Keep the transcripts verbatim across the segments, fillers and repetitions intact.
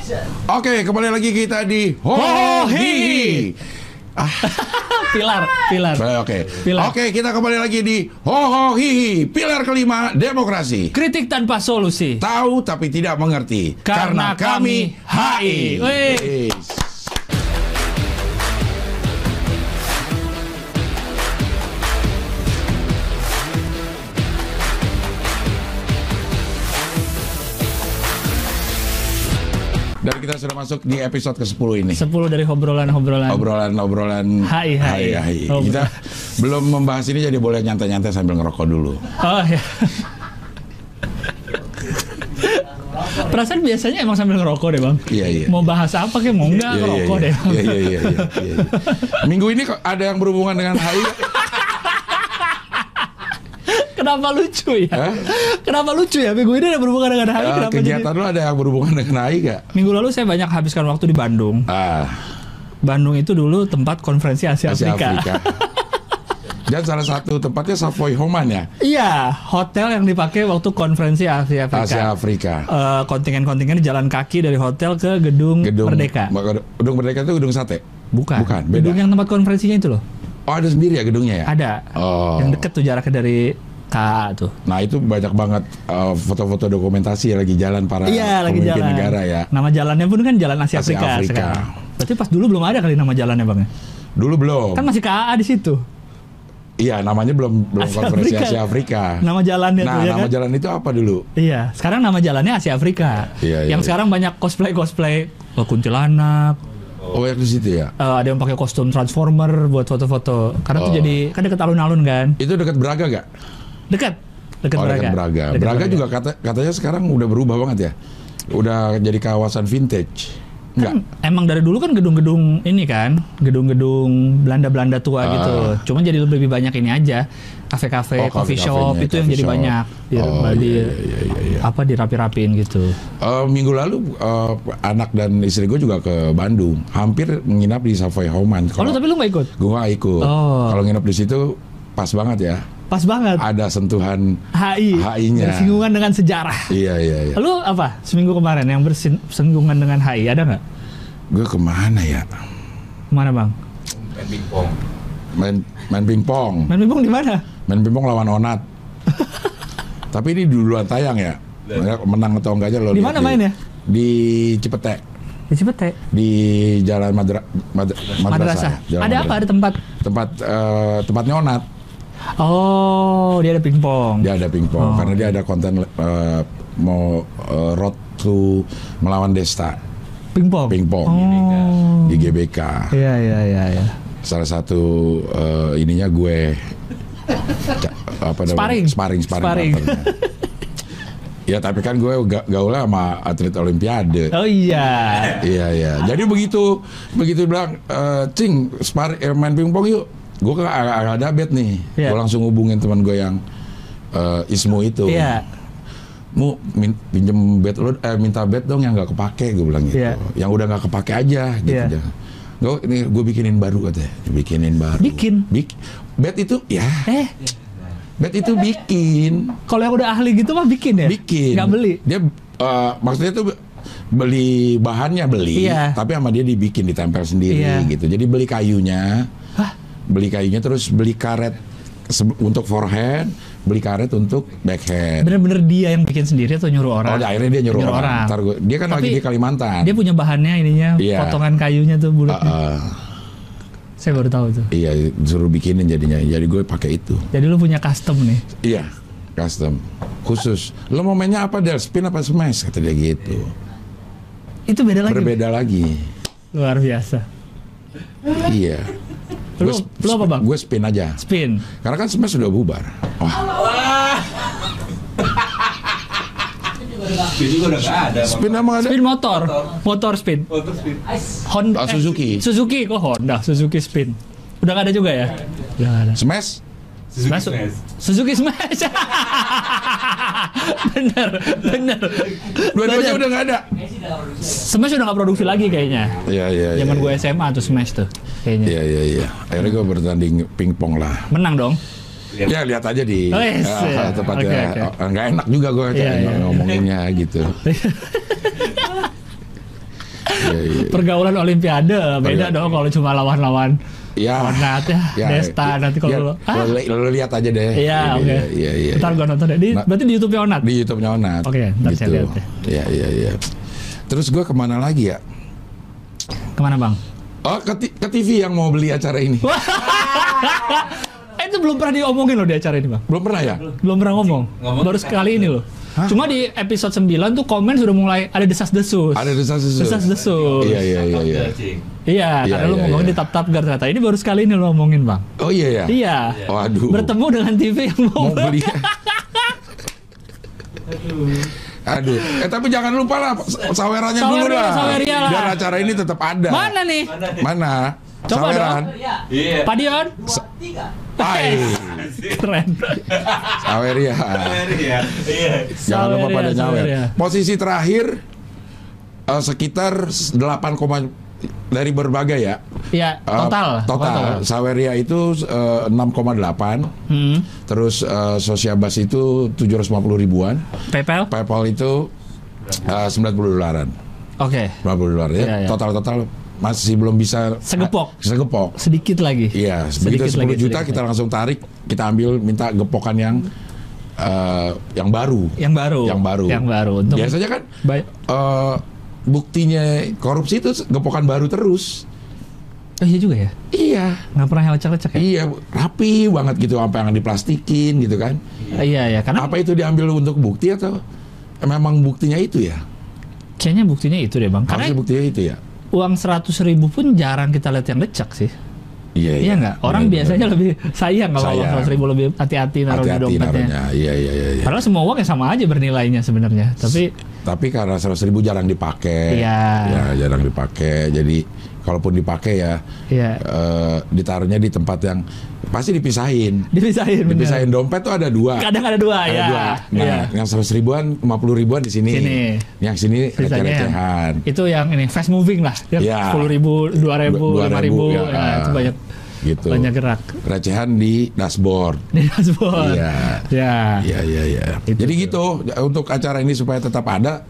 Oke, kembali lagi kita di Hohihi. Ah. Pilar, pilar. Oke, Pilar. oke kita kembali lagi di Hohihi. Pilar kelima, demokrasi. Kritik tanpa solusi. Tahu tapi tidak mengerti. Karena kami H I. Wih. Dan kita sudah masuk di episode ke sepuluh ini. sepuluh dari obrolan-obrolan. Obrolan-obrolan H I, H I. H I. Oh, kita belum membahas ini, jadi boleh nyantai-nyantai sambil ngerokok dulu. Oh ya. Perasaan biasanya emang sambil ngerokok deh bang. Iya iya. Mau bahas apa kayak mau enggak iya, ngerokok iya, deh. Iya iya iya. iya, iya. Minggu ini kok ada yang berhubungan dengan H I? Kenapa lucu ya? Hah? Kenapa lucu ya? Minggu ini ada berhubungan dengan H I? Uh, kegiatan jadi... lu ada yang berhubungan dengan H I gak? Minggu lalu saya banyak habiskan waktu di Bandung. Ah. Bandung itu dulu tempat konferensi Asia, Asia Afrika. Afrika. Dan salah satu tempatnya Savoy Homan ya? Iya, hotel yang dipakai waktu konferensi Asia Afrika. Asia Afrika. Uh, kontingen-kontingen jalan kaki dari hotel ke gedung, gedung Merdeka. Gedung Merdeka itu gedung sate? Bukan. Bukan, beda. Gedung yang tempat konferensinya itu loh. Oh, ada sendiri ya gedungnya ya? Ada. Oh. Yang deket tuh jaraknya dari K A tuh. Nah itu banyak banget uh, foto-foto dokumentasi ya, lagi jalan para iya, pemimpin lagi jalan. negara ya. Nama jalannya pun kan Jalan Asia, Asia Afrika, Afrika. sekarang. Berarti pas dulu belum ada kali nama jalannya bang? Dulu belum. Kan masih K A di situ. Iya, namanya belum belum Asia konferensi Afrika. Asia Afrika. Nama jalannya nah, tuh ya nama kan? jalan itu apa dulu? Iya, sekarang nama jalannya Asia Afrika. Iya, yang iya, sekarang banyak cosplay-cosplay oh, kuntilanak. Oh, yang di situ ya. Uh, ada yang pakai kostum Transformer buat foto-foto. Karena Oh. tuh jadi kan dekat alun-alun kan? Itu dekat Braga gak? Dekat. Dekat Oh, Braga. dekat Braga. Dekat Braga juga kata, katanya sekarang udah berubah banget ya. Udah jadi kawasan vintage. Enggak. Kan, emang dari dulu kan gedung-gedung ini kan, gedung-gedung Belanda-Belanda tua Ah. gitu. Cuman jadi lebih banyak ini aja, kafe-kafe, Oh, coffee kafe-kafenya, shop itu yang coffee jadi shop. banyak. Di, Oh, di iya, iya, iya, iya. apa dirapi-rapiin gitu. Uh, minggu lalu uh, anak dan istri gue juga ke Bandung, hampir menginap di Savoy Homan. Oh, lu, tapi lu nggak ikut? Gue nggak ikut. Oh. Kalau nginep di situ pas banget ya. Pas banget. Ada sentuhan H I. H I-nya. Bersinggungan dengan sejarah. Iya iya iya. Lu apa? Seminggu kemarin yang bersinggungan dengan H I ada nggak? Gue kemana ya? Mana bang? Main pingpong. Main main pingpong. Main pingpong di mana? Main pingpong lawan Onat. Tapi ini duluan tayang ya. Menang atau enggaknya lo Di lihat mana mainnya? Di Cipete. Di Cipete. Di Jalan Madra, Madra, Madrasah. Madrasah. Jalan Ada apa? Madrasah. Ada tempat? Tempat eh, tempatnya Onat. Oh, dia ada pingpong. Dia ada pingpong Oh. karena dia ada konten eh, mau eh, road to melawan Desta. Pingpong. Pingpong. Oh. Di G B K. Iya iya iya. Ya. Salah satu eh, ininya gue ca- apa namanya? Sparring. Sparring, sparring. Sparring. partnernya. Ya tapi kan gue ga- gaulnya sama atlet Olimpiade. Oh iya. Iya iya. Jadi begitu begitu bilang, e, Cing, spar eh, main pingpong yuk. Gue kan agak ada bet nih. Iya. Gue langsung hubungin teman gue yang eh, Ismu itu. Iya. Mu min- pinjem bet lo, eh, minta bet dong yang nggak kepake, gue bilang gitu. Iya. Yang udah nggak kepake aja gitu. Iya. Jangan. Gue ini gue bikinin baru katanya. Bikinin baru. Bikin? Bik bet itu ya. Eh, Bet itu bikin. kalau yang udah ahli gitu mah bikin ya? Bikin. Nggak beli? Dia eh, maksudnya tuh beli bahannya beli, Iya. tapi sama dia dibikin, ditempel sendiri Iya. gitu. Jadi beli kayunya, Hah? beli kayunya terus beli karet se- untuk forehand, beli karet untuk backhand. Bener-bener dia yang bikin sendiri atau nyuruh Oh, orang? akhirnya dia nyuruh, orang. Ntar gua- dia kan Tapi lagi di Kalimantan. Dia punya bahannya ininya, Iya. potongan kayunya tuh bulatnya. Uh, uh, Saya baru tahu tuh. iya, disuruh bikinin jadinya. Jadi gue pakai itu. Jadi lu punya custom nih. Iya, custom khusus. Lo mau mainnya apa, Del? Spin apa smash? Kata dia gitu. Itu beda lagi. Berbeda lagi. Luar biasa. Iya. Lu, Gua- lu apa bang? Gue spin aja. Spin. Karena kan smash sudah bubar. Wah, Spin juga udah nggak ada. spin emang ada. Spin motor. Motor spin. Motor spin. Honda. Ah, Suzuki. Eh, Suzuki kok Honda. Suzuki spin. Udah nggak ada juga ya? Udah nggak ada. Smash? Suzuki Masuk. Smash. Suzuki Smash. bener, bener. Dua-duanya Bener. udah nggak ada. Smash udah nggak produksi lagi kayaknya. Iya, iya, iya. Zaman gue S M A tuh Smash tuh kayaknya. Iya, iya, iya. Akhirnya gue bertanding pingpong lah. Menang dong. Ya lihat aja di Oh, yes, ah, ya. tempatnya. Oke, oke. Oh, nggak enak juga gue Iya, iya. ngomonginnya gitu. iya, iya. Pergaulan Olimpiade beda dong kalau cuma lawan-lawan Ya, Onat ya, ya, Desta nanti kalau ya, lo, ah? lo, li- lo lihat aja deh. Iya, oke. Iya, iya, iya. Ntar gua nonton deh. Di, Nah, berarti di YouTube-nya Onat. Di YouTube-nya Onat. Oke, ntar saya lihat deh. Iya, iya, iya. Terus gue kemana lagi ya? Kemana bang? Oh, ke, ti- ke T V yang mau beli acara ini. Eh, itu belum pernah diomongin loh di acara ini bang. Belum pernah ya? Belum pernah ngomong. Ngomong Baru sekali ini loh. Hah? Cuma di episode sembilan tuh komen sudah mulai ada desas-desus. Ada desas-desus. Desas-desus. Iya, iya, iya, iya. Iya, Iya, karena lu iya, ngomongin iya. di tap-tap gar ternyata. Ini baru sekali ini lu ngomongin bang. Oh iya ya. Iya. Waduh. Bertemu dengan T V yang mau, Mau beli. Aduh. Eh tapi jangan lupa lah sawerannya dulu Saweria, lah. saweria lah. Biar acara ini tetap ada. Mana nih? Mana? Coba Saweran. Iya. Pak Dion? Hai. Keren. Saweria. Iya. Iya. Jangan lupa Saweria, pada nyawer. saweria. Posisi terakhir eh, sekitar delapan, dari berbagai ya. Iya, Eh, total. total. Saweria itu eh, enam koma delapan. Hmm. Terus eh, Sosiabas itu tujuh ratus lima puluh ribuan. PayPal? PayPal itu eh, sembilan puluh dolaran. Oke. sembilan puluh dolar ya. Iya, iya. Total-total masih belum bisa Segepok. Segepok. Sedikit lagi. Iya, Sedikit begitu sepuluh lagi, juta sedikit kita lagi. langsung tarik, kita ambil minta gepokan yang eh, yang baru. Yang baru. Yang baru. Yang baru. Untuk Biasanya kan Baik. eh, buktinya korupsi itu gepokan baru terus. Oh iya juga ya. Iya. Nggak pernah yang lecek-lecek ya. Iya, rapi banget gitu, apa yang diplastikin gitu kan. Iya ya, karena Apa itu diambil untuk bukti atau memang buktinya itu ya? kayaknya buktinya itu deh bang. Karena Harusnya buktinya itu ya. uang seratus ribu pun jarang kita lihat yang lecek sih. Iya, Iya nggak? Orang Benar, biasanya benar. lebih sayang kalau uang Sayang. seratus ribu lebih hati-hati naruh di Hati-hati dompetnya. naruhnya. Iya, iya, iya. iya. Padahal semua uang ya sama aja bernilainya sebenarnya. Tapi Tapi karena seratus ribu jarang dipakai. Iya. Ya, jarang dipakai. Jadi kalaupun dipakai ya, ya eh, ditaruhnya di tempat yang pasti dipisahin. dipisahin. bener. Dipisahin dompet tuh ada dua. Kadang ada dua Ada ya. dua. Nah, Iya. yang seratus ribuan, lima puluh ribuan di sini. Sini. Yang sini Sisanya receh-recehan. itu yang ini fast moving lah. Yang Iya. sepuluh ribu, dua ribu, Dua lima ribu, ribu. ya. Ya, itu banyak Gitu. banyak gerak Recehan di dashboard. di dashboard. Iya. Ya. Iya, iya, iya. Itu Jadi gitu, untuk acara ini supaya tetap ada,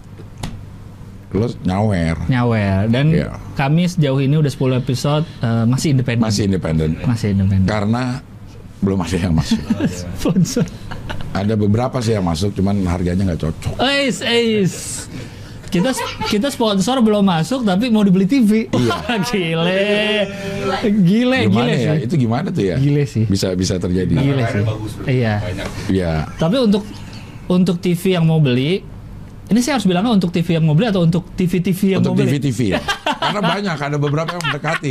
lo nyawer. Nyawer. Dan Iya. kami sejauh ini udah sepuluh episode eh, masih independen. Masih independen. Masih independen. Karena belum ada yang masuk. Sponsor. Ada beberapa sih yang masuk, cuman harganya nggak cocok. Eis, eis. Kita kita sponsor belum masuk tapi mau dibeli T V. Wah, gile. Gile, Gimana gile ya? sih. Itu gimana tuh ya? Gile sih. Bisa bisa terjadi. Gile sih. Bagus, bro. Iya. Banyak. Iya. Tapi untuk untuk T V yang mau beli, ini saya harus bilangnya untuk T V yang mau beli atau untuk T V T V yang Untuk mau T V beli? T V ya. Karena banyak, ada beberapa yang mendekati.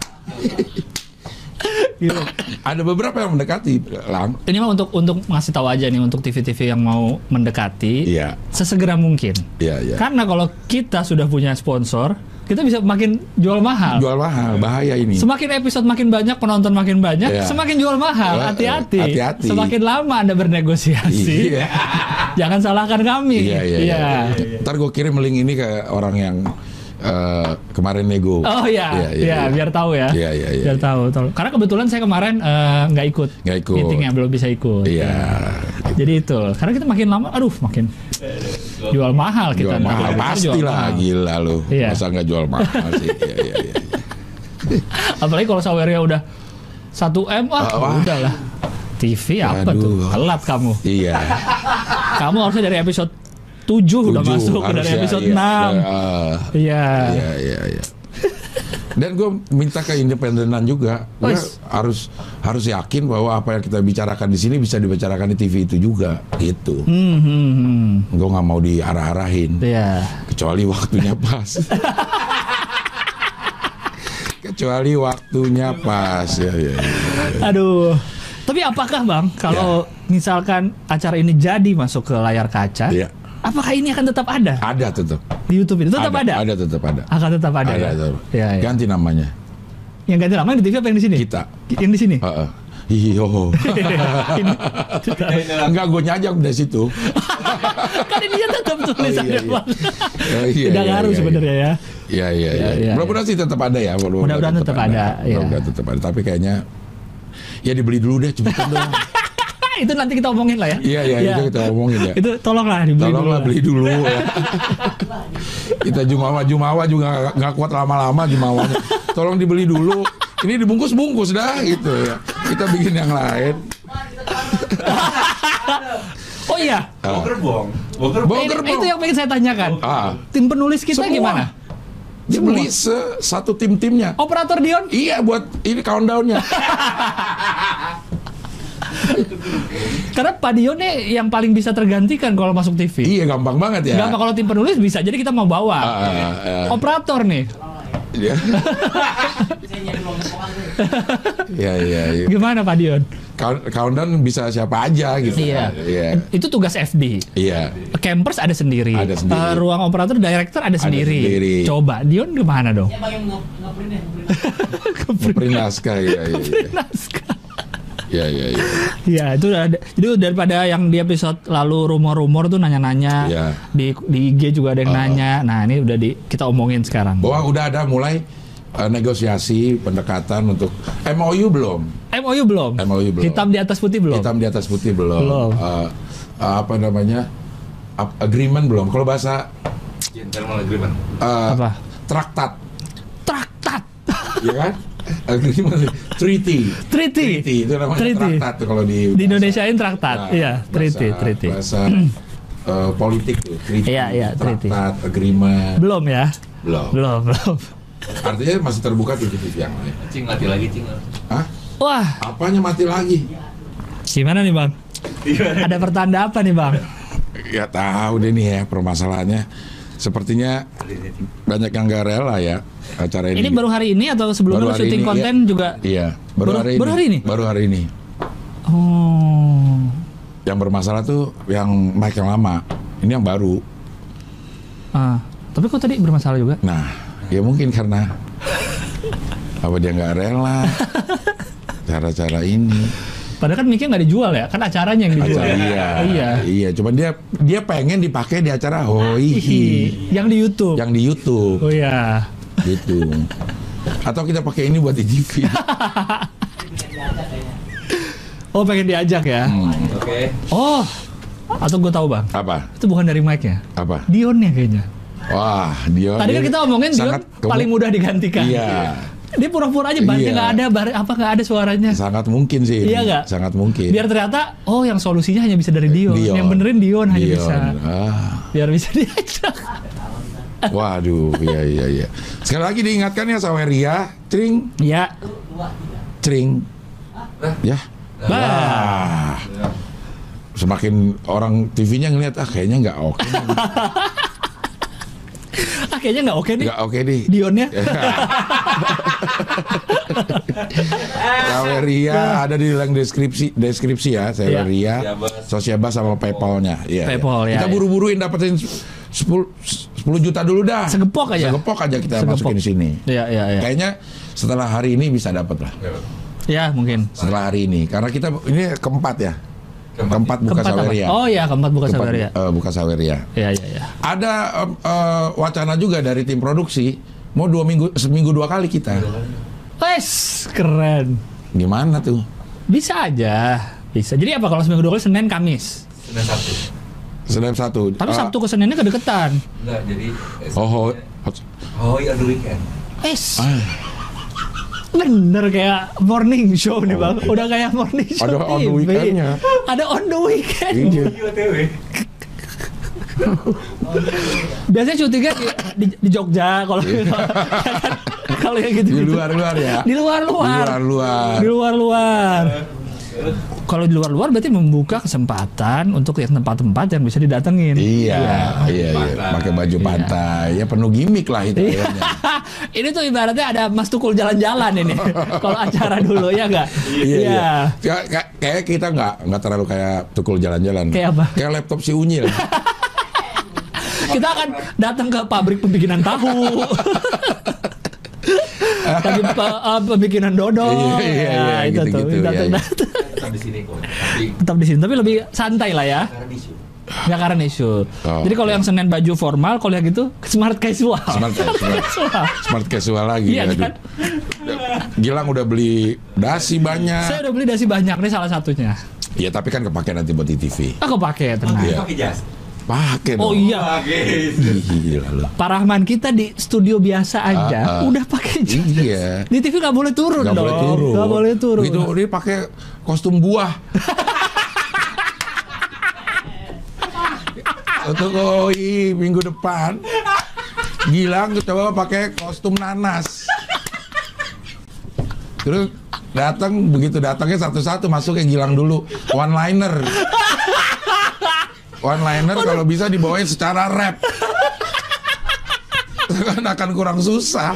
Gitu. Ada beberapa yang mendekati, Lang. Ini mah untuk untuk ngasih tahu aja nih untuk T V T V yang mau mendekati Iya. sesegera mungkin. Iya, iya. Karena kalau kita sudah punya sponsor, kita bisa makin jual mahal. Jual mahal, bahaya ini. Semakin episode makin banyak, penonton makin banyak, Iya. semakin jual mahal. Eh, Hati-hati. hati-hati. Semakin lama Anda bernegosiasi, Iya. jangan salahkan kami. Iya, iya, iya. Ntar gue kirim link ini ke orang yang eh, kemarin nego. Oh iya, iya, biar tahu ya. Iya, iya, iya. Biar tahu, tahu. Karena kebetulan saya kemarin eh, nggak ikut. Nggak ikut. Meetingnya belum bisa ikut. Iya. Jadi itu. Karena kita makin lama, aduh, makin jual mahal kita. Jual mahal, Kita pasti jual lah, mahal. gila lu. Iya. Masa nggak jual mahal sih? Iya, iya, iya. Apalagi kalau Saweria udah satu M, wah, Wah. udah lah. T V apa Aduh. tuh? Telat kamu. Iya. Kamu harusnya dari episode tujuh udah Tujuh, masuk dari harusnya, episode iya. enam. Eh, Iya. Iya, iya, iya. Dan gue minta keindependenan juga. Gue Wes. harus harus yakin bahwa apa yang kita bicarakan di sini bisa dibicarakan di T V itu juga. Gitu. Hmm, hmm, hmm. Gue nggak mau diarah-arahin. Iya. Kecuali waktunya pas. Kecuali waktunya pas. Ya, ya, ya. Aduh. Tapi apakah Bang, kalau misalkan acara ini jadi masuk ke layar kaca, Iya. apakah ini akan tetap ada Ada tetap. di YouTube itu? Tetap ada? Ada tetap ada. Akan tetap ada, Ada, ya? tetap. Iya, iya. Ganti namanya. Yang ganti nama yang di T V apa yang di sini? Kita. Yang di sini? Heeh. Hihiho. Ini. Enggak, gue nyajak dari situ. Kan ini tetap tulisannya iya, iya. Bang. Oh, iya, Tidak iya, ngaruh iya, sebenarnya ya. Iya, iya, iya. iya, Mudah-mudahan sih tetap ada ya. Mudah-mudahan tetap ada, iya. Mudah-mudahan tetap ada. Tapi kayaknya ya dibeli dulu deh, cepetan dong. Itu nanti kita omongin lah ya. Iya, iya, Ya. itu kita omongin ya. Itu tolonglah dibeli dulu. Tolonglah lah. beli dulu ya. Kita jumawa jumawa juga nggak- nggak kuat lama-lama jumawanya. Tolong dibeli dulu. Ini dibungkus-bungkus dah gitu ya. Kita bikin yang lain. Oh iya. Bawa gerbong. Bawa gerbong. Bawa Ini- gerbong. itu yang pengen saya tanyakan. Ah, Tim penulis kita Semua. gimana? dia Semua. beli se- satu tim-timnya. Operator Dion? Iya buat ini countdown-nya. Karena Pak Dion nih yang paling bisa tergantikan kalau masuk T V. Iya gampang banget ya. Gampang kalau tim penulis bisa. Jadi kita mau bawa. Ah, ah, ah. Operator nih. Iya. Iya iya iya. Gimana Pak Dion? Count- Countdown bisa siapa aja gitu. Iya. Iya. Itu tugas F D. Iya. Campers ada sendiri. Ada sendiri. Eh, ruang operator director ada sendiri. sendiri. Coba Dion gimana dong? Print naskah ya. Iya iya. Naskah. Iya iya. Iya. Ya itu ada. Jadi daripada yang di episode lalu rumor-rumor tuh nanya-nanya Iya. di di I G juga ada yang Oh. nanya. Nah ini udah di kita omongin sekarang. Bahwa udah ada mulai eh, negosiasi pendekatan untuk M O U belum? M O U belum? M O U belum. Hitam di atas putih belum? Hitam di atas putih belum. Belum. Eh, eh, apa namanya? Ap- Agreement belum. Kalau bahasa Gentleman agreement. eh, Apa? traktat, Traktat. ya kan? Agreement, treaty. Treaty. Treaty itu namanya Treaty. traktat tuh kalau di Di Indonesiain traktat. Nah, Iya, treaty, bahasa- treaty. Bahasa eh, politik tuh, treaty, Iya, iya, treaty. traktat, agreement. Belum ya? Belum. Belum, belum. Artinya masih terbuka T V-T V yang lain. Cing mati lagi cing. Hah? Wah, Apanya mati lagi? gimana nih Bang? Ada pertanda apa nih Bang? Ya tahu deh nih ya permasalahannya. Sepertinya banyak yang gak rela ya acara ini. Ini baru hari ini atau sebelumnya Baru lu hari syuting ini, konten iya. juga? Iya, baru, Baru- hari ini. baru hari ini? Baru hari ini. Oh. Yang bermasalah tuh yang mic yang lama. Ini yang baru. Ah, tapi kok tadi bermasalah juga? Nah, ya mungkin karena apa dia nggak rela cara-cara ini. Padahal kan mic-nya nggak dijual ya, kan acaranya yang dijual. Acara iya. Iya. Iya, cuman dia dia pengen dipakai di acara Hoihi Yang di YouTube. yang di YouTube Oh iya. gitu. Atau kita pakai ini buat di T V. Oh pengen diajak ya? Hmm. Oke. Oh, atau gue tahu Bang, Apa? itu bukan dari mic-nya, Apa? Dionnya kayaknya. Wah, dia Tadi kan kita omongin Dion sangat kemu- paling mudah digantikan. Iya, Dia pura-pura aja banting Iya. nggak ada, bar, apa nggak ada suaranya. sangat mungkin sih. Iya nggak? Sangat mungkin. Biar ternyata, oh yang solusinya hanya bisa dari Dion, Dion. yang benerin Dion hanya Dion. bisa. Ah. Biar bisa diajak. Waduh, iya iya iya. Sekali lagi diingatkan ya Saweria, cring, Ya, cring. Ya. bah. Ah. Semakin orang T V-nya ngeliat ah kayaknya nggak oke. Ah, kayaknya nggak oke nih. Nggak oke nih. Dionnya. Saweria ada di dalam deskripsi deskripsi ya Saweria, Sosiabas. Sosiabas sama PayPal-nya. Iya. PayPal, iya. ya, Kita ya. buru-buruin dapetin sepuluh juta dulu dah. Segepok aja. Segepok aja kita Segepok. masukin di sini. Iya, iya, iya. Kayaknya setelah hari ini bisa dapat lah. Ya, mungkin. Setelah hari ini karena kita ini keempat ya. Keempat, buka Keempat apa? Saweria. Oh iya, keempat buka Keempat, Saweria. eh, buka Saweria. Iya, iya, iya. Ada em, eh, wacana juga dari tim produksi mau dua minggu seminggu dua kali kita. Wes, keren. Gimana tuh? Bisa aja. Bisa. Jadi apa kalau seminggu dua kali Senin Kamis? Senin Sabtu. Senin satu. Tapi Eh, Sabtu ke Seninnya kedeketan. Enggak, jadi eh, Oh, oh, Oh, iya the weekend. Es. ah, Bener kayak morning show nih Bang. Udah kayak morning show Ada on the T V. weekend-nya. Ada on the weekend. iya. Iya, O T W. Biasanya syutingnya di, di, di Jogja kalau kalau yang gitu. Di luar-luar ya. Di luar-luar. Di luar-luar. Di luar-luar. Kalau di luar-luar berarti membuka kesempatan untuk yang tempat-tempat yang bisa didatengin. Iya, iya, iya. Pakai baju pantai. Ya penuh gimmick lah itu. Iya. kayaknya. Ini tuh ibaratnya ada Mas Tukul jalan-jalan ini. Kalau acara dulu ya enggak? Iya, iya. Kayak- kayak- Kayak kita nggak nggak terlalu kayak tukul jalan-jalan. Kayak apa? Kayak laptop si Unyil. Kita akan datang ke pabrik pembikinan tahu. Lagi pe- uh, pembikinan dodol. Iya, iya, iya, Ya, itu tuh. gitu-gitu, Datang- iya, iya. datang. Tetap di sini kok. Tapi Tetap di sini, tapi lebih santai lah ya. karena isu. Nggak karena isu. Oh, Jadi kalau oke. yang Senin baju formal, kalau yang gitu smart casual. Smart casual. casual. Smart casual lagi. Iya aduh. kan? Gilang udah beli dasi banyak. Saya udah beli dasi banyak nih salah satunya. Iya, tapi kan kepake nanti buat di T V. Aku pakai tenang. Iya. Pakai jas. Pakai Oh dong. iya. Pakai. Gila lu. Pak Rahman kita di studio biasa aja Ah, ah. udah pakai jas. Iya. Di T V nggak boleh turun Gak dong. boleh turun. Nggak boleh turun. Gitu dia pakai kostum buah. Untuk koi minggu depan Gilang coba pakai kostum nanas. Terus datang, begitu datangnya satu-satu masuk yang Gilang dulu one liner. One liner kalau bisa dibawain secara rap. Kan akan kurang susah.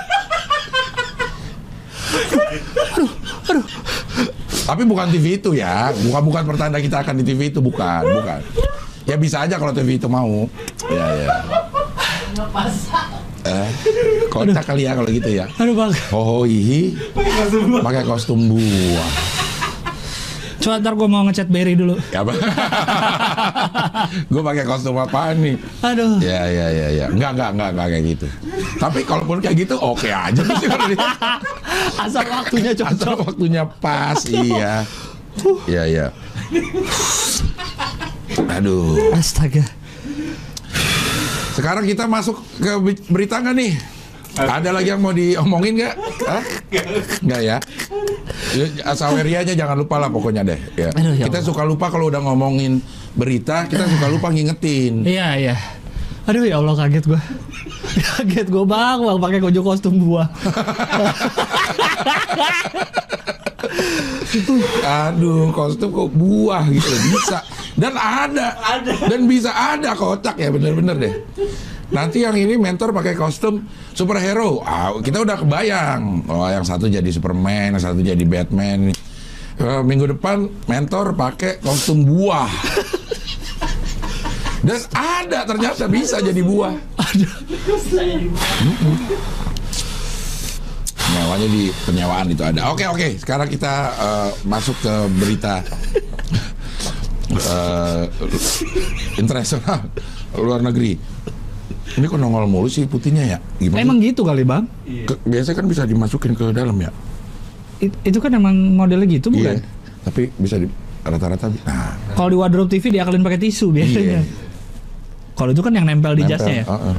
Tapi bukan T V itu ya, bukan bukan pertanda kita akan di T V itu, bukan, bukan. Ya bisa aja kalau T V itu mau. Ya ya. Eh, kocak kali ya kalau gitu ya. Aduh bang. Oh hihi, pakai kostum buah. Coba ntar gue mau ngechat Berry dulu. Ya bang. Gue pakai kostum apaan nih? Aduh. Ya ya ya ya. Enggak enggak enggak enggak kayak gitu. Tapi kalaupun kayak gitu oke aja sih kalau dia. Asal waktunya Asal cocok. waktunya pas, iya. Iya iya. Aduh. Astaga. Sekarang kita masuk ke berita nggak nih? Ada lagi yang mau diomongin nggak? Hah? Nggak ya? Asawerianya jangan lupa lah pokoknya deh. Ya. Aduh, ya Kita Allah. suka lupa kalau udah ngomongin berita, kita suka lupa ngingetin. Iya iya. Aduh ya Allah kaget gue. Kaget gue bang, bang pakai baju kostum buah. Aduh, kostum kok buah gitu bisa. Dan ada, dan bisa ada, kocak ya, bener-bener deh. Nanti yang ini mentor pakai kostum superhero, ah, kita udah kebayang. Oh, yang satu jadi Superman, yang satu jadi Batman. Eh, minggu depan mentor pakai kostum buah. Dan ada, ternyata bisa jadi buah. Penyewanya di penyewaan itu ada. Oke oke, sekarang kita eh, masuk ke berita uh, internasional, luar negeri. Ini kok nongol mulu sih putihnya ya? Gimana? Emang gitu kali bang? Ke, biasanya kan bisa dimasukin ke dalam ya? It- itu kan emang modelnya gitu bukan? Iya. Tapi bisa di rata-rata. Nah, Kalau di wardrobe T V diakalin pakai tisu biasanya. Iya. Kalau itu kan yang nempel di nempel. jasnya ya. Uh-uh.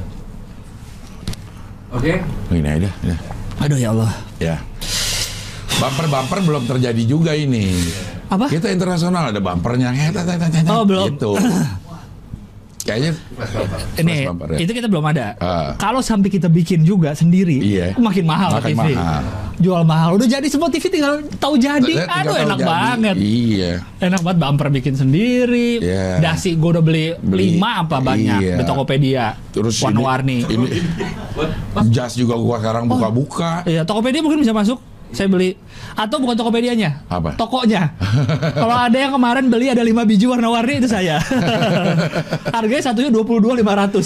Oke. Ini aja. Ya. Aduh ya Allah. Ya. Bumper-bumper belum terjadi juga ini. Apa? Kita internasional ada bumpernya. Oh, belum. Gitu. Kayaknya Ini flash bumper ya. itu kita belum ada. Ah. Kalau sampai kita bikin juga sendiri, Iya. makin mahal Makin T V. mahal. Jual mahal. Udah jadi semua T V tinggal tahu jadi. Tinggal Aduh tahu enak jadi. banget. Iya. Enak banget bumper bikin sendiri. Iya. Dasi gue udah beli, Beli. lima apa banyak Iya. di Tokopedia. Terus ini- warna-warni. Ini jas juga gua sekarang buka-buka. Iya, Tokopedia mungkin bisa masuk. Saya beli. Atau bukan Tokopedianya. Apa? Tokonya. Kalau ada yang kemarin beli ada lima biji warna-warni itu saya. Harganya satunya dua puluh dua ribu lima ratus.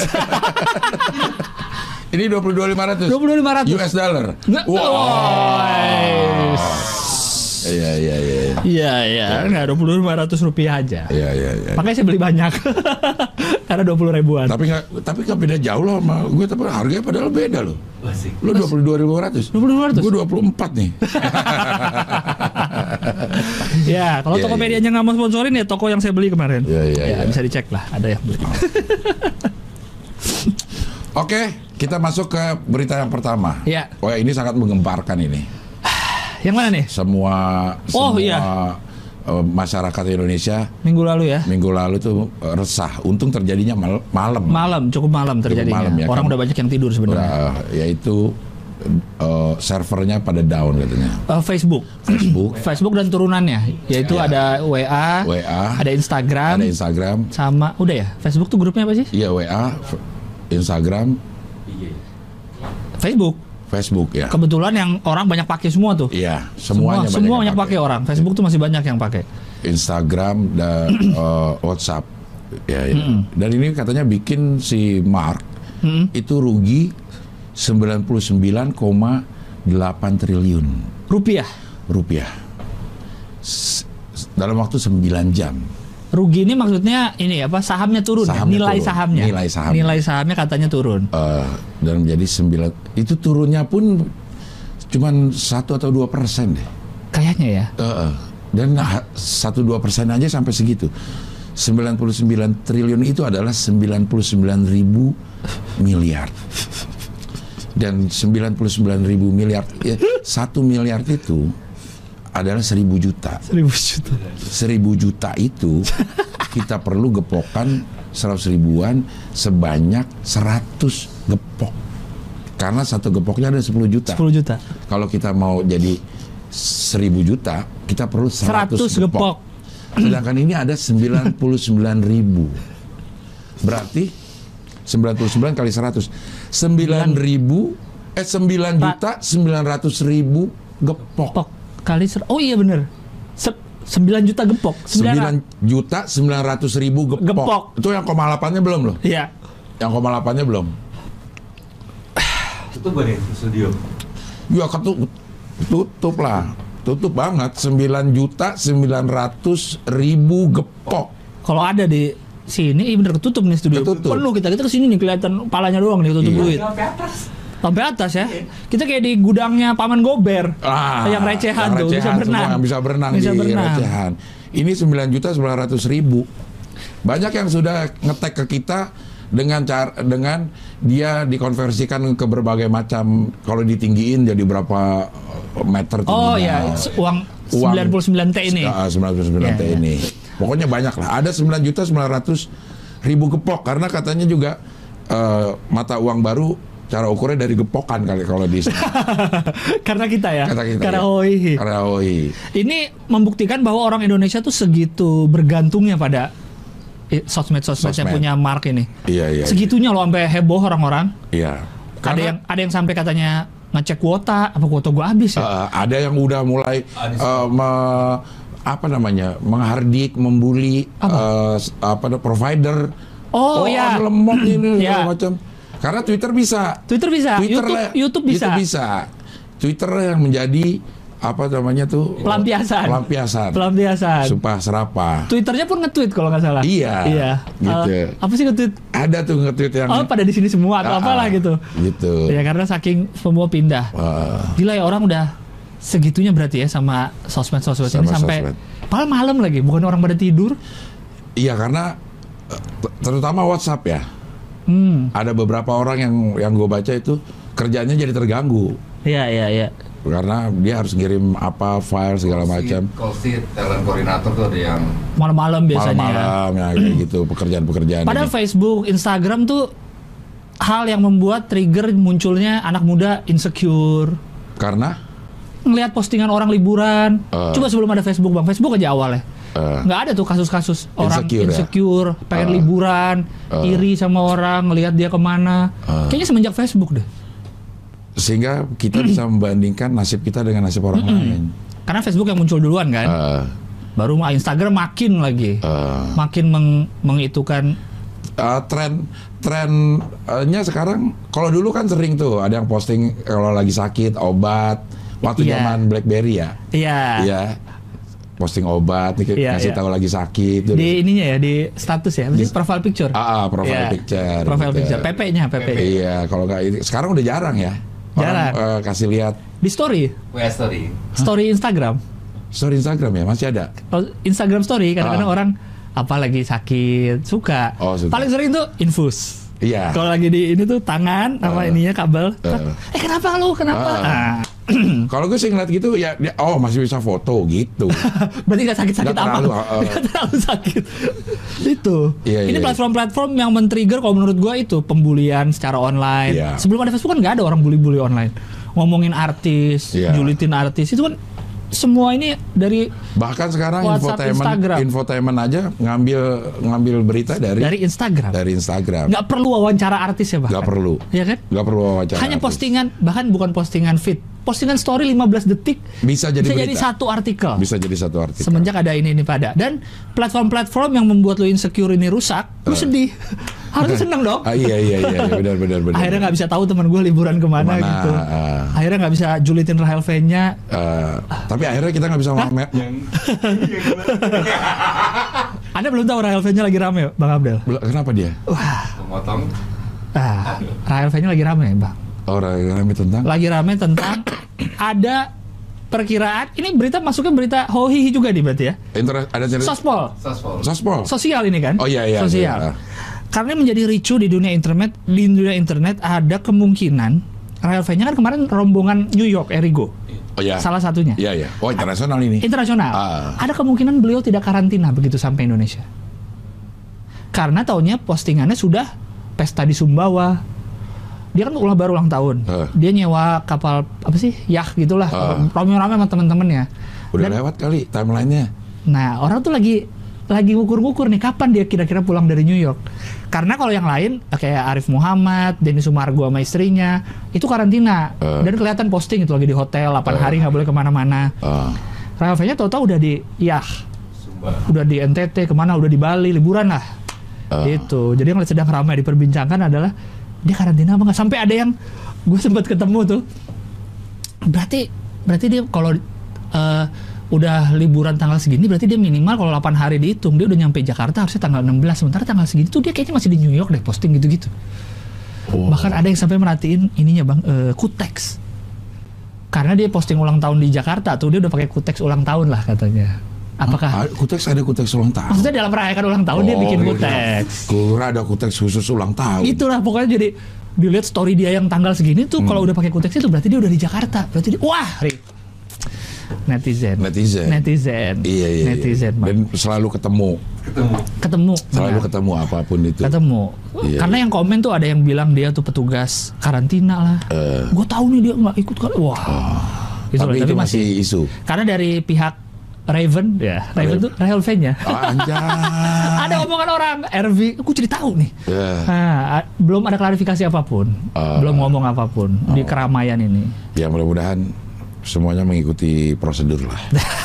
Ini dua puluh dua ribu lima ratus. dua puluh dua ribu lima ratus. U S dollar. Nggak- Wow. Oh. Iya iya iya. Iya, iya. Enggak, dua puluh lima ratus rupiah aja. Iya iya iya. Makanya saya beli banyak. Karena dua puluh ribuan. Tapi nggak tapi nggak beda jauh loh sama gue, tapi harganya padahal beda loh. Asik. Lo dua puluh dua ribu lima ratus. dua puluh ribu lima ratus? Gue dua puluh empat nih. Ya, kalau Iya, Tokopedia-nya nggak mau sponsorin ya toko yang saya beli kemarin. Iya, iya, Ya, iya. bisa dicek lah, ada yang beli. Oke, kita masuk ke berita yang pertama. Iya. Oh ya, ini sangat menggemparkan ini. Yang mana nih? Semua Oh, semua iya. eh, masyarakat Indonesia Minggu lalu ya. minggu lalu tuh eh, resah. Untung terjadinya mal- malam. Malam, cukup malam terjadinya. malam ya, Orang kan? udah banyak yang tidur sebenarnya. Udah, yaitu eh, servernya pada down katanya. Eh, Facebook. Facebook, Facebook dan turunannya, yaitu Iya. ada W A, W A, ada Instagram, ada Instagram, sama udah ya. Facebook tuh grupnya apa sih? iya W A, F- Instagram, Iya. Facebook. Facebook ya. Kebetulan yang orang banyak pakai semua tuh. Iya, Semua, semuanya semua banyak banyak pakai orang. Facebook tuh masih banyak yang pakai. Instagram dan eh, WhatsApp. Ya, ya. Dan ini katanya bikin si Mark Mm-mm. itu rugi sembilan puluh sembilan koma delapan triliun Rupiah. rupiah S- dalam waktu sembilan jam. Rugi ini maksudnya ini apa? Sahamnya turun, ya? Sahamnya Nilai turun. sahamnya. Nilai sahamnya. Nilai sahamnya katanya turun. Eh, dan menjadi sembilan, itu turunnya pun cuman satu atau dua persen deh. Kayaknya ya. Eh, eh. Dan satu dua persen aja sampai segitu. sembilan puluh sembilan triliun itu adalah sembilan puluh sembilan ribu miliar. Dan sembilan puluh sembilan ribu miliar, ya, satu miliar itu adalah seribu juta. Seribu juta. Seribu juta itu kita perlu gepokan seratus ribuan sebanyak seratus gepok. Karena satu gepoknya ada sepuluh juta. sepuluh juta. Kalau kita mau jadi seribu juta, kita perlu seratus, seratus gepok. gepok. Sedangkan ini ada sembilan puluh sembilan ribu. Berarti sembilan puluh sembilan kali seratus. sembilan ribu, eh sembilan juta sembilan ratus ribu gepok. Gepok kali ser- Oh iya bener. Se- sembilan juta gepok. sembilan juta sembilan ratus ribu gepok. Gepok. Itu yang koma delapannya belum loh. Iya. Yang koma delapannya belum. Tutup gak nih studio? Ya ketutup, tutup lah. Tutup banget. sembilan juta sembilan ratus ribu gepok. Kalau ada di sini, iya bener ketutup nih studio. Ketutup. Penuh kita, kita kesini nih kelihatan palanya doang nih tutup Iya. duit. Sampai atas. Sampai atas ya. Kita kayak di gudangnya Paman Gober. Ah, yang recehan yang tuh, bisa recehan berenang. semua yang bisa berenang Bisa di berenang. recehan. Ini sembilan juta sembilan ratus ribu. Banyak yang sudah ngetek ke kita dengan cara dengan dia dikonversikan ke berbagai macam, kalau ditinggiin jadi berapa meter tingginya. Oh iya, uang sembilan puluh sembilan T ini. Ah, sembilan puluh sembilan T Ya, ya. ini. Pokoknya banyak lah. Ada sembilan juta sembilan ratus ribu gepok karena katanya juga eh, mata uang baru cara ukurnya dari gepokan kali kalau di sini. Karena kita ya. Kata kita, Karena ya. O I H. Karena O I H. Ini membuktikan bahwa orang Indonesia tuh segitu bergantungnya pada eh, sosmed-sosmed yang Sosmed. punya mark ini. Iya, iya. Segitunya loh sampai heboh orang-orang. Iya. Ada Karena yang ada yang sampai katanya ngecek kuota, apa kuota gua habis ya? eh, ada yang udah mulai Ada eh, me- apa namanya menghardik, membuli eh, s- apa ada provider. Oh, iya. lemot ini Iya. segala macam. Karena Twitter bisa. Twitter bisa, YouTube lah- YouTube bisa. YouTube bisa. Twitter yang menjadi apa namanya tuh Pelampiasan. pelampiasan Pelampiasan. supah serapah. Twitternya pun nge-tweet kalau nggak salah. Iya, Iya. gitu. Eh, apa sih nge-tweet? Ada tuh nge-tweet yang Oh, pada di sini semua atau Ah, apalah ah, gitu. gitu. Ya karena saking semua pindah. Eh, Gila ya, orang udah segitunya berarti ya sama sosmed-sosmed ini Sama sampai sosmed. padahal malam lagi, bukan orang pada tidur. iya karena eh, t- terutama WhatsApp ya. Hmm. Ada beberapa orang yang yang gue baca itu kerjanya jadi terganggu Iya, iya, iya. karena dia harus ngirim apa file segala macam Kalau si talent koordinator tuh ada yang Malam-malam biasanya ya. malam-malam ya kayak gitu pekerjaan-pekerjaan Padahal ini. Facebook, Instagram tuh hal yang membuat trigger munculnya anak muda insecure. Karena Ngelihat postingan orang liburan. Eh. Coba sebelum ada Facebook, Bang. Facebook aja awalnya. eh, Nggak ada tuh kasus-kasus orang Insecure ya? insecure, pengen Eh. liburan, Eh. iri sama orang, ngelihat dia kemana. Eh. Kayaknya semenjak Facebook deh. sehingga kita bisa membandingkan nasib kita dengan nasib orang lain. Karena Facebook yang muncul duluan kan. Eh, Baru Instagram makin lagi. eh, Makin meng- mengitukan. eh, tren trennya sekarang kalau dulu kan sering tuh ada yang posting kalau lagi sakit obat waktu Iya. zaman BlackBerry ya. Iya. Iya. Posting obat nih Iya, ngasih iya. tahu lagi sakit. Di ininya ya, di status ya. Di profile picture. Ah, ah, profile Iya. picture. Profile gitu. picture. P P-nya, P P. Iya, kalau nggak ini sekarang udah jarang ya. Orang, Jarang. eh, kasih lihat Di story. W A story. Story Instagram. story Instagram ya masih ada. Kalau Instagram story kadang-kadang Ah. orang apa lagi sakit, suka. Oh, suka. Paling sering tuh infus. Iya. Kalau lagi di ini tuh tangan sama Ah. ininya kabel. Ah. Eh kenapa lu? Kenapa? Ah. Ah. Kalau gue sih ngeliat gitu ya, dia, oh masih bisa foto gitu. Berarti nggak sakit-sakit Nggak apa? terlalu, uh, Nggak terlalu sakit. Itu. Iya, Ini iya. platform-platform yang men-trigger kalau menurut gua itu pembulian secara online. Iya. Sebelum ada Facebook kan nggak ada orang bully-bully online. Ngomongin artis, Iya. julitin artis itu kan semua ini dari Bahkan sekarang WhatsApp, infotainment, Instagram. infotainment aja ngambil ngambil berita dari dari Instagram. dari Instagram. Nggak perlu wawancara artis ya bahkan. Nggak perlu. Iya kan? Nggak perlu wawancara. Hanya artis. postingan, bahkan bukan postingan feed. Postingan story lima belas detik Bisa jadi bisa berita. jadi satu artikel. Bisa jadi satu artikel. Semenjak ada ini ini pada, dan platform-platform yang membuat lo insecure ini rusak, lo sedih. Harusnya seneng dong. Ah, iya iya iya iya, benar benar benar. Akhirnya nggak bisa tahu teman gue liburan kemana, Kemana, gitu. ah. Akhirnya nggak bisa julitin Rahel V-nya. Eh, tapi akhirnya kita nggak bisa mamer. Anda belum tahu Rahel V-nya lagi rame, Bang Abdel? Kenapa dia? Memotong. Ah, Rahel V-nya lagi rame, Bang. Orang yang rame tentang Lagi rame tentang ada perkiraan ini berita masuknya berita hohihi juga nih berarti ya. Inter- ada cerita Sospol. Saspol. Sospol. Sosial ini kan? Oh iya iya. Sosial. Iya. Karena menjadi ricu di dunia internet, di dunia internet ada kemungkinan Rahel V-nya kan kemarin rombongan New York, Erigo. Oh iya. Salah satunya. Iya iya. Oh internasional ini. Internasional. Ah. Ada kemungkinan beliau tidak karantina begitu sampai Indonesia. Karena taunya postingannya sudah pesta di Sumbawa. Dia kan ulang baru ulang tahun. Uh. Dia nyewa kapal apa sih? Yacht gitulah. Uh. Rame-rame sama teman-temannya. Udah Dan- lewat kali timelinenya. Nah, orang tuh lagi lagi ngukur-ngukur nih kapan dia kira-kira pulang dari New York. Karena kalau yang lain kayak Arif Muhammad, Denny Sumargo sama istrinya itu karantina. Uh. Dan kelihatan posting itu lagi di hotel delapan Uh. hari nggak boleh kemana-mana. Uh. Rahel V-nya tahu-tahu udah di yacht, Sumba. udah di N T T, kemana, udah di Bali, liburan lah. Uh. Itu. Jadi yang sedang ramai diperbincangkan adalah dia karantina apa nggak? Sampai ada yang gue sempat ketemu tuh. Berarti berarti dia kalau uh, udah liburan tanggal segini berarti dia minimal kalau delapan hari dihitung dia udah nyampe Jakarta harusnya tanggal enam belas, sementara tanggal segini tuh dia kayaknya masih di New York deh posting gitu-gitu. Oh. Bahkan ada yang sampai merhatiin ininya Bang, uh, Kutex. Karena dia posting ulang tahun di Jakarta tuh dia udah pakai Kutex ulang tahun lah katanya. Apakah Ah, Kutex ada Kutex ulang tahun. maksudnya dalam merayakan ulang tahun dia Oh, bikin iya. Kutex? Kura ada Kutex khusus ulang tahun. Itulah pokoknya jadi dilihat story dia yang tanggal segini tuh Hmm. kalau udah pakai Kutex itu berarti dia udah di Jakarta. Berarti dia, wah, Ri. Netizen. Netizen. Netizen. Iya iya. Netizen, iya. Bang. Dan selalu ketemu, Ketemu. Ketemu. selalu benar. ketemu apapun itu. Ketemu. Iya, Karena iya. yang komen tuh ada yang bilang dia tuh petugas karantina lah. Eh. Gue tahu nih dia nggak ikut kar- Wah. Gitu loh, Tapi itu masih isu. Karena dari pihak Raven, ya, Raven tuh Rahel V-nya. Ah, anjay. Ada omongan orang R V, aku jadi tahu nih. Ya. Nah, a- belum ada klarifikasi apapun, Ah. belum ngomong apapun di keramaian ini. Ya mudah-mudahan semuanya mengikuti prosedur lah.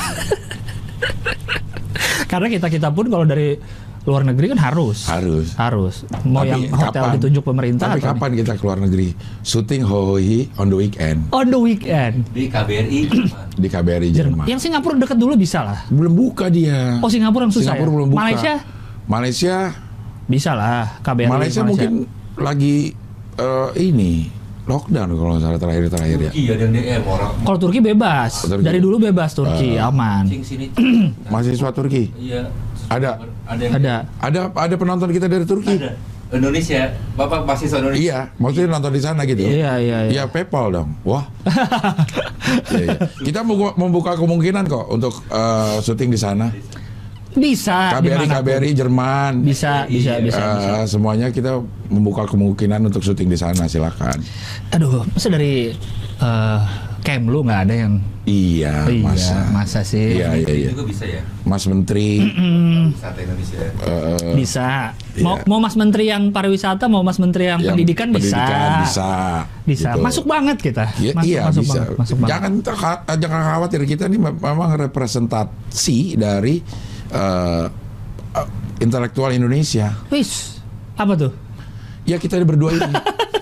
Karena kita kita pun kalau dari luar negeri kan harus, Harus. harus. Mau Tapi yang hotel kapan? ditunjuk pemerintah Tapi atau kapan kita keluar negeri? Syuting Hohi on the weekend nih? On the weekend. Di K B R I Jerman. di K B R I Jerman. Yang Singapura deket dulu bisa lah. Belum buka dia. Oh Singapura yang susah Singapura ya? belum buka. Malaysia Malaysia, bisa lah. K B R I Malaysia mungkin lagi eh, ini lockdown kalau nggak salah terakhir-terakhir ya. Turki ada yang D M orang. Kalau Turki bebas. Oh, Turki. Dari dulu bebas Turki, Ah. aman. Cing sini. Mahasiswa Turki. Iya. Ada. Ada yang Ada. Ada ada penonton kita dari Turki. Ada. Indonesia. Bapak mahasiswa Indonesia. Iya, maksudnya nonton di sana gitu. Iya, iya, iya. Iya, PayPal dong. Wah. Iya, iya. Kita mau membuka kemungkinan kok untuk eh, syuting di sana. Bisa. K B R I, K dimanapun. B R I Jerman. Bisa, bisa, Iya. bisa, Eh, bisa. semuanya kita membuka kemungkinan untuk syuting di sana, silakan. Aduh, masa dari eh Kemlu nggak ada yang Iya, iya, masa. masa sih? Iya, iya, iya. Juga bisa ya. Mas Menteri. Wisata Indonesia. eh, Bisa. Mau Iya. mau Mas Menteri yang pariwisata, mau Mas Menteri yang, yang pendidikan, pendidikan bisa. bisa. Bisa. Gitu. Masuk banget kita. Iya, masuk, iya masuk bisa. banget, masuk banget. jangan terka- jangan khawatir, kita ini mem- memang representasi dari eh, eh, intelektual Indonesia. Wis, apa tuh? Ya kita berdua ini.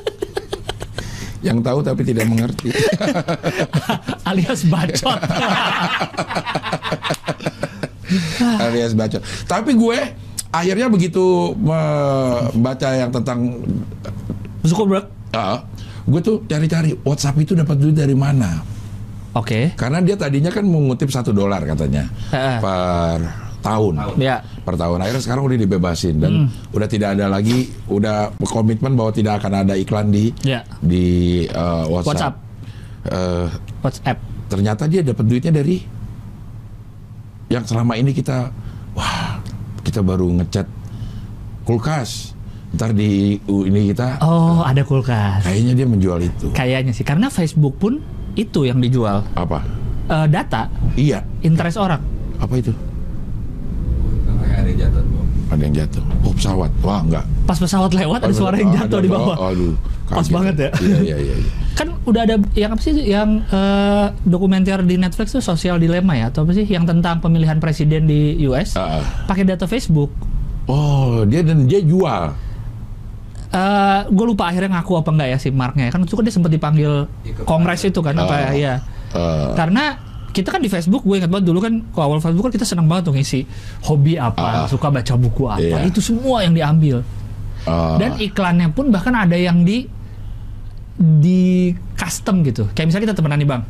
Yang tahu tapi tidak mengerti. Alias bacot. Alias baca. Tapi gue akhirnya begitu membaca yang tentang Zuckerberg. ah, gue tuh cari-cari WhatsApp itu dapat duit dari mana? Oke. Karena dia tadinya kan mengutip satu dolar katanya Heeh. per tahun. Tahun. Ya. Per tahun. Akhirnya sekarang udah dibebasin dan udah tidak ada lagi, udah komitmen bahwa tidak akan ada iklan di Ya. di uh, WhatsApp. WhatsApp. Eh, WhatsApp. ternyata dia dapat duitnya dari yang selama ini kita, wah, kita baru ngechat kulkas. Ntar di uh, ini kita Oh, ada kulkas. kayaknya dia menjual itu. Kayaknya sih, karena Facebook pun itu yang dijual. Apa? Eh, data, Iya. interest orang. Apa itu? Kayak ada yang jatuh. Bang. Ada yang jatuh. Oh, pesawat. Wah, enggak. Pas pesawat lewat ada suara yang Oh, jatuh ada- di bawah. oh, aduh, Pas kaget. banget ya. Iya, iya, iya. iya. Kan udah ada yang apa sih yang eh, dokumenter di Netflix tuh Social Dilemma ya atau apa sih yang tentang pemilihan presiden di U S Ah, ah. pakai data Facebook. Oh, dia dan dia jual. Eh gue lupa akhirnya ngaku apa enggak ya si Marknya. Kan itu kan dia sempat dipanggil Ikut Kongres itu kan Ah. apa ya. Eh, Karena kita kan di Facebook, gue ingat banget dulu kan kalau awal Facebook kan kita senang banget tuh ngisi hobi Ah. apa, suka baca buku apa, Iya. itu semua yang diambil. eh, Dan iklannya pun bahkan ada yang di di custom gitu. Kayak misalnya kita temenan nih bang,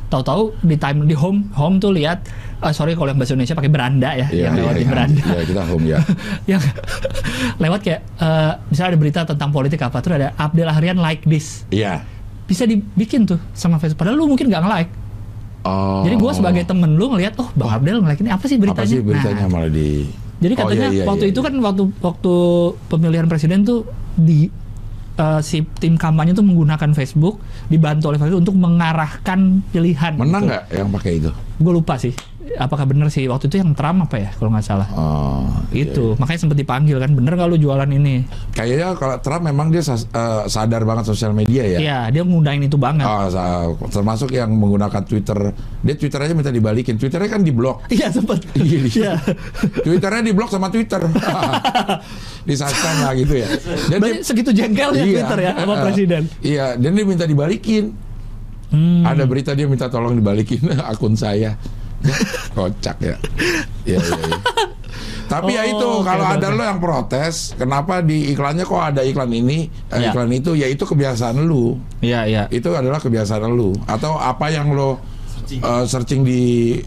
tahu-tahu di time di home home tuh lihat, uh, sorry kalau yang bahasa Indonesia pakai beranda ya, Iya, yang lewat iya, di iya. beranda. Iya, kita home ya. Yang lewat kayak uh, misalnya ada berita tentang politik apa tuh ada Abdel Harian like this. Iya. Bisa dibikin tuh sama Facebook. Padahal lu mungkin nggak nge-like. Oh. Jadi gue sebagai temen lu ngelihat, oh Bang Abdel nge-like ini apa sih beritanya? Apa sih beritanya Nah, malah di jadi Oh, katanya iya, iya, waktu iya, itu iya. kan waktu waktu pemilihan presiden tuh di uh, si tim kampanye tuh menggunakan Facebook dibantu oleh Facebook untuk mengarahkan pilihan. Menang nggak yang pakai itu? Gue lupa sih. Apakah bener sih waktu itu yang Trump apa ya kalau nggak salah. Oh, Itu iya. makanya sempat dipanggil kan, bener nggak lu jualan ini? Kayaknya kalau Trump memang dia sas- eh, sadar banget sosial media ya. Iya, dia ngundahin itu banget. Oh, sa- termasuk yang menggunakan Twitter. Dia Twitter aja minta dibalikin. Twitternya kan diblok. Iya sempet. Iya, Iya. Twitternya diblok sama Twitter. Disaskan lah gitu ya. Dan Berarti segitu jengkelnya Iya. Twitter ya sama Eh, presiden. Iya, dan dia minta dibalikin. Hmm. Ada berita dia minta tolong dibalikin akun saya. Ya, kocak ya. Iya, iya, iya. Tapi ya Oh, itu oke, kalau oke, ada oke. lo yang protes, kenapa di iklannya kok ada iklan ini, eh, Ya. iklan itu, ya itu kebiasaan lu. Iya, iya. Itu adalah kebiasaan lu. Atau apa yang lo Searching. eh, searching di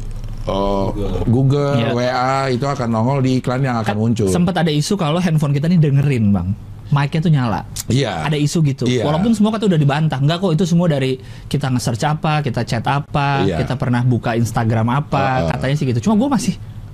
eh, Google, Ya. W A itu akan nongol di iklan yang akan muncul. Sempat ada isu kalau handphone kita ini dengerin, Bang. Mic-nya tuh nyala. Iya. Ada isu gitu. Iya. Walaupun semua kata udah dibantah. Enggak kok, itu semua dari kita nge-search apa, kita chat apa, Iya. kita pernah buka Instagram apa, Uh-uh. katanya sih gitu. Cuma gue masih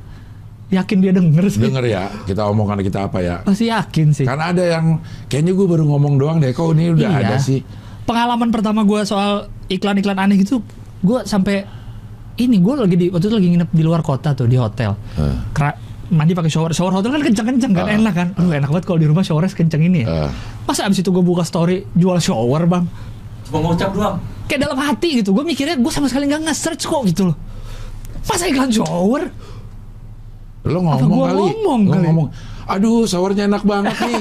yakin dia denger sih. Denger ya, kita omongan kita apa ya. Masih yakin sih. Karena ada yang kayaknya gue baru ngomong doang deh, kok ini udah Iya. ada sih. Pengalaman pertama gue soal iklan-iklan aneh gitu, gue sampai ini gue lagi di waktu itu lagi nginep di luar kota tuh di hotel. Eh. Kera- mandi pakai shower, shower hotel kan kenceng-kenceng kan, Uh. enak kan. Aduh enak banget kalau di rumah showernya kenceng ini ya. Eh, Masa abis itu gue buka story jual shower, Bang? Cuma ngucap doang. Kayak dalam hati gitu. Gue mikirnya gue sama sekali nggak nge-search kok gitu loh. Masa iklan shower? lo Apa ngomong gua kali, ngomong lo kali? ngomong, aduh showernya enak banget nih.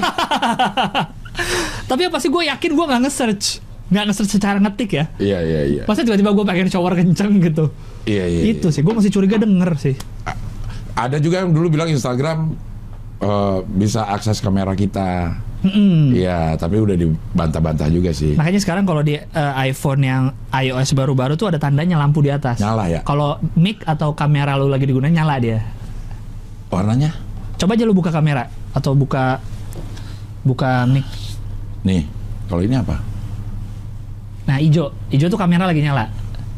Tapi apa sih gue yakin gue nggak nge-search, nggak nge-search secara ngetik ya. Iya iya iya. Masa tiba-tiba gue pengen shower kenceng gitu. Iya iya. Itu iya. sih gue masih curiga denger sih. Ada juga yang dulu bilang Instagram eh, bisa akses kamera kita. Mm-mm. Iya, tapi udah dibantah-bantah juga sih. Makanya sekarang kalau di eh, iPhone yang iOS baru-baru tuh ada tandanya lampu di atas. Nyala ya? Kalau mic atau kamera lu lagi digunakan nyala dia. Warnanya? Coba aja lu buka kamera atau buka buka mic. Nih, kalau ini apa? Nah, hijau, hijau tuh kamera lagi nyala.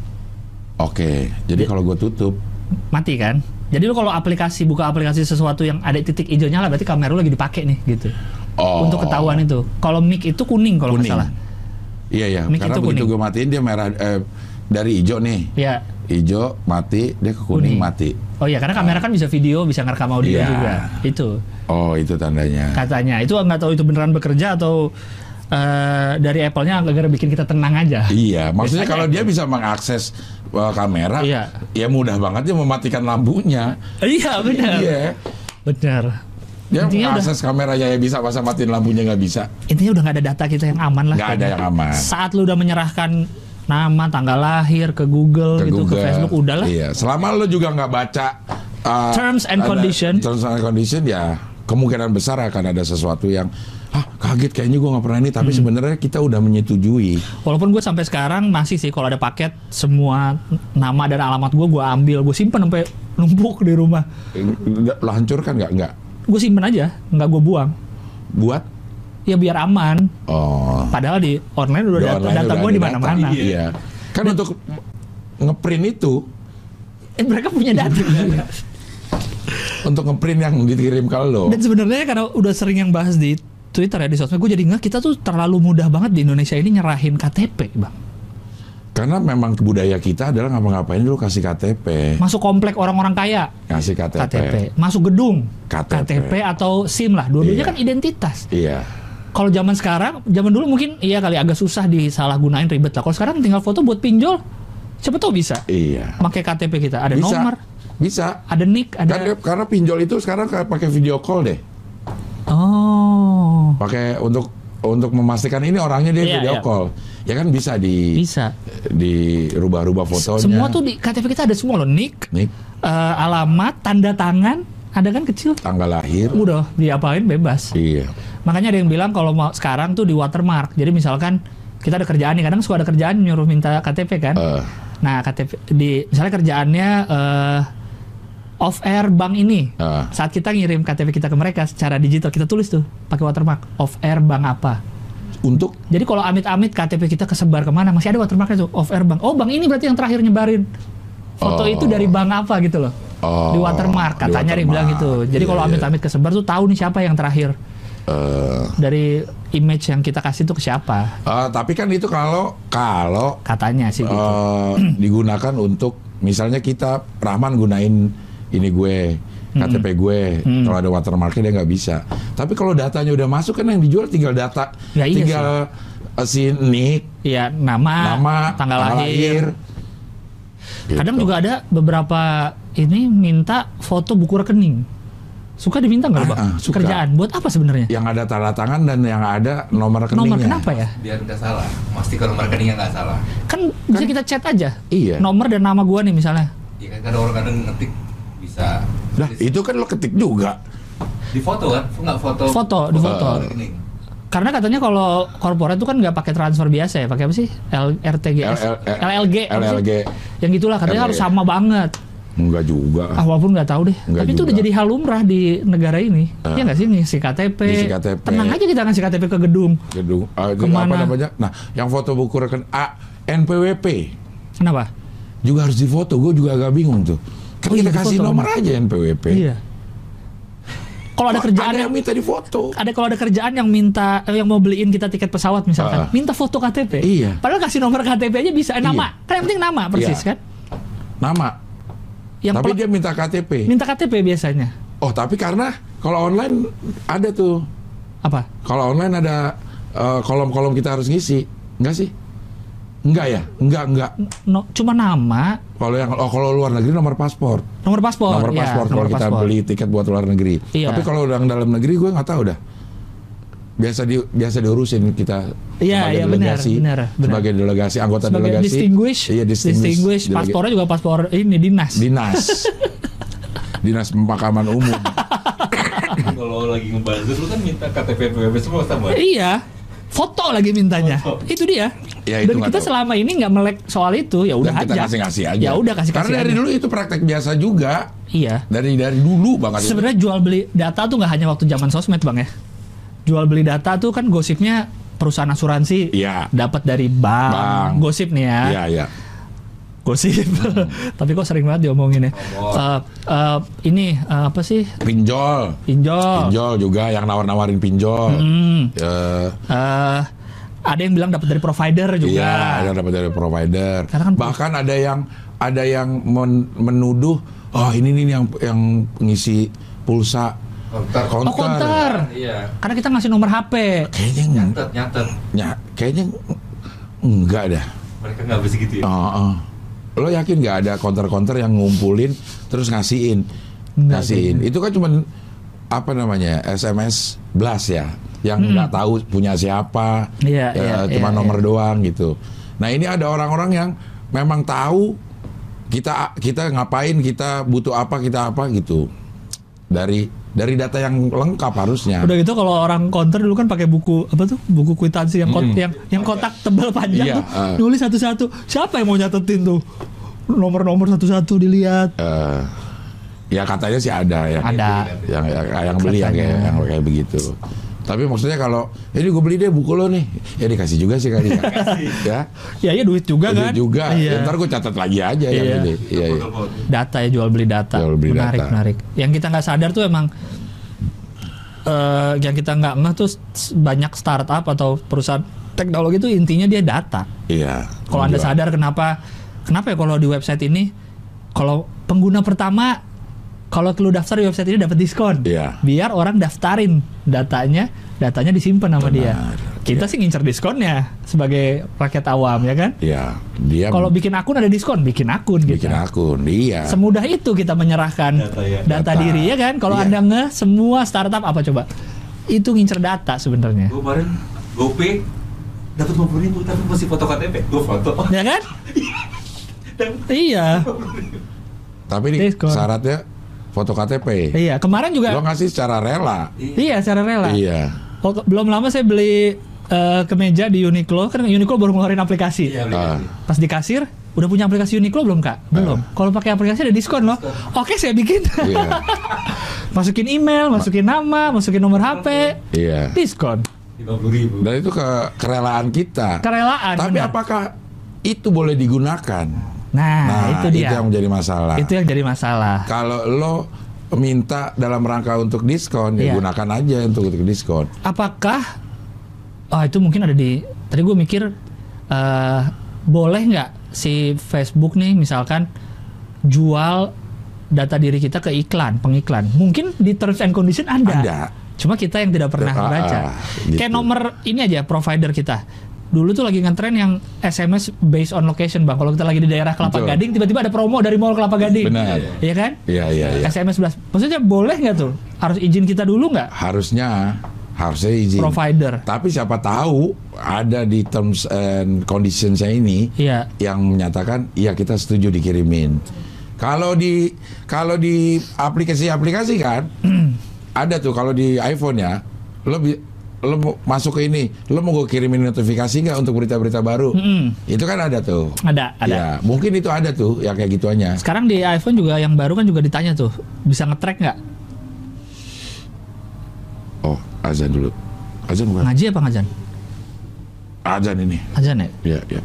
Oke, jadi kalau gue tutup, Mati kan? Jadi lu kalau aplikasi buka aplikasi sesuatu yang ada titik hijau nyala berarti kamera lu lagi dipakai nih gitu. oh. Untuk ketahuan itu. Kalau mic itu kuning kalau nggak Kuning. salah. Iya iya, Mic karena itu begitu kuning. gue matiin dia merah eh, dari hijau nih. Ya. Hijau mati, dia ke kuning, Kuning. mati. Oh iya, karena kamera kan bisa video, bisa ngerekam audio Iya. juga. Itu Oh, itu tandanya. katanya. Itu nggak tahu itu beneran bekerja atau eh, dari Apple-nya agar bikin kita tenang aja. Iya, maksudnya Biasanya kalau dia bisa mengakses uh, kamera, Iya. ya mudah banget dia mematikan lampunya. Iya benar. Iya. Benar. Dia Intinya udah, mengakses kameranya ya bisa, masa matiin lampunya nggak bisa. intinya udah nggak ada data kita yang aman lah. Nggak ada kayaknya. yang aman. Saat lu udah menyerahkan nama, tanggal lahir ke Google, Ke gitu, Google. ke Facebook, udahlah. Iya, selama lo juga nggak baca uh, Terms and ada- condition. Terms and condition ya kemungkinan besar akan ada sesuatu yang ah kaget kayaknya gue nggak pernah ini, tapi Hmm. sebenarnya kita udah menyetujui. Walaupun gue sampai sekarang masih sih kalau ada paket semua nama dan alamat gue gue ambil, gue simpen sampai numpuk di rumah. Lo hancurkan nggak nggak Gue simpen aja, nggak gue buang. buat? Ya biar aman. Oh. Padahal di online udah Di data, online data udah gue ada di mana-mana. data. Iya. Kan untuk ngeprint itu, Eh, mereka punya data. untuk ngeprint yang dikirim ke lo. Dan sebenarnya karena udah sering yang bahas di Twitter ya, di sosmed, gue jadi nggak, kita tuh terlalu mudah banget di Indonesia ini nyerahin K T P, Bang. Karena memang budaya kita adalah ngapa-ngapain dulu kasih K T P. Masuk komplek orang-orang kaya, Kasih K T P. K T P. Masuk gedung, K T P. K T P atau SIM lah. Dua-duanya Iya. kan identitas. Iya. Kalau zaman sekarang, zaman dulu mungkin iya kali agak susah disalahgunain, ribet lah. Kalau sekarang tinggal foto buat pinjol, siapa tahu bisa. Iya. Pakai K T P kita, ada Bisa. nomor, Bisa. ada nick, Kan ada. dia- karena pinjol itu sekarang kayak pakai video call deh. Oh, Pakai untuk untuk memastikan ini orangnya dia Iya, video iya. call. Ya kan bisa di bisa. dirubah-rubah fotonya. Semua tuh di K T P kita ada semua loh, nick, Nih, eh, alamat, tanda tangan, ada kan kecil. tanggal lahir. Udah diapain bebas. Iya. Makanya ada yang bilang kalau mau sekarang tuh di watermark. Jadi misalkan kita ada kerjaan nih, kadang suka ada kerjaan nyuruh minta K T P kan. Eh, Nah, K T P di misalnya kerjaannya uh, off air bank ini. Uh. Saat kita ngirim K T P kita ke mereka secara digital, kita tulis tuh pakai watermark off air bank apa. Untuk Jadi kalau amit-amit K T P kita kesebar kemana, masih ada watermarknya tuh off air bank. Oh, bank ini berarti yang terakhir nyebarin foto Oh. itu dari bank apa gitu loh. Oh, di watermark katanya di dia bilang gitu. watermark. Jadi Iya, kalau iya. amit-amit kesebar tuh tahu nih siapa yang terakhir. uh, Dari image yang kita kasih tuh ke siapa. uh, tapi kan itu kalau kalau Katanya sih gitu. uh, digunakan untuk misalnya kita Rahman gunain ini gue K T P gue, Hmm. kalau ada watermarknya dia nggak bisa. Tapi kalau datanya udah masuk kan yang dijual tinggal data, Ya, iya tinggal uh, si nick, Iya, nama, nama, tanggal, lahir. Kadang Gitu. juga ada beberapa ini minta foto buku rekening. Suka diminta nggak, Ah, Bang? ah, suka. Kerjaan buat apa sebenarnya? Yang ada tanda tangan dan yang ada nomor rekeningnya. Nomor kenapa ya? Biar nggak salah, pastikan nomor rekeningnya nggak salah. Kan bisa kita chat aja. Iya. Nomor dan nama gua nih misalnya. Ya kan kadang orang kadang ngetik bisa. Nah itu kan lo ketik juga. Di foto kan, nggak foto. Foto, di foto. nomor rekening. Karena katanya kalau korporat itu kan nggak pakai transfer biasa ya, pakai apa sih? L R T G S, L- L- L L G, apa sih? L L G. Yang gitulah katanya L L G. harus sama banget. Enggak juga. Ah, walaupun nggak tahu deh. Nggak Tapi itu udah juga. jadi hal lumrah di negara ini. Ah. Iya nggak sih ngisi K T P. Ngisi K T P. Tenang aja kita ngasih K T P ke gedung. Gedung uh, itu Kemana? apa namanya? Nah, yang foto buku rekening A N P W P Kenapa? juga harus difoto. Gue juga agak bingung tuh. Kan Oh, iya, kita kasih difoto. nomor aja N P W P. Iya. Kalau ada Kok kerjaan ada yang yang minta difoto. ada kalau ada kerjaan yang minta eh, yang mau beliin kita tiket pesawat misalkan, Ah. minta foto K T P. Iya. Padahal kasih nomor K T P aja bisa. Eh, nama. Iya. Kan yang penting nama persis Iya. kan? Nama. Yang Tapi pel- dia minta K T P. minta K T P biasanya. Oh, tapi karena kalau online ada tuh. Apa? Kalau online ada eh, kolom-kolom kita harus ngisi. Enggak sih? Enggak ya? Enggak, enggak. No, cuma nama, Kalau yang oh kalau luar negeri nomor paspor. nomor paspor. nomor ya, paspor kalau nomor kita paspor. beli tiket buat luar negeri. Iya. Tapi kalau yang dalam negeri gue nggak tahu dah. Biasa di biasa diurusin kita Iya, sebagai iya, benar, delegasi, benar, benar. sebagai delegasi anggota Sebagai delegasi. distinguish, Iya, distinguish. distinguish. Delega- Paspornya juga paspor ini dinas. Dinas. Dinas pemakaman umum. Kalau lagi ngebuzzer lu kan minta K T P N P W P semua sama. Iya, foto lagi mintanya. Foto. Itu dia. Ya, itu Dan nggak kita tahu. selama ini nggak melek soal itu, ya udah Dan kita aja. kasih-kasih aja. Ya udah kasih kasih. Karena dari dulu itu praktek biasa juga. Iya. Dari dari dulu banget. itu. Sebenarnya jual beli data tuh nggak hanya waktu zaman sosmed, Bang ya. Jual beli data tuh kan gosipnya perusahaan asuransi Iya. dapat dari bank. Bank. Gosip nih ya. Iya, iya. Gosip. Tapi kok sering banget diomongin ya. Ngomong. Eh, eh, ini eh, apa sih? Pinjol. Pinjol. Pinjol juga yang nawar-nawarin pinjol. Hmm. Eh, Eh, ada yang bilang dapat dari provider juga. Iya, ada dapat dari provider. Karena kan- Bahkan ada yang ada yang men- menuduh, oh ini nih yang yang ngisi pulsa Konter. Oh, konter. Iya. Karena kita ngasih nomor H P. Kayaknya nggak, Nyatet, nyatet. ny- kayaknya enggak dah. Mereka nggak bisa gitu ya. Oh, oh. Lo yakin nggak ada konter-konter yang ngumpulin terus ngasihin, Nggak, ngasihin? Itu kan cuman apa namanya S M S blast ya, yang nggak tahu punya siapa, Hmm. Iya, ya, iya, cuma iya, nomor iya. doang gitu. Nah ini ada orang-orang yang memang tahu kita kita ngapain, kita butuh apa, kita apa gitu dari dari data yang lengkap harusnya. Udah gitu kalau orang counter dulu kan pakai buku apa tuh? Buku kwitansi yang kot- yang yang kotak tebal panjang Iya, tuh. uh. Nulis satu-satu. Siapa yang mau nyatetin tuh? Nomor-nomor satu-satu dilihat. Eh, ya katanya sih ada ya. Ada. yang yang, yang beli yang kayak, yang kayak begitu. Tapi maksudnya kalau ini gue beli deh buku lo nih, ya dikasih juga sih kali ya. ya. Ya ya duit juga Duit kan? juga. Iya. Ya, ntar gue catat lagi aja yang Iya. ini. Iya, iya. Data ya, jual beli data. Jual beli menarik, data. menarik. Yang kita nggak sadar tuh emang eh, yang kita nggak ngeh tuh s- banyak startup atau perusahaan teknologi itu intinya dia data. Iya. Kalau Anda Jual. sadar kenapa kenapa ya kalau di website ini kalau pengguna pertama kalau lu daftar di website ini dapat diskon. Iya. Biar orang daftarin datanya, datanya disimpan sama dia. Benar. Kita sih ngincer diskonnya sebagai rakyat awam ya kan? Iya. Dia Kalau bikin akun ada diskon, bikin akun gitu. bikin akun. Iya. Semudah itu kita menyerahkan Data ya. data Data. diri ya kan? Kalau Iya. Anda nge semua startup apa coba? Itu ngincer data sebenarnya. Gue kemarin GoPay dapat lima puluh ribu tapi masih foto K T P. Gue foto. Ya kan? Iya. Tapi ini Diskon. syaratnya foto K T P. Iya, kemarin juga Lo ngasih secara rela. iya secara rela. Iya. Oh, ke- belum lama saya beli eh, kemeja di Uniqlo, kan Uniqlo baru ngeluarin aplikasi. Iya, Ah. beli. Pas di kasir, Udah punya aplikasi Uniqlo belum Kak? Belum. Uh. Kalau pakai aplikasi ada diskon loh. Oke, saya bikin. Yeah. Masukin email, masukin nama, masukin nomor H P. Iya. Yeah. Diskon. lima puluh ribu. Dan itu ke kerelaan kita. Kerelaan. Tapi benar. Apakah itu boleh digunakan? Nah, nah itu dia. Itu yang menjadi masalah. Itu yang jadi masalah. Kalau lo minta dalam rangka untuk diskon, yeah. ya gunakan aja untuk, untuk diskon. Apakah? Oh, itu mungkin ada di. Tadi gue mikir. Uh, boleh nggak si Facebook nih misalkan jual data diri kita ke iklan, pengiklan? Mungkin di terms and condition ada. Ada. Cuma kita yang tidak pernah ah, baca. Gitu. Kayak nomor ini aja provider kita. Dulu tuh lagi ngetren yang S M S based on location, Bang. Kalau kita lagi di daerah Kelapa Betul. Gading, tiba-tiba ada promo dari Mall Kelapa Gading. Benar. Iya kan? Iya, iya, iya. S M S sebelas. Maksudnya boleh nggak tuh? Harus izin kita dulu nggak? Harusnya. Harusnya izin. Provider. Tapi siapa tahu ada di terms and conditions ini iya. yang menyatakan iya kita setuju dikirimin. Kalau di kalau di aplikasi-aplikasi kan ada tuh kalau di iPhone ya, lo lo masuk ke ini, lo mau gue kirimin notifikasi nggak untuk berita-berita baru? Mm-hmm. Itu kan ada tuh. Ada, ada. Ya, mungkin itu ada tuh yang kayak gituannya. Sekarang di iPhone juga yang baru kan juga ditanya tuh, bisa nge-track nggak? Oh, azan dulu. Azan bukan? Ngaji apa ngazan? Azan ini. Azan ya? Iya, iya.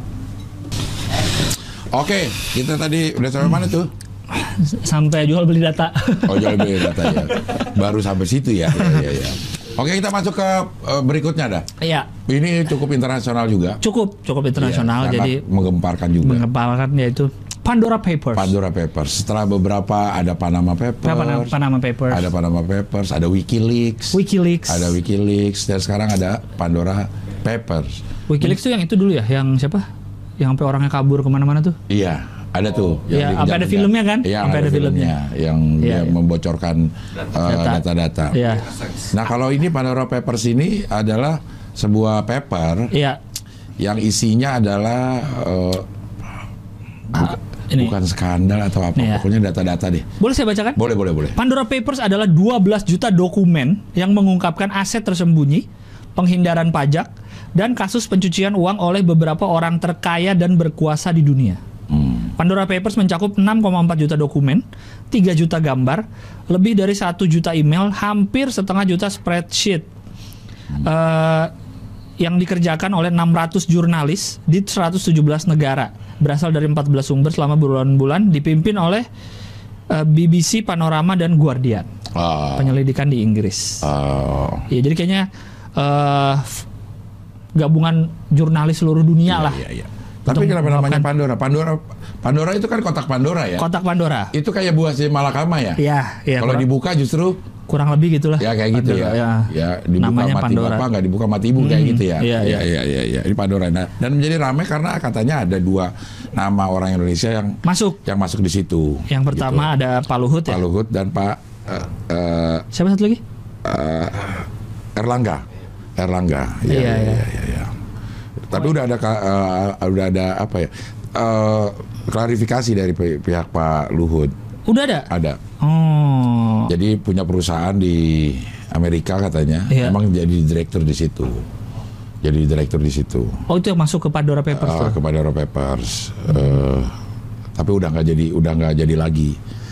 Oke, kita tadi udah sampai mana tuh? Sampai jual beli data. Oh, jual beli data ya. Baru sampai situ ya. Iya, iya, iya. Oke, kita masuk ke uh, berikutnya dah. Iya. Ini cukup internasional juga. Cukup, cukup internasional. Iya, jadi menggemparkan juga. Menggemparkan yaitu Pandora Papers. Pandora Papers. Setelah beberapa ada Panama Papers. Panama, Panama Papers. Ada Panama Papers, ada WikiLeaks. WikiLeaks. Ada WikiLeaks dan sekarang ada Pandora Papers. WikiLeaks tuh yang itu dulu ya, yang siapa? Yang sampai orangnya kabur kemana-mana tuh? Iya, ada tuh. Iya, sampai ada filmnya kan? Iya, sampai ada, ada filmnya. filmnya yang ya, ya. ya. membocorkan uh, data-data. Iya. Nah, kalau ini Pandora Papers ini adalah sebuah paper. Iya. Yang isinya adalah uh, buka, ini. bukan skandal atau apa, ya. Pokoknya data-data deh. Boleh saya bacakan? Boleh, boleh, boleh. Pandora Papers adalah dua belas juta dokumen yang mengungkapkan aset tersembunyi, penghindaran pajak, dan kasus pencucian uang oleh beberapa orang terkaya dan berkuasa di dunia. Hmm. Pandora Papers mencakup enam koma empat juta dokumen, tiga juta gambar, lebih dari satu juta email, hampir setengah juta spreadsheet. Hmm. Uh, yang dikerjakan oleh enam ratus jurnalis di seratus tujuh belas negara, berasal dari empat belas sumber selama berbulan-bulan, dipimpin oleh uh, B B C, Panorama, dan Guardian. Oh. Penyelidikan di Inggris. Oh. Ya, jadi kayaknya uh, gabungan jurnalis seluruh dunia iya, lah. Iya, iya. Tapi kenapa namanya Pandora? Pandora Pandora itu kan kotak Pandora ya? Kotak Pandora. Itu kayak buah si malakama ya? Iya, iya. Kalau dibuka justru kurang lebih gitulah. Ya kayak gitu Pandora, ya. ya. Ya dibuka namanya mati Pandora. bapak, nggak dibuka mati ibu, hmm, kayak gitu ya. Iya, iya, iya, iya, iya. Ini Pandora. Nah, dan menjadi ramai karena katanya ada dua nama orang Indonesia yang masuk. Yang masuk di situ. Yang pertama gitu. Ada Pak Luhut ya. Pak Luhut dan Pak uh, uh, siapa satu lagi? Uh, Erlangga. Erlangga. Iya, iya, iya. iya, iya, iya. Tapi udah ada uh, udah ada apa ya? Uh, klarifikasi dari pihak Pak Luhut. Udah ada? Ada. Oh. Jadi punya perusahaan di Amerika katanya, yeah. Emang jadi direktur di situ. Jadi direktur di situ. Oh, itu yang masuk ke Pandora Papers uh, tuh? Ke Pandora Papers. Uh, tapi udah nggak jadi, udah nggak jadi lagi.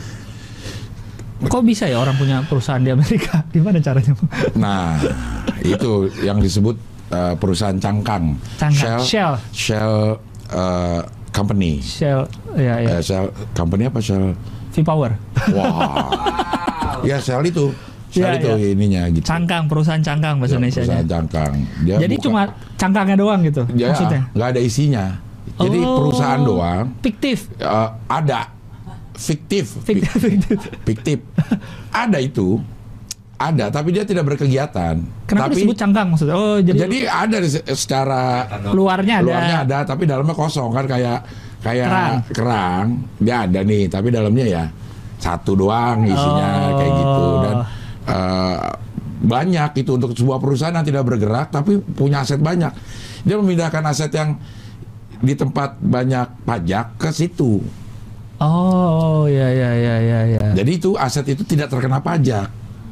Kok bisa ya orang punya perusahaan di Amerika? Gimana caranya? Nah, itu yang disebut uh, perusahaan cangkang. Cangkang. Shell. Shell. Shell uh, Company. Shell, ya, ya. Uh, Shell Company apa Shell? V-Power. Wah. Ya Shell itu. Shell ya, itu ya. Ininya gitu. Cangkang, perusahaan cangkang bahasa ya, Indonesia. Perusahaan cangkang. Dia jadi buka, cuma cangkangnya doang gitu ya, maksudnya? Nggak ada isinya. Jadi oh, perusahaan doang. Fiktif. Uh, ada. Fiktif. Fiktif. Fiktif. Fiktif. Ada itu. Ada, tapi dia tidak berkegiatan. Kenapa tapi, disebut cangkang maksudnya? Oh, jadi, jadi ada secara luarnya ada. Luarnya ada, tapi dalamnya kosong kan kayak kayak kerang. kerang. Dia ada nih, tapi dalamnya ya satu doang isinya oh. kayak gitu dan uh, banyak itu untuk sebuah perusahaan yang tidak bergerak tapi punya aset banyak. Dia memindahkan aset yang di tempat banyak pajak ke situ. Oh, ya ya ya ya ya. Jadi itu aset itu tidak terkena pajak.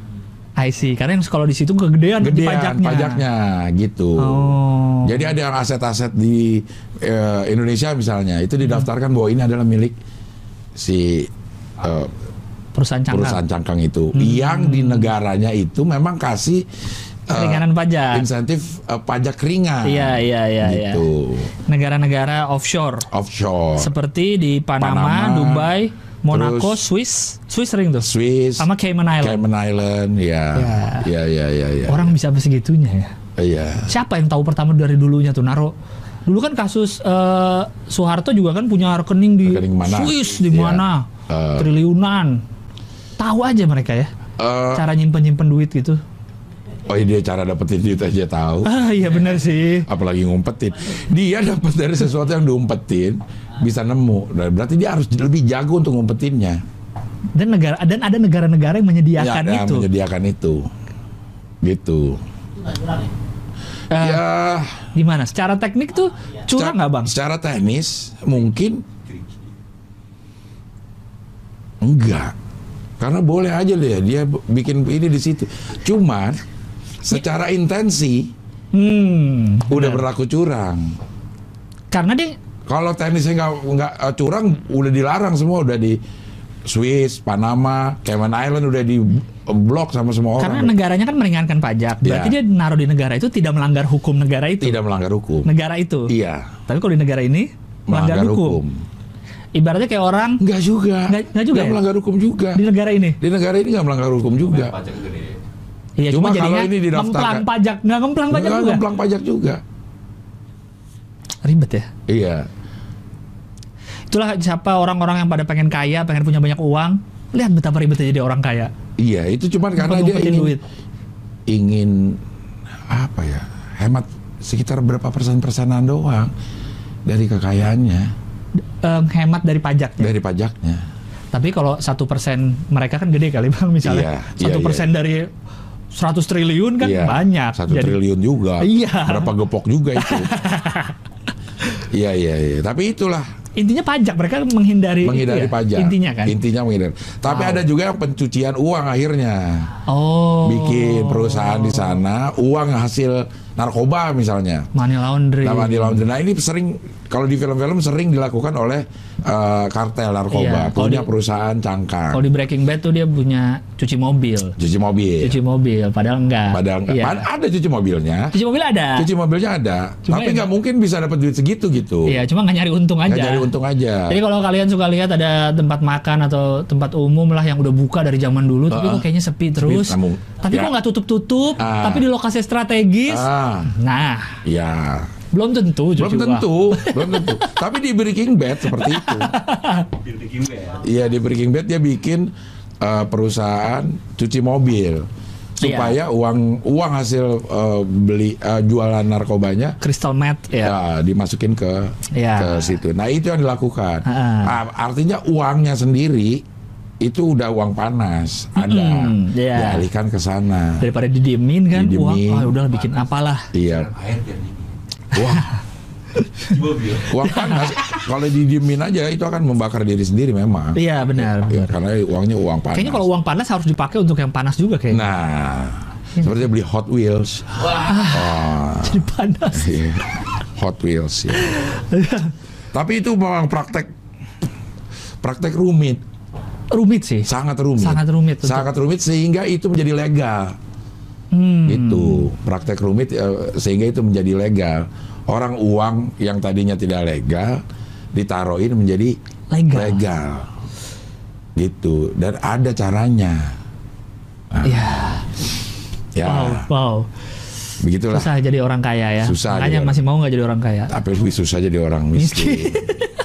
I see. Karena yang kalau di situ kegedean, di Gedean pajaknya. pajaknya gitu. Oh. Jadi ada yang aset-aset di eh, Indonesia misalnya itu didaftarkan bahwa ini adalah milik si eh, perusahaan cangkang. perusahaan cangkang itu, yang di negaranya itu memang kasih eh, Keringanan pajak. insentif eh, pajak ringan. Iya, iya, iya, iya. Gitu. Negara-negara offshore. Offshore. Seperti di Panama, Panama, Dubai, Monaco, terus Swiss, Swiss sering tuh. Swiss, Sama Cayman Island. Cayman Island, ya, ya, ya, ya, ya. Orang bisa segitunya ya. Iya. Siapa yang tahu pertama dari dulunya tuh naro? Dulu kan kasus eh, Soeharto juga kan punya rekening di Rekening mana? Swiss di Iya. mana, Eh. triliunan. Tahu aja mereka ya, Eh, cara nyimpen-nyimpen duit gitu. oh iya, dia cara dapetin duit aja tahu. Ah iya benar sih. Apalagi ngumpetin. Dia dapat dari sesuatu yang diumpetin bisa nemu. Dan berarti dia harus lebih jago untuk ngumpetinnya. Dan negara dan ada negara-negara yang menyediakan Ya, itu. menyediakan itu. Gitu. Eh, Ya, Gimana? Secara teknik tuh curang nggak bang? secara teknis mungkin enggak. Karena boleh aja deh dia b- bikin ini di situ. Cuman secara intensi Hmm. udah berlaku curang. Karena dia Kalau teknisnya nggak nggak eh, curang, udah dilarang semua, udah di Swiss, Panama, Cayman Island udah di blok sama semua karena orang. negaranya kan meringankan pajak. Berarti Ya. dia naruh di negara itu tidak melanggar hukum negara itu. Tidak melanggar hukum. Negara itu. Iya, Tapi kalau di negara ini melanggar, melanggar hukum. hukum. Ibaratnya kayak orang Enggak juga. Nggak- nggak juga ya? melanggar hukum juga. di negara ini. Di negara ini nggak melanggar hukum juga. Pajak gede. Iya, Cuma cuma, kalau jadinya ini didaftarkan- ngemplang pajak, nggak ngemplang pajak Nggak juga. ngemplang pajak juga. Ribet ya. Iya. Itulah siapa orang-orang yang pada pengen kaya, pengen punya banyak uang. Lihat betapa ribetnya jadi orang kaya. Iya, itu cuman karena dia Ngumpetin ingin duit. ingin apa ya? Hemat sekitar berapa persen-persenan doang dari kekayaannya, Eh, hemat dari pajaknya. dari pajaknya. Tapi kalau satu persen mereka kan gede kali bang, misalnya Iya, satu iya, persen dari seratus triliun kan Iya, banyak. Satu Jadi- triliun juga. Iya. Berapa gepok juga itu. Iya, iya, iya. Tapi itulah Intinya pajak, mereka menghindari menghindari itu ya, pajak. Intinya kan. Intinya menghindari. Tapi Wow. ada juga yang pencucian uang akhirnya. Oh. Bikin perusahaan di sana, uang hasil narkoba misalnya. Money laundering. Nama di laundry. Nah ini sering, kalau di film-film sering dilakukan oleh eh, kartel narkoba, Iya, kalau punya di- perusahaan cangkang, Kalau di Breaking Bad tuh dia punya cuci mobil. cuci mobil. Cuci mobil, padahal enggak. Padahal nggak- Iya. pad- ada cuci mobilnya, Cuci mobil ada. cuci mobilnya ada, Cuma tapi ya- nggak mungkin bisa dapat duit segitu gitu. Iya, cuma nggak nyari untung aja. Nggak cari untung aja. Jadi kalau kalian suka lihat ada tempat makan atau tempat umum lah yang udah buka dari zaman dulu, tapi Uh-uh. kok kayaknya sepi terus. namun- tapi ya. kok nggak tutup-tutup, Ah. tapi di lokasi strategis. Ah, Nah, ya. belum tentu. Belum cuci uang. tentu, belum tentu. Tapi di Breaking Bad seperti itu. Breaking Bad. Iya, di Breaking Bad dia bikin eh, perusahaan cuci mobil supaya uang uang hasil eh, beli eh, jualan narkobanya Crystal meth ya. ya dimasukin ke Ya. ke situ. Nah, itu yang dilakukan. Ah. Ah, artinya uangnya sendiri itu udah uang panas, ada Mm-mm, iya. dialihkan ke sana. Daripada didiemin kan, Didiemin. uang, ah udah bikin apalah. Iya. Air biar dingin. Wah, Mobil. uang panas kalau didiemin aja itu akan membakar diri sendiri memang. Iya benar. Ya, benar. karena uangnya uang panas. Kayaknya kalau uang panas harus dipakai untuk yang panas juga kayaknya. Nah, seperti beli Hot Wheels. Wah. Jadi panas. Iya. Hot Wheels ya. Tapi itu memang praktek praktek rumit, Rumit sih. sangat rumit. Sangat rumit, betul. Sangat rumit sehingga itu menjadi legal. Hmm. Itu praktek rumit eh, sehingga itu menjadi legal. Orang uang yang tadinya tidak legal ditaruhin menjadi Legal. legal. Gitu. Dan ada caranya. Nah, Ya. ya, Wow, wow. begitulah. Susah jadi orang kaya ya. Susah Makanya jadi masih mau nggak jadi orang kaya. Tapi lebih susah jadi orang miskin.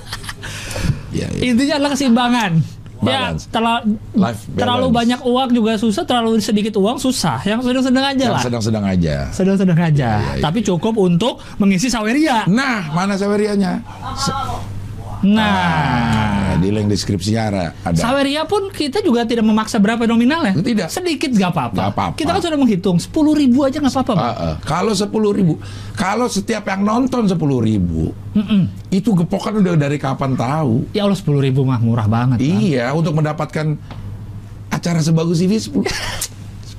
Ya, ya. Intinya adalah keseimbangan. Ya, Balance. terlalu, Life terlalu balance. banyak uang juga susah, terlalu sedikit uang susah. Yang sedang-sedang aja Yang lah. sedang-sedang aja. Sedang-sedang aja. Ya, ya, Tapi cukup untuk mengisi saweria. Nah, mana sawerianya? Nah, Nah, di link deskripsinya ada. ada. saweria pun kita juga tidak memaksa berapa nominalnya. Tidak. Sedikit nggak apa-apa. Nggak apa-apa. Kita kan sudah menghitung sepuluh ribu aja nggak apa-apa. Bang. Ah, ah. Kalau sepuluh ribu, kalau setiap yang nonton sepuluh ribu, Mm-mm. itu gepokan udah dari kapan tahu? Ya Allah sepuluh ribu mah murah banget. Bang. Iya, untuk mendapatkan acara sebagus ini sepuluh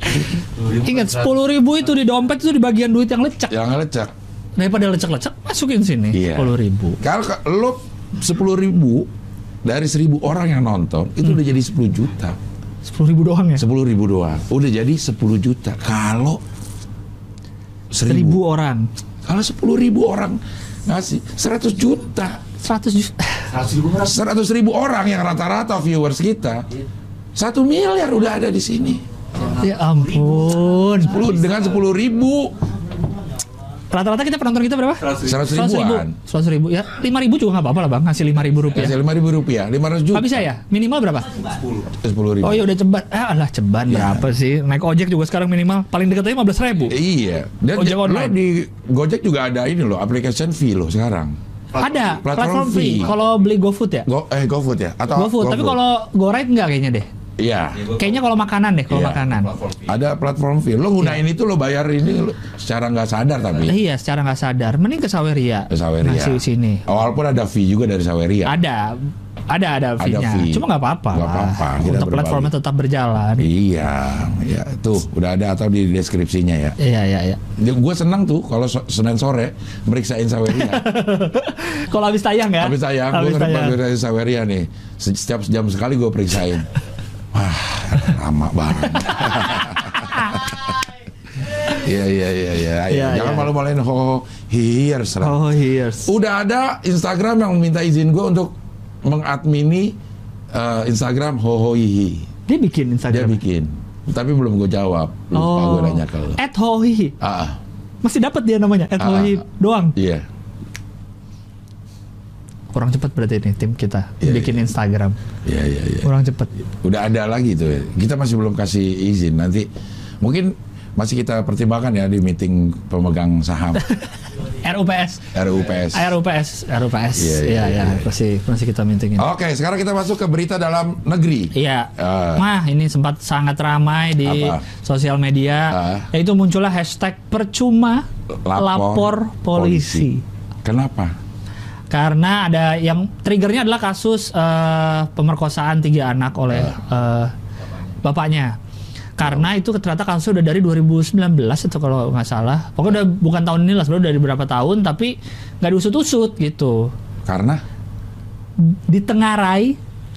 Ingat sepuluh ribu itu di dompet itu di bagian duit yang lecek. Yang lecek. Daripada lecek-lecek masukin sini Iya. sepuluh ribu. Kalau ke- lo sepuluh ribu dari seribu orang yang nonton itu udah jadi sepuluh juta. Sepuluh ribu doang ya. Sepuluh ribu doang. Udah jadi sepuluh juta. Kalau Seribu seribu, orang. kalau sepuluh ribu orang ngasih seratus juta. Seratus juta. Seratus ribu orang. Seratus ribu orang yang rata-rata viewers kita. Satu miliar udah ada di sini. Ya ampun. Sepuluh dengan sepuluh ribu. Rata-rata kita penonton kita berapa? Seratus Seratus ribu. ribuan. Seratus ribu. Ya lima ribu juga nggak apa-apa lah bang. Ngasih lima ribu rupiah. Kasih lima ribu rupiah, lima ratus juta. Nggak bisa ya? Minimal berapa? Sepuluh. Sepuluh ribu. Oh ya udah ceban. Eh alah ceban Iya. berapa sih? Naik ojek juga sekarang minimal. Paling dekat aja lima belas ribu. Iya. Dan Ojek lo online. di Gojek juga ada ini loh, application fee loh sekarang. Ada Platform platform fee. fee. Kalau beli GoFood ya? Go, eh GoFood ya? Atau GoFood. Tapi kalau GoRide nggak kayaknya deh. Iya. Kayaknya kalau makanan deh, kalau Iya. makanan. Platform fee. Ada platform fee. Lo gunain itu lo bayar ini lo secara nggak sadar tapi. Iya, secara nggak sadar. Mending ke Saweria. Ke Saweria. Ngasih sini. Walaupun ada fee juga dari Saweria. Ada, ada, ada fee-nya. fee. Cuma nggak apa-apa Nggak lah. apa-apa, kita Untuk berbagi. platformnya tetap berjalan. Iya, iya. Tuh udah ada atau di deskripsinya ya. Iya, iya, iya. Gue senang tuh kalau so- Senin sore meriksain Saweria. Kalau habis tayang ya? Tapi sayang, gue Habis kan tayang. periksain Saweria nih. Se- Setiap jam sekali gue periksain. Wah, lama banget. Iya, iya, iya, iya. Ayo, Iya, jangan iya. malu-maluin ho here's. Oh, here's. Udah ada Instagram yang minta izin gue untuk mengadmini eh, Instagram hohoihi. Dia bikin Dia Instagram. bikin, tapi belum gue jawab. Lupa gue nanya ke lo. At Hohi. Ah, Masih dapat dia namanya. At Ah. Hohi doang. iya. Kurang cepat berarti ini tim kita Iya, bikin Instagram. Iya, iya, iya. Kurang cepat. Udah ada lagi tuh. Kita masih belum kasih izin. Nanti mungkin masih kita pertimbangkan ya di meeting pemegang saham R U P S. R U P S. R U P S. R U P S. Iya, Iya, iya, iya. iya. Masih, masih kita meetingin. Oke, sekarang kita masuk ke berita dalam negeri. Iya, Ah. Mah ini sempat sangat ramai di Apa? sosial media, Ah. yaitu muncullah hashtag percuma lapor, polisi. Kenapa? Karena ada yang triggernya adalah kasus eh, pemerkosaan tiga anak oleh eh, bapaknya. Karena itu ternyata kasusnya udah dari dua ribu sembilan belas itu kalau nggak salah. Pokoknya udah bukan tahun ini lah, sebenarnya udah dari beberapa tahun, tapi nggak diusut-usut gitu. Karena Ditengarai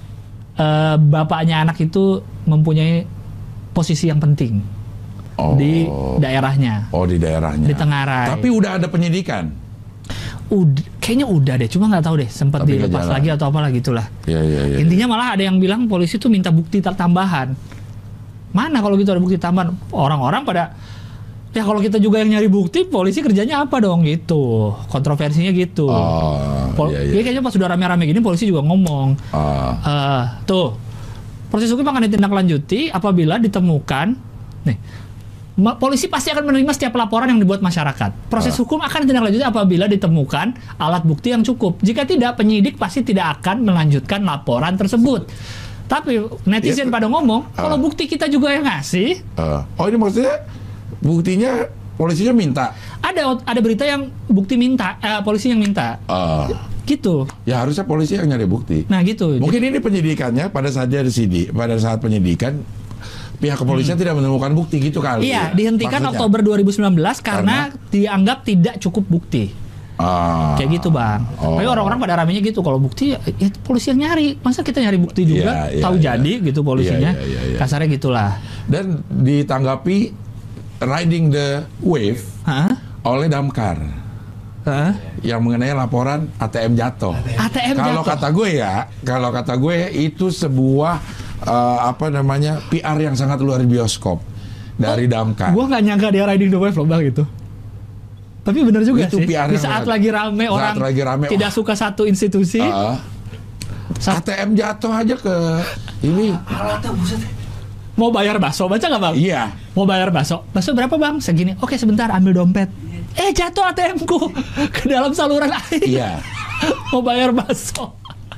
eh, bapaknya anak itu mempunyai posisi yang penting oh, di daerahnya, oh di daerahnya. ditengarai. Tapi udah ada penyidikan. Udah, kayaknya udah deh, cuma nggak tahu deh sempat Tapi nggak dilepas jalan. lagi atau apalah gitulah. Iya, iya, iya. Intinya malah ada yang bilang polisi tuh minta bukti tambahan. Mana kalau gitu ada bukti tambahan? Orang-orang pada ya kalau kita juga yang nyari bukti, polisi kerjanya apa dong gitu. Kontroversinya gitu. Oh, Pol- iya, iya. Dia kayaknya pas sudah rame-rame gini polisi juga ngomong. Ah, Eh, tuh proses hukum akan ditindaklanjuti apabila ditemukan nih ma- polisi pasti akan menerima setiap laporan yang dibuat masyarakat. Proses Ah. hukum akan ditindaklanjuti apabila ditemukan alat bukti yang cukup. Jika tidak, penyidik pasti tidak akan melanjutkan laporan tersebut. Tapi netizen Ya, pada ngomong, kalau ah. bukti kita juga yang ngasih, ah. Oh ini maksudnya buktinya polisinya minta. ada ada berita yang bukti minta, eh, polisi yang minta, Ah, gitu. ya harusnya polisi yang nyari bukti. Nah gitu. Mungkin ini penyidikannya pada saat dia disidik, pada saat penyidikan pihak kepolisian tidak menemukan bukti gitu kali. Iya, ya. dihentikan Maksudnya. Oktober dua ribu sembilan belas karena, dianggap tidak cukup bukti. Ah. Kayak gitu bang. Oh. Tapi orang-orang pada ramenya gitu. Kalau bukti, ya, ya polisi yang nyari. Masa kita nyari bukti juga? Iya, iya, tahu iya. jadi gitu polisinya. Iya, iya, iya, iya. Kasarnya gitulah. Dan ditanggapi riding the wave Hah? oleh Damkar Hah? yang mengenai laporan A T M jatuh. A T M Kalau jatuh. kata gue ya, kalau kata gue itu sebuah eh, apa namanya P R yang sangat luar bioskop dari Damkar. Gue nggak nyangka dia riding the wave loh bang itu. Tapi benar juga Itu sih. P R Di yang saat benar. lagi rame Saat orang lagi rame, tidak wah. suka satu institusi. Ah, saat A T M jatuh aja ke ini. Alatnya buset. mau bayar bakso, baca nggak bang? Iya. Mau bayar bakso. Bakso berapa bang? Segini. Oke sebentar ambil dompet. Eh jatuh A T M-ku ke dalam saluran air. Iya. Mau bayar bakso.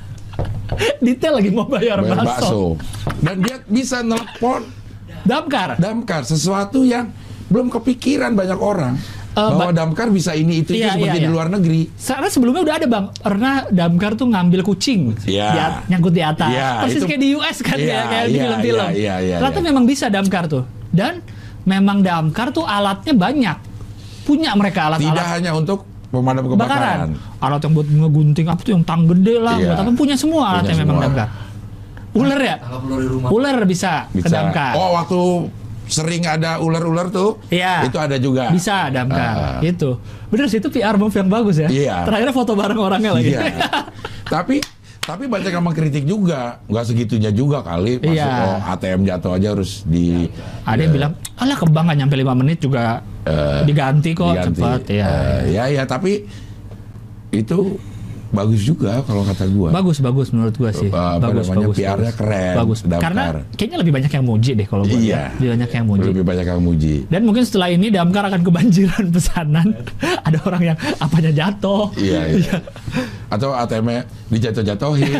Detail lagi mau bayar, Bayar bakso. bakso. Dan dia bisa nelpon Damkar. Damkar, sesuatu yang belum kepikiran banyak orang. Eh, bahwa ba- Damkar bisa ini itu, itu Iya, seperti iya, di iya. luar negeri. Karena sebelumnya udah ada bang, pernah Damkar tuh ngambil kucing, Iya. di at- nyangkut di atas, Iya, persis itu- kayak di U S kan, Iya, kayak, kayak di iya, film-film. iya, iya, iya, Ternyata iya. memang bisa Damkar tuh. Dan memang damkar tuh alatnya banyak. Punya mereka alat-alat. Tidak hanya untuk pemadam kebakaran. Alat yang buat ngegunting apa tuh yang tang gede lah, Iya. buat apa punya semua alatnya Punya memang semua. damkar. Ular ya? Kalau peluru di rumah. Ular bisa, ke Bisa. damkar. Oh, waktu sering ada ular-ular tuh, Iya. itu ada juga. Bisa damkar. Ah. Gitu. Bener sih itu P R move yang bagus ya. Iya. Terakhirnya foto bareng orangnya lagi. Iya. tapi tapi banyak yang mengkritik juga, nggak segitunya juga kali. Masuk Iya. oh, A T M jatuh aja harus di. Ada yang bilang, alah kebang nggak nyampe lima menit juga Eh, diganti kok diganti. cepat. Ya. Eh, ya ya tapi itu bagus juga kalau kata gua. Bagus bagus menurut gua sih. Apa bagus namanya, bagus. P R-nya bagus. keren, Bagus. damkar. Karena kayaknya lebih banyak yang muji deh kalau gua. Iya. lihat. Lebih banyak yang muji. Lebih banyak yang muji. Dan mungkin setelah ini damkar akan kebanjiran pesanan. Ada orang yang apanya jatuh. Iya, iya. Atau A T M-nya dijatuh-jatuhin.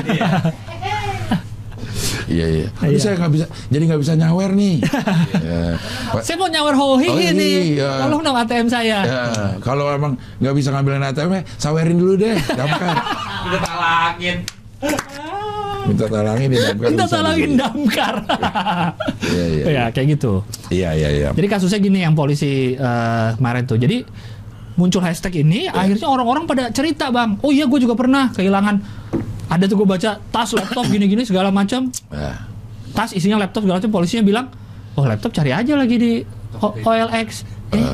Iya, iya. Aduh, Iya. saya nggak bisa, jadi nggak bisa nyawer nih. Ya. Saya mau nyawer hohi Oh, ini. iya. Tolong dong A T M saya. Ya, kalau emang nggak bisa ngambilin A T M-nya, sawerin dulu deh, damkar. Udah talangin. Minta talangin di damkar. Minta bisa talangin di- damkar. Iya, iya. Ya kayak gitu. Iya, iya, iya. Jadi kasusnya gini yang polisi eh, kemarin tuh. Jadi muncul hashtag ini, akhirnya orang-orang pada cerita bang. Oh iya, gue juga pernah kehilangan. Ada tuh gue baca tas, laptop, gini-gini segala macam. Nah, Tas isinya laptop segala macam. Polisinya bilang, oh laptop cari aja lagi di O- OLX. Eh,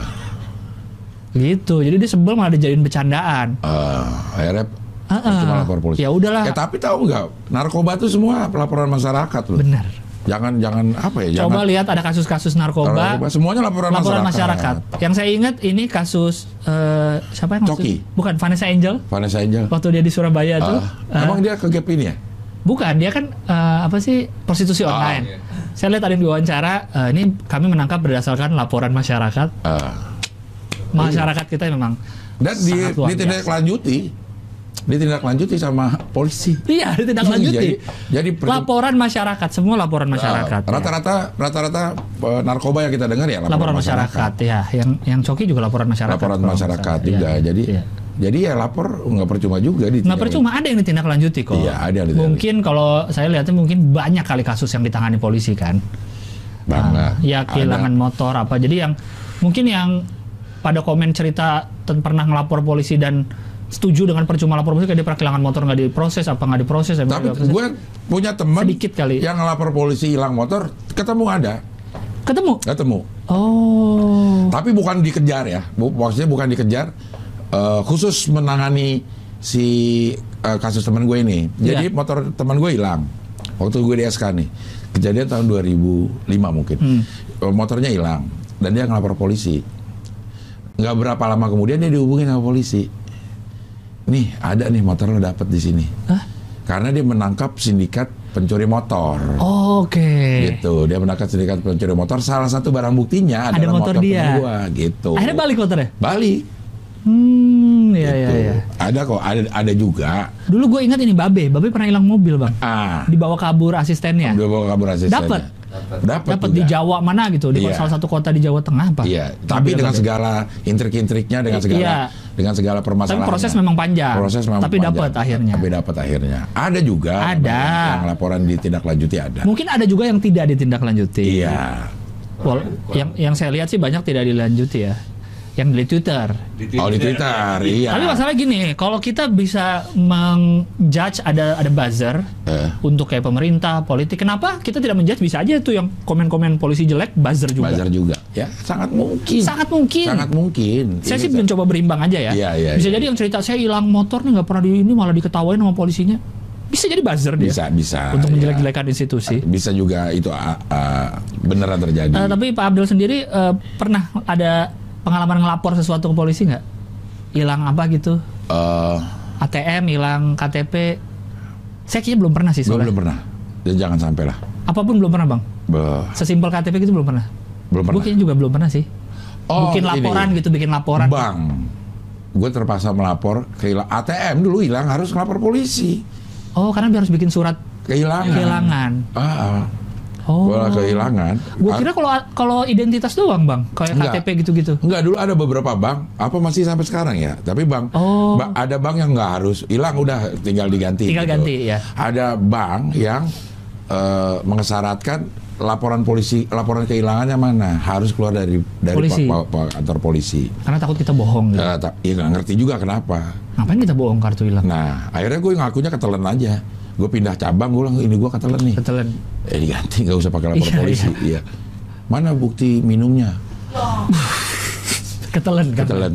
gitu. Jadi dia sebel malah dijadiin bercandaan. eh, akhirnya Ah, cuma ah. lapor polisi. Ya udahlah. Eh, tapi tahu nggak, narkoba itu semua laporan masyarakat loh. Benar. Jangan, jangan apa ya? Coba jangan, lihat ada kasus-kasus narkoba. narkoba, semuanya laporan, Laporan masyarakat. masyarakat. Yang saya ingat ini kasus eh, siapa yang maksud? Coki. Bukan Vanessa Angel. Vanessa Angel. Waktu dia di Surabaya tuh. Ah, eh, emang dia ke gap ini ya? Bukan, dia kan eh, apa sih prostitusi Ah, online. iya. Saya lihat ada yang diwawancara, eh, ini kami menangkap berdasarkan laporan masyarakat. Ah. Masyarakat kita memang Dan di, sangat luar ditindaklanjuti, ditindaklanjuti sama polisi. Iya, ditindaklanjuti. Jadi, jadi per- Laporan masyarakat, semua laporan masyarakat. ah, ya. rata-rata, rata-rata eh, narkoba yang kita dengar ya laporan, Laporan masyarakat, ya. Yang yang Coki juga laporan masyarakat. Laporan kalau nggak masyarakat salah. juga. Iya, Jadi, iya. jadi ya lapor nggak percuma juga. Nggak percuma, ada yang ditindaklanjuti kok. Iya, ada yang ditindaklanjuti. Mungkin kalau saya lihatnya mungkin banyak kali kasus yang ditangani polisi kan. Banget. Ya kehilangan Ada. motor apa. Jadi yang mungkin yang pada komen cerita ten- pernah ngelapor polisi dan setuju dengan percuma lapor polisi kayak dia pernah kehilangan motor nggak diproses apa nggak diproses apa Tapi nggak diproses. gue punya teman Sedikit kali. yang ngelapor polisi hilang motor, ketemu ada, ketemu. ketemu. Oh. Tapi bukan dikejar ya, Bu, maksudnya bukan dikejar, eh, khusus menangani si eh, kasus teman gue ini. Jadi Iya. motor teman gue hilang waktu gue di S K nih, kejadian tahun dua ribu lima mungkin. Hmm. Eh, motornya hilang dan dia ngelapor polisi. Nggak berapa lama kemudian dia dihubungin sama polisi. Nih ada nih motor lo dapet di sini. Hah? Karena dia menangkap sindikat pencuri motor. Oke. Gitu, dia menangkap sindikat pencuri motor. Salah satu barang buktinya Ada adalah motor motor, dia. temen gua, gitu. Akhirnya balik motornya. Balik. Hmm, ya ya Gitu. ya. Ada kok, ada ada juga. Dulu gue ingat ini Babe, Babe pernah hilang mobil bang, Ah, dibawa kabur asistennya. udah bawa kabur asistennya. Dapat. Dapat. Dapat juga. di Jawa mana gitu, di Iya. salah satu kota di Jawa Tengah apa? Iya, tapi Mobil dengan Babe. segala intrik-intriknya, dengan segala Iya. dengan segala Tapi permasalahannya. proses memang panjang. Proses memang tapi panjang. dapat akhirnya. Tapi dapat akhirnya. Ada juga. Ada. Yang laporan ditindaklanjuti ada. Mungkin ada juga yang tidak ditindaklanjuti. Iya. Wal- yang yang saya lihat sih banyak tidak dilanjuti ya. Yang di Twitter. Oh di Twitter, iya. Tapi masalah gini, kalau kita bisa menjudge ada ada buzzer Eh. untuk kayak pemerintah, politik, kenapa kita tidak menjudge bisa aja tuh yang komen-komen polisi jelek buzzer juga. Buzzer juga. Ya, sangat mungkin. Sangat mungkin. Sangat mungkin. Saya Ini sih sa- mencoba berimbang aja ya. Iya, iya, bisa iya. jadi yang cerita saya hilang motor nih nggak pernah di ini malah diketawain sama polisinya. Bisa jadi buzzer dia. bisa bisa Untuk ya. menjelek-jelekan institusi. Bisa juga itu ah, ah, beneran terjadi. Eh, tapi Pak Abdul sendiri eh, pernah ada pengalaman ngelapor sesuatu ke polisi nggak? Hilang apa gitu? Eh, A T M, hilang K T P. Saya kayaknya belum pernah sih belum soalnya. belum pernah. Ya, jangan sampai lah. Apapun belum pernah bang. Beh, Sesimpel K T P gitu belum pernah. belum Gue pernah. kayaknya juga belum pernah sih. Oh, bikin ini. laporan gitu, bikin laporan. Bang, gue terpaksa melapor kehilang A T M dulu hilang harus ngelapor polisi. Oh, karena dia harus bikin surat Kehilangan. kehilangan. Ah, ah. Oh. Gua kehilangan. Gue Ah, kira kalau kalau identitas doang bang, kayak Enggak. K T P gitu-gitu. Enggak, dulu ada beberapa bank, apa masih sampai sekarang ya. Tapi bank, Oh. ba- ada bank yang nggak harus hilang, udah tinggal diganti. Tinggal gitu. ganti, ya. Ada bank yang eh, mengesyaratkan laporan polisi, laporan kehilangannya mana? Harus keluar dari dari Polisi. pa- pa- pa- kantor polisi. Karena takut kita bohong gitu. Eh, ta- ya nggak ngerti juga kenapa. Ngapain kita bohong kartu hilang? Nah, akhirnya gue ngakunya ketelen aja. Gue pindah cabang, gue bilang ini gue ketelen nih. Ketelan. Eh diganti, nggak usah pakai lapor Iya, polisi. Iya. Mana bukti minumnya? Ketelan kan? Ketelen.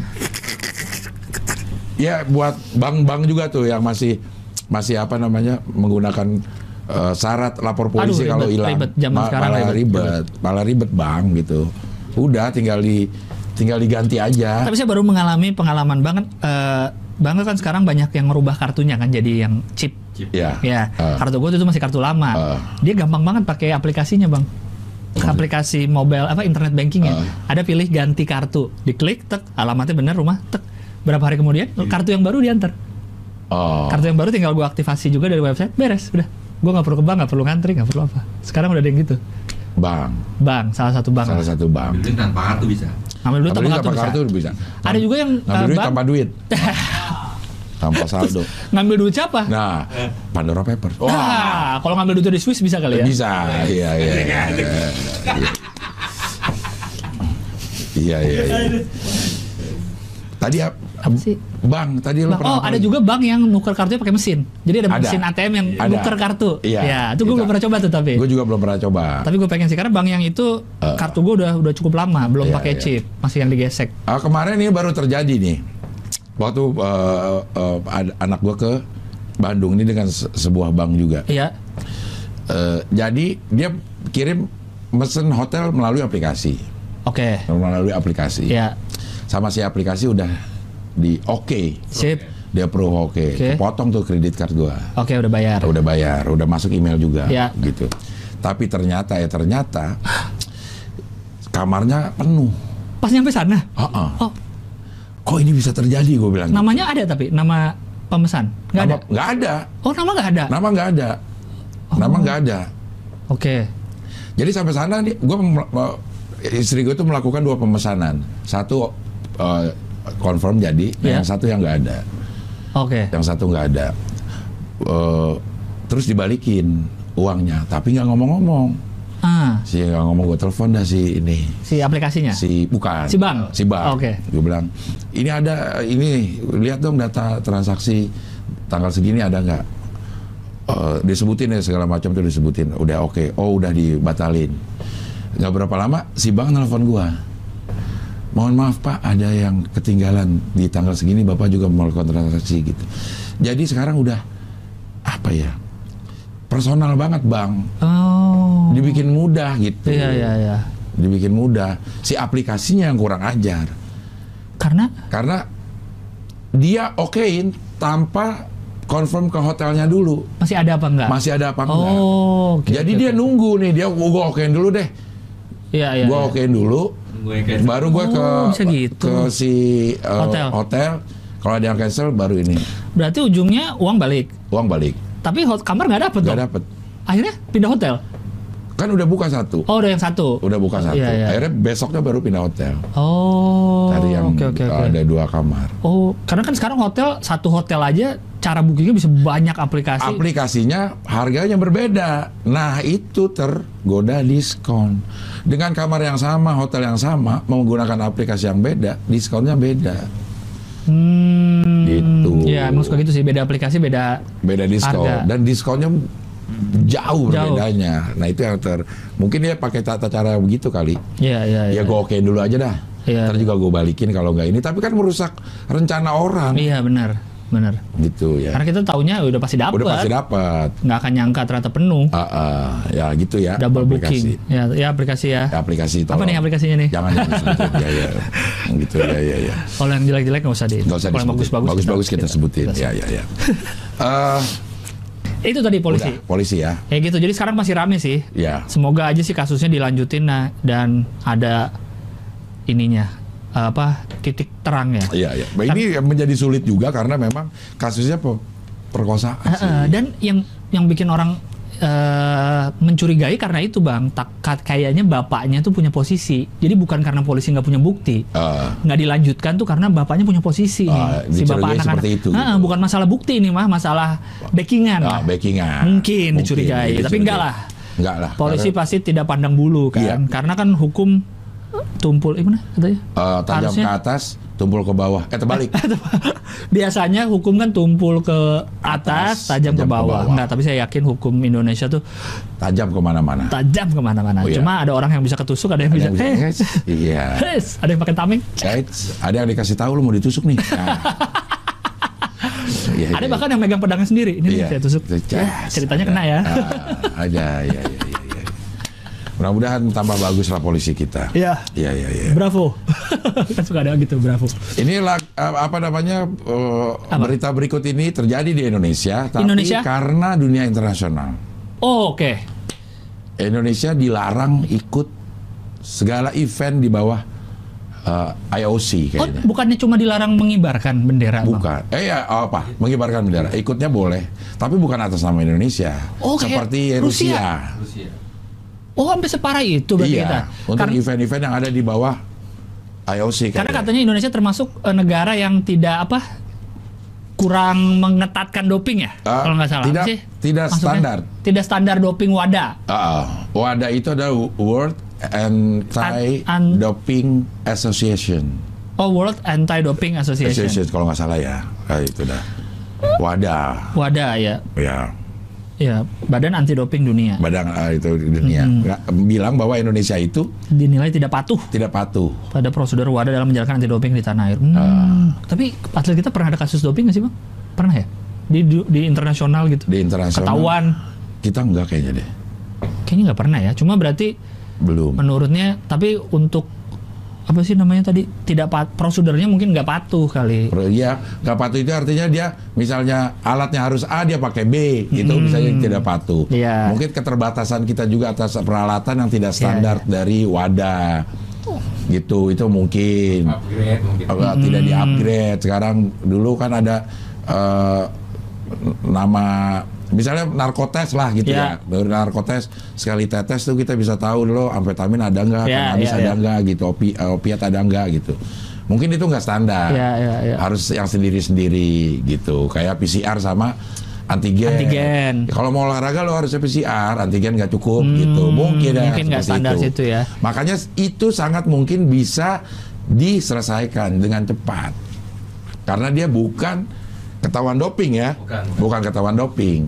Ya buat bank-bank juga tuh yang masih masih apa namanya menggunakan eh, syarat lapor polisi Aduh, kalau ribet, hilang. ribet. Zaman sekarang malah ribet, ribet, malah ribet bang gitu. Udah tinggal di tinggal diganti aja. Tapi saya baru mengalami pengalaman banget. eh Bang kan sekarang banyak yang merubah kartunya kan jadi yang chip. Ya. Ya, Eh. kartu gue itu masih kartu lama. Eh. Dia gampang banget pakai aplikasinya, Bang. Aplikasi mobile apa internet banking ya. Eh. Ada pilih ganti kartu, diklik, tek, alamatnya benar rumah, tek. Berapa hari kemudian kartu yang baru diantar. Oh. Kartu yang baru tinggal gue aktivasi juga dari website, beres, udah. Gue nggak perlu ke bank, nggak perlu ngantri, nggak perlu apa. Sekarang udah ada yang gitu. Bang. Bank, salah satu bank. Salah satu bank. Ambil duit tanpa kartu bisa. Ngambil duit tanpa Ngambil kartu, tanpa kartu bisa. bisa. Ada juga yang Ngambil eh, duit bank- tanpa duit. Tanpa saldo. Ngambil duit siapa? Nah, Pandora Paper. Wah, Ah, kalau ngambil duit dari Swiss bisa kali ya? bisa. Iya, iya. Iya, iya, iya. iya. Tadi ap- Apa sih? Bang, tadi lo Bang, pernah oh, apa ada lagi? juga bank yang nuker kartunya pakai mesin. Jadi ada, Ada. mesin A T M yang Ada. nuker kartu. Iya. Ya, itu gue Itu. belum pernah coba tuh tapi. Gue juga belum pernah coba. Tapi gue pengen sih karena bank yang itu Eh. kartu gue udah udah cukup lama, belum Iya, pakai iya. chip, masih yang digesek. Ah, kemarin ini baru terjadi nih. Waktu eh, eh, ada anak gue ke Bandung ini dengan se- sebuah bank juga. Iya. Eh, jadi dia kirim mesen hotel melalui aplikasi, Oke. melalui aplikasi. Iya. Sama si aplikasi udah di oke, Sip. dia approve oke, Oke. kepotong tuh kredit card gua, Oke, udah bayar. udah bayar, udah masuk email juga, Ya. gitu. Tapi ternyata ya ternyata kamarnya penuh. Pas nyampe sana. Ah, ah. Oh, Kok ini bisa terjadi? Gue bilang. namanya ada tapi nama pemesan. Nggak ada. Nama- Nggak ada. Oh, nama nggak ada. Nama nggak ada. Nama nggak ada. Oke. Jadi sampai sana nih, gue istri gue tuh melakukan dua pemesanan. Satu eh, confirm jadi, Ya. yang satu yang nggak ada. Oke. Yang satu nggak ada. Eh, terus dibalikin uangnya, tapi nggak ngomong-ngomong. Ah, Si nggak ngomong, gue telepon dah si ini, si aplikasinya. si bukan. Si bank? Si bank. Oke. Gue bilang, ini ada, ini lihat dong data transaksi tanggal segini ada nggak? Eh, disebutin ya segala macam tuh disebutin. Udah oke. Oh udah dibatalin. Nggak berapa lama si bank nelfon gua. Mohon maaf Pak, ada yang ketinggalan di tanggal segini, Bapak juga melakukan transaksi gitu. Jadi sekarang udah apa ya? Personal banget Bang. Oh. Dibikin mudah gitu. Iya, iya, iya. Dibikin mudah. Si aplikasinya yang kurang ajar. Karena Karena dia okein tanpa confirm ke hotelnya dulu. masih ada apa enggak? Masih ada apa enggak? Oh, oke. Jadi oke, dia oke. nunggu nih, dia gua okein dulu deh. Iya, iya. Gua iya. okein dulu, Gue kayak baru gue ke Oh, bisa gitu. ke si uh, Hotel. hotel. Kalau ada yang cancel baru ini Berarti ujungnya uang balik. uang balik. Tapi hot kamar nggak dapet Gak dong. dapet. Akhirnya pindah hotel. Kan udah buka satu. Oh, udah yang satu. Udah buka satu. Iya, iya. Akhirnya besoknya baru pindah hotel. Oh. Tadi yang oke, oke, oke. ada dua kamar. Oh, karena kan sekarang hotel satu hotel aja cara bookingnya bisa banyak aplikasi. Aplikasinya harganya berbeda. Nah itu tergoda diskon. Dengan kamar yang sama, hotel yang sama, menggunakan aplikasi yang beda, diskonnya beda. Hmm. Gitu. Ya, emang suka gitu sih. Beda aplikasi, beda. Beda diskon. Harga. Dan diskonnya jauh berbedanya. Nah itu yang ter... Mungkin dia pakai tata cara begitu kali. Iya, iya, iya. Ya gue okein dulu aja dah. Iya. Ntar juga gue balikin kalau nggak ini. Tapi kan merusak rencana orang. Iya, benar. Benar. Gitu ya. Karena kita taunya udah pasti dapat. Udah pasti dapat. Nggak akan nyangka ternyata penuh. Ah, ah, ya gitu ya. Double aplikasi. booking. Ya, ya aplikasi ya. Ya, aplikasi Apa tolong. nih aplikasinya nih? Jangan jangan sebutin. Ya ya. Gitu ya ya ya. Kalau yang jelek-jelek nggak usah di. Nggak usah Kalau yang disebutin. bagus-bagus. Bagus-bagus kita, sebutin. kita Ya ya ya. Eh, Itu tadi polisi. udah, polisi ya. Ya gitu. Jadi sekarang masih rame sih. Ya. Semoga aja sih kasusnya dilanjutin nah, dan ada ininya apa titik terang ya. Iya ya. Ini menjadi sulit juga karena memang kasusnya pe- perkosaan Uh, sih. uh, dan yang yang bikin orang uh, mencurigai karena itu bang, tak, kayaknya bapaknya tuh punya posisi. Jadi bukan karena polisi nggak punya bukti, Eh, nggak dilanjutkan tuh karena bapaknya punya posisi Ah, nih. Si dicurigai bapak anak-anak. seperti itu, Uh, gitu. Bukan masalah bukti ini mah, masalah backingan. ah, backingan. Mungkin dicurigai, tapi enggak lah. Enggak lah. Polisi karena, pasti tidak pandang bulu kan, Iya. karena kan hukum tumpul, eh, mana katanya? uh, tajam Harusnya- ke atas, tumpul ke bawah. Eh terbalik. Biasanya hukum kan tumpul ke atas, Atas, tajam, ke tajam ke bawah. bawah. Enggak, tapi saya yakin hukum Indonesia tuh Tajam kemana-mana. tajam kemana-mana. Oh, iya. Cuma ada orang yang bisa ketusuk, ada yang Ada bisa, yang bisa- eh, Guys, iya. hes, ada yang pakai tameng. Guys, ada yang dikasih tahu lu mau ditusuk nih. Nah. Iya, Ada iya, bahkan yang megang pedangnya sendiri. Ini nih, iya. saya tusuk. Cas, Ya, ceritanya ada. kena ya. Ah, ada, ya, ya, ya, ya. Mudah-mudahan tambah bagus lah polisi kita. Iya. Iya, iya, iya. Bravo. Kan suka ada gitu, bravo. Ini lah, apa namanya uh, Apa? berita berikut ini terjadi di Indonesia, tapi Indonesia? karena dunia internasional. Oh, oke. Indonesia dilarang ikut segala event di bawah uh, I O C Oh, kayaknya. bukannya cuma dilarang mengibarkan bendera, Bang? Bukan. Eh ya apa? Mengibarkan bendera. Ikutnya boleh, tapi bukan atas nama Indonesia. Oh, kayak Seperti Rusia. Rusia. Rusia. Oh, sampai separah itu berarti kita. Iya. Untuk Karena, event-event yang ada di bawah I O C. karena kayaknya. katanya Indonesia termasuk eh, negara yang tidak apa kurang mengetatkan doping ya, Ah, kalau nggak salah. tidak- Apa sih? tidak Maksudnya? standar. Tidak standar doping WADA. Uh, WADA itu adalah World Anti-Doping Association. Oh, World Anti-Doping Association. Association kalau nggak salah ya. Ah, itu dah. WADA. WADA ya. Ya, Ya, Badan Anti Doping Dunia. badan ah, itu di dunia. Hmm. Nggak- bilang bahwa Indonesia itu Dinilai tidak patuh tidak patuh. pada prosedur WADA dalam menjalankan anti doping di tanah air. Hmm. Ah. Tapi atlet kita pernah ada kasus doping nggak sih, Bang? Pernah ya? Di di, di internasional gitu. Di internasional. Ketahuan. Kita enggak kayaknya deh. Kayaknya nggak pernah ya. Cuma berarti Belum. menurutnya, tapi untuk apa sih namanya tadi, tidak pat, prosedurnya mungkin nggak patuh kali. Ya, nggak patuh itu artinya dia misalnya alatnya harus A, dia pakai B, itu misalnya tidak patuh. Iya. Mungkin keterbatasan kita juga atas peralatan yang tidak standar Iya, dari WADA. Gitu, itu mungkin. Upgrade mungkin. Uh, tidak di-upgrade. Sekarang dulu kan ada uh, nama misalnya narkotes lah gitu Ya. ya. Dari narkotes sekali tetes tuh kita bisa tahu dulu amfetamin ada nggak, Ya, kanabis ya, ada ya. nggak gitu, opi, uh, opiat ada nggak gitu. Mungkin itu nggak standar. Ya, ya, ya. Harus yang sendiri-sendiri gitu. Kayak P C R sama antigen. Antigen. Ya, kalau mau olahraga lo harusnya P C R, antigen nggak cukup gitu. Mungkin ya. mungkin nggak seperti standar situ ya. Makanya itu sangat mungkin bisa diselesaikan dengan cepat. Karena dia bukan ketahuan doping ya. Bukan. Bukan ketahuan doping.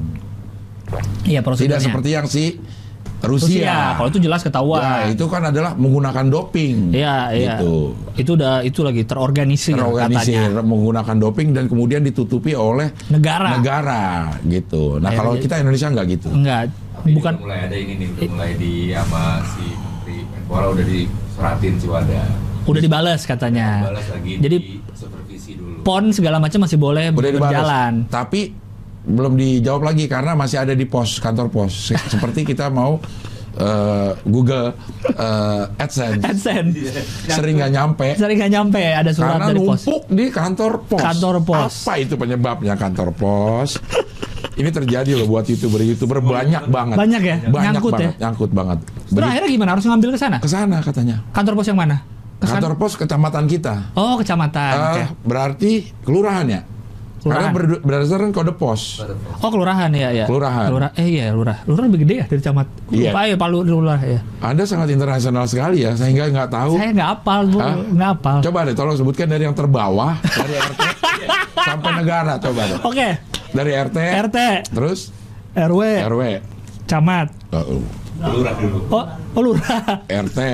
Iya, prosedurnya. Tidak seperti yang si Rusia. Rusia. Kalau itu jelas ketahuan. Ya, itu kan adalah menggunakan doping. Iya, iya. Gitu. Itu udah itu lagi terorganisir, Terorganisir katanya. menggunakan doping dan kemudian ditutupi oleh Negara. negara gitu. Nah, Akhirnya kalau jadi- kita Indonesia nggak gitu. Enggak, Tapi bukan. udah mulai ada ini nih, udah mulai di sama si Menteri Menpora udah disuratin si WADA. Udah dibales katanya. Balas lagi Jadi di supervisi dulu. pon segala macam masih boleh Udah dibalas. berjalan. Tapi belum dijawab lagi karena masih ada di pos, kantor pos. Se- Seperti kita mau eh, Google eh, AdSense. AdSense. Sering nggak nyampe. Sering nggak nyampe ada surat Karena dari pos. numpuk di kantor pos. Kantor pos. Apa itu penyebabnya kantor pos? Ini terjadi loh buat youtuber-youtuber banyak banget. Banyak ya? Banyak Nyangkut banget, ya? nyangkut banget. Terus akhirnya gimana? Harus ngambil ke sana? Ke sana katanya. Kantor pos yang mana? Ke sana? Kantor pos kecamatan kita. Oh, kecamatan. Ah, Oke. berarti kelurahan ya? Kelurahan. Karena ber- berdasarkan kode pos. Oh, kelurahan ya, ya. Kelurahan. Lurah. Eh iya, lurah. Lurah lebih gede ya dari camat. Iya. Lupa ya, Palu lurah ya. Anda sangat internasional sekali ya, sehingga nggak tahu. Saya nggak hafal, Bu. Hah? Nggak hafal. Coba deh, tolong sebutkan dari yang terbawah, dari R T sampai negara, coba deh. Oke. Dari R T, R T, terus R W, R W, camat. oh, Lurah dulu. Oh, oh lurah. R T.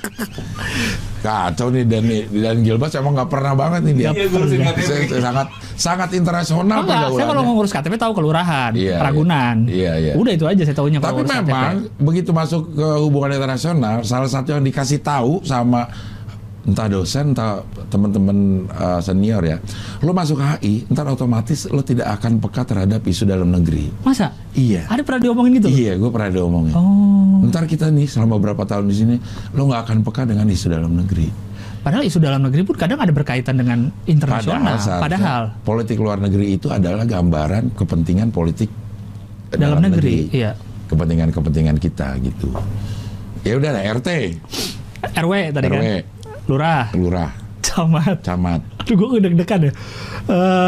Kacau nih dan dan Gilbas emang nggak pernah banget nih dia. Iya, ngurusin K T P. Saya- saya sangat sangat internasional Oh, enggak, saya kalau pergaulannya. ngurus K T P tahu kelurahan, Iya, Ragunan. iya, iya. Udah itu aja saya tahunya kalau Tapi ngurus K T P. memang begitu masuk ke hubungan internasional, salah satu yang dikasih tahu sama entah dosen, entah teman-teman uh, senior ya, lo masuk H I, ntar otomatis lo tidak akan peka terhadap isu dalam negeri. Masa? Iya. Ada pernah diomongin gitu? Iya, gue pernah diomongin. Oh. Ntar kita nih selama berapa tahun di sini, lo nggak akan peka dengan isu dalam negeri. Padahal isu dalam negeri pun kadang ada berkaitan dengan internasional. seharusnya Padahal politik luar negeri itu adalah gambaran kepentingan politik dalam, negeri, iya. kepentingan-kepentingan kita gitu. Ya udah R T, R W tadi R W, kan. Lurah, lurah, camat. camat, Aduh, gue deg-degan ya. Eh,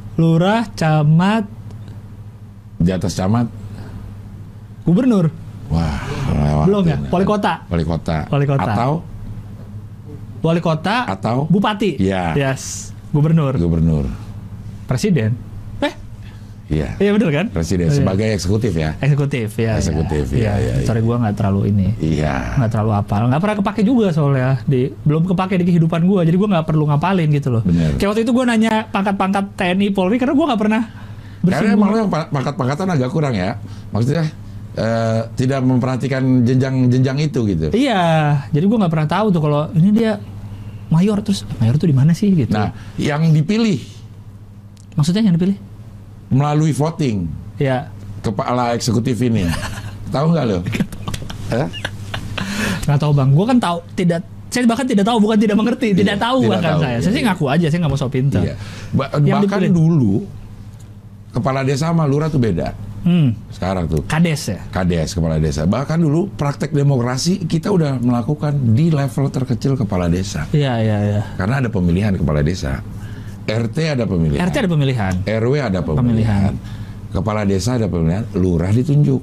lurah, camat, di atas camat gubernur. Wah, lewatin. Belum ya? Wali kota. Wali kota. Wali kota. Atau Wali kota atau bupati. Iya. Yes. Gubernur. Gubernur. Presiden. Eh? Iya. Iya benar kan? Presiden Iya. sebagai eksekutif ya. Eksekutif ya. Eksekutif, ya. iya, iya, Sorry gue nggak terlalu ini. Iya. Nggak terlalu hafal. Nggak pernah kepake juga soalnya. Di, belum kepake di kehidupan gue. Jadi gue nggak perlu ngapalin gitu loh. Bener. Kayak waktu itu gue nanya pangkat-pangkat T N I Polri karena gue nggak pernah Karena emang bersinggung. lo yang pa- pangkat-pangkatan agak kurang ya. Maksudnya eh, tidak memperhatikan jenjang-jenjang itu gitu. Iya. Jadi gue nggak pernah tahu tuh kalau ini dia mayor terus mayor tuh di mana sih gitu. Nah, yang dipilih Maksudnya yang dipilih? melalui voting Ya. kepala eksekutif ini. Tahu nggak lo? Eh? Nggak tahu bang. Gue kan tahu tidak. Saya bahkan tidak tahu, bukan tidak mengerti, tidak Iya, tahu tidak bahkan tahu, saya. iya, Saya sih iya. ngaku aja, saya nggak mau sok pintar. Iya. Ba- Yang bahkan dipilih. dulu kepala desa sama lurah tuh beda. Hmm. Sekarang tuh Kades ya. Kades kepala desa. Bahkan dulu praktek demokrasi kita udah melakukan di level terkecil kepala desa. Iya iya iya. Karena ada pemilihan kepala desa. R T ada pemilihan. R T ada pemilihan. R W ada pemilihan. Pemilihan. Kepala desa ada pemilihan. Lurah ditunjuk.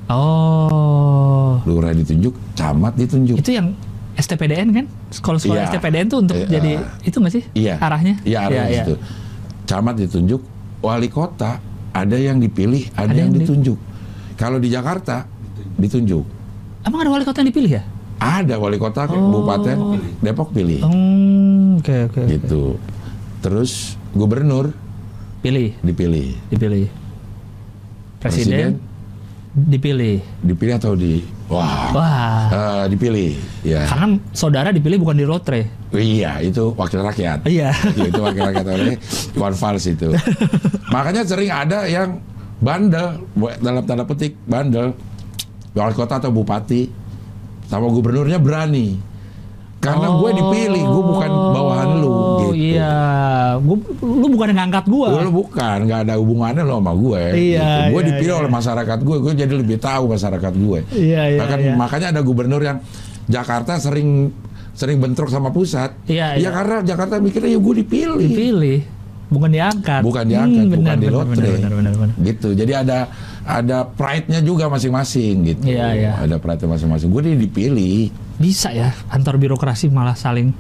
Oh. Lurah ditunjuk. Camat ditunjuk. Itu yang S T P D N kan? Sekolah-sekolah Iya. S T P D N tuh untuk Eh, jadi eh, itu nggak sih? Iya. Arahnya? Iya arahnya Iya, itu. Camat ditunjuk. Wali kota ada yang dipilih, ada, Ada yang, yang di- ditunjuk. Kalau di Jakarta ditunjuk. Emang ada wali kota yang dipilih ya? Ada wali kota, Oh. kabupaten Depok pilih. Hmm, oke oke. oke. Gitu. Terus gubernur Pilih, dipilih. dipilih. Presiden, dipilih. dipilih atau di wah, Wah. eh, dipilih ya. Karena saudara dipilih bukan di lotre. Iya, itu wakil rakyat. Iya. Iya, itu wakil rakyat oleh Iwan Fals itu. Makanya sering ada yang bandel, bu- dalam tanda petik bandel, wali kota atau bupati sama gubernurnya berani. Karena gue dipilih, gue bukan bawahan lu Oh gitu. iya, gua, lu bukan yang ngangkat gua. Lu bukan, nggak ada hubungannya lo sama gue. Iya, gitu. Gue iya, dipilih iya. oleh masyarakat gue, gue jadi lebih tahu masyarakat gue. Iya iya. Bahkan iya. makanya ada gubernur yang Jakarta sering sering bentrok sama pusat. Iya, Ya iya. karena Jakarta mikirnya ya gue dipilih. Dipilih, bukan diangkat. Bukan diangkat, Hmm, bukan benar, di benar, lotre. benar, benar, benar, benar. Gitu. Jadi ada ada pride-nya juga masing-masing gitu. Iya, iya. Ada pride-nya masing-masing. Gue dipilih. Bisa ya antar birokrasi malah saling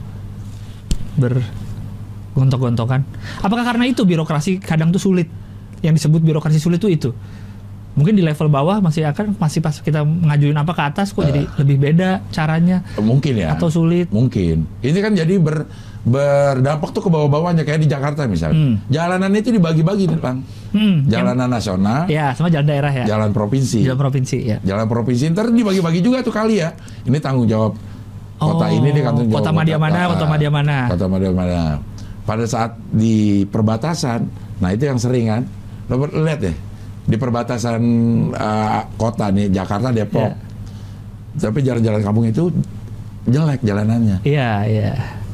bergontok-gontokan. Apakah karena itu birokrasi kadang tuh sulit? Yang disebut birokrasi sulit tuh itu. Mungkin di level bawah masih akan masih pas kita ngajuin apa ke atas kok jadi lebih beda caranya Mungkin ya. atau sulit. Mungkin. Ini kan jadi ber, berdampak tuh ke bawah-bawahnya kayak di Jakarta misalnya. Hmm. Jalanan itu dibagi-bagi nih, Bang. Hmm, Jalanan nasional, ya sama jalan daerah ya. jalan provinsi. Jalan provinsi ya. Jalan provinsi ntar dibagi-bagi juga tuh kali ya. Ini tanggung jawab kota Oh, ini, ini tanggung jawab kota Madya mana, kota Madya mana. Kota Madya mana. Pada saat di perbatasan, nah itu yang sering kan. Lo ber- lihat deh di perbatasan uh, kota nih Jakarta Depok. Iya. Tapi jalan-jalan kampung itu jelek jalanannya. Iya, iya.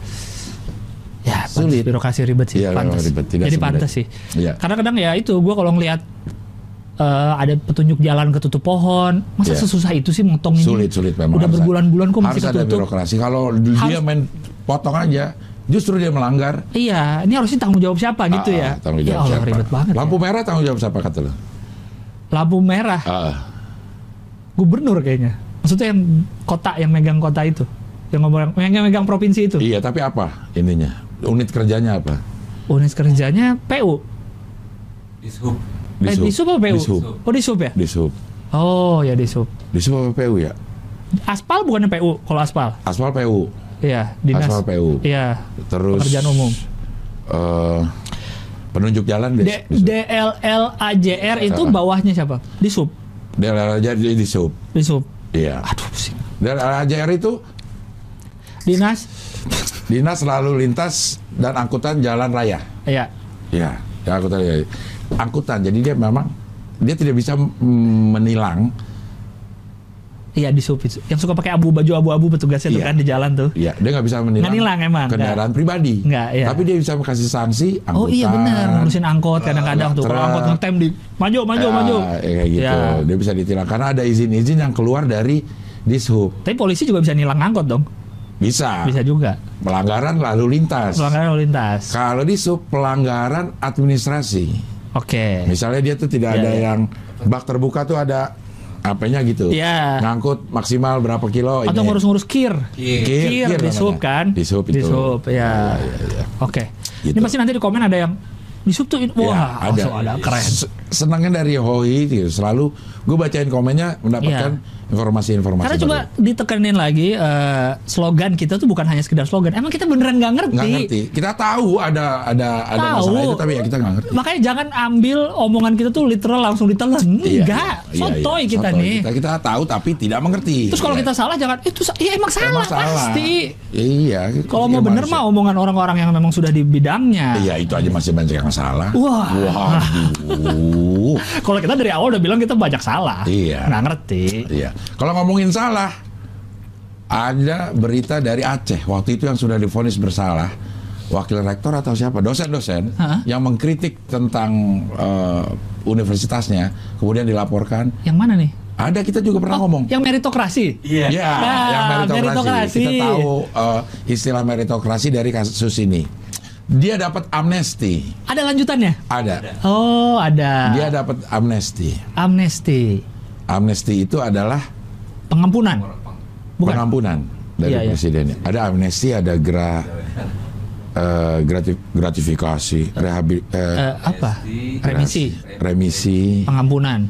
Ya, Sulit. sulit. Birokrasi ribet sih, Iya, pantas. ribet, tidak Jadi semudah. pantas sih. Iya. Karena kadang ya itu, gue kalau ngelihat eh, ada petunjuk jalan ketutup pohon, masa Iya. sesusah itu sih motong ini? Sulit, sulit memang. Udah Harus berbulan-bulan kok harus masih ada ketutup. birokrasi. Kalau dia Harus- main potong aja, justru dia melanggar. Iya, ini harusnya tanggung jawab siapa gitu Ah, ya? ah, tanggung Ya jawab Allah, siapa? ribet banget. Lampu ya. merah tanggung jawab siapa kata lo? Lampu merah, Ah, gubernur kayaknya. Maksudnya yang kota, yang megang kota itu, yang ngomong, yang, yang megang provinsi itu. iya, tapi apa ininya? Unit kerjanya apa? Unit kerjanya P U. Dishub. Eh, di sub apa P U? Dishub. Oh, di sub ya? Dishub. Oh, ya di sub. Dishub apa P U ya? Aspal bukannya P U kalau aspal? Aspal P U. Iya, dinas. Aspal P U. Iya. Terus Pekerjaan umum. eh, penunjuk jalan D, des, Dishub. D L L A J R itu Ah. bawahnya siapa? Di sub. D L L aja di Dishub. Di sub. Iya. Aduh, pusing. D L L A J R itu Dinas. Dinas Lalu Lintas dan Angkutan Jalan Raya. Iya. Ya, ya angkutan raya. Angkutan. Jadi dia memang dia tidak bisa mm, menilang. Iya di sub itu. Yang suka pakai abu baju abu-abu petugasnya tuh Iya. kan di jalan tuh. Iya, dia nggak bisa menilang, Nggak nilang emang, kendaraan pribadi. Nggak, iya. Tapi dia bisa kasih sanksi angkutan. Oh iya benar, ngurusin angkot kadang-kadang eh, tuh. Kalau truk. angkot ngetem di maju maju Ya, maju. ya, kayak gitu. Ya. Dia bisa ditilang karena ada izin-izin yang keluar dari Dishub. Tapi polisi juga bisa nilang angkot dong. Bisa. Bisa juga. Pelanggaran lalu lintas. Pelanggaran lalu lintas. Kalau Dishub pelanggaran administrasi. Oke. Misalnya dia tuh tidak Iya, ada iya. yang bak terbuka tuh ada apanya gitu. Iya. Ngangkut maksimal berapa kilo Atau ini. ngurus-ngurus kir. Kir, Kir, kir di sub namanya. kan? Di sub itu. Di sub, ya. Iya, iya, iya. Oke. Gitu. Ini pasti nanti di komen ada yang di sub tuh, wah, Ya, ada. langsung ada keren. S- Senangnya dari Hoi gitu. Selalu gue bacain komennya mendapatkan informasi-informasi. Karena coba baru. ditekenin lagi eh, slogan kita tuh bukan hanya sekedar slogan. Emang kita beneran nggak ngerti. Nggak ngerti. Kita tahu ada ada ada Tahu. masalah itu tapi ya kita nggak ngerti. Makanya jangan ambil omongan kita tuh literal langsung ditelan. Iya, Enggak, iya, sotoy iya, kita sotoy. nih. Kita, kita tahu tapi tidak mengerti. Terus kalau Iya. kita salah jangan itu sa- ya emang salah, Emang salah. pasti. Iya. Kalau iya, mau bener manusia. mah omongan orang-orang yang memang sudah di bidangnya. Iya itu aja masih banyak yang salah. Wah. Waduh. Kalau kita dari awal udah bilang kita banyak salah. Iya. Nggak ngerti. Iya. Kalau ngomongin salah, ada berita dari Aceh waktu itu yang sudah divonis bersalah, wakil rektor atau siapa, dosen-dosen Hah? yang mengkritik tentang eh, universitasnya, kemudian dilaporkan. Yang mana nih? Ada, kita juga pernah Oh, ngomong. yang meritokrasi. Iya. Ya, Nah, yang meritokrasi. meritokrasi. Kita tahu eh, istilah meritokrasi dari kasus ini. Dia dapat amnesti. Ada lanjutannya? Ada. Oh, ada. Dia dapat amnesti. Amnesti. Amnesti itu adalah Pengampunan. Bukan. pengampunan dari Iya, iya. presidennya. Ada amnesti, ada gra, eh, grati- gratifikasi, rehabil, eh, Eh, apa? Remisi. remisi. Pengampunan.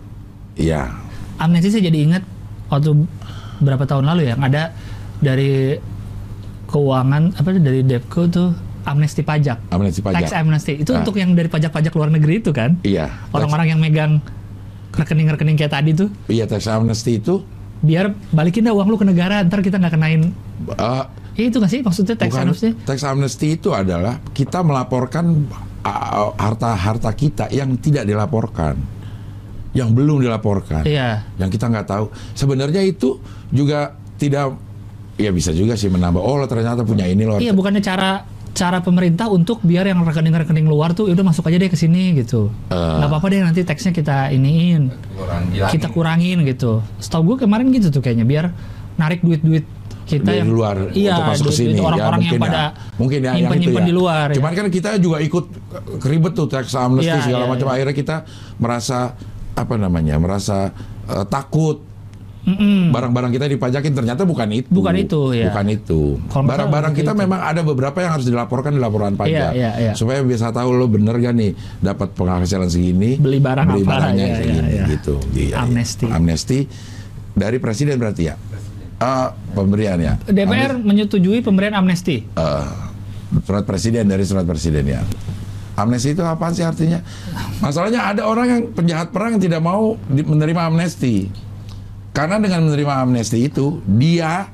Ya, Amnesti saya jadi ingat waktu berapa tahun lalu ya, yang ada dari keuangan apa dari Depko tuh amnesti pajak. amnesti pajak. Tax amnesty itu Ah. untuk yang dari pajak-pajak luar negeri itu kan? Iya. Orang-orang yang megang rekening-rekening kayak tadi tuh, Tax, iya, tax amnesti itu biar balikin dah uang lu ke negara, ntar kita nggak kenain. eh, Ya itu nggak sih maksudnya tax bukan, amnesty? tax amnesti itu adalah kita melaporkan uh, harta-harta kita yang tidak dilaporkan, yang belum dilaporkan, Iya. yang kita nggak tahu. Sebenarnya itu juga tidak, ya bisa juga sih menambah. Oh, lo ternyata punya ini loh. Iya, bukannya cara cara pemerintah untuk biar yang rekening-rekening luar tuh udah masuk aja deh ke sini gitu. Eh. Nggak apa-apa deh nanti teksnya kita iniin. Kurang hilangin. Kita kurangin gitu. Setahu gue kemarin gitu tuh kayaknya biar narik duit-duit kita Dari yang luar iya, untuk masuk ke duit-duit sini. orang-orang Ya, yang mungkin pada ya. Mungkin ya, yang itu nyimpen-nyimpen ya. di luar. ya. Cuman kan kita juga ikut keribet tuh tax amnesty Iya, segala iya, macam. iya. Akhirnya kita merasa apa namanya? Merasa eh, takut. Mm-mm. Barang-barang kita dipajakin, ternyata bukan itu. Bukan itu, ya. Bukan itu. Kalau nggak Barang-barang salah kita itu. memang ada beberapa yang harus dilaporkan di laporan pajak. Iya, iya, iya. Supaya bisa tahu lo bener gak nih dapat penghasilan segini, Beli barang beli apa, barangnya iya, segini iya, iya. gitu. Iya, iya. Amnesti. Amnesti dari presiden berarti ya. Eh, pemberian ya. D P R menyetujui pemberian amnesti. Eh, surat presiden dari surat presiden ya. Amnesti itu apa sih artinya? Masalahnya ada orang yang penjahat perang yang tidak mau di- menerima amnesti. Karena dengan menerima amnesti itu dia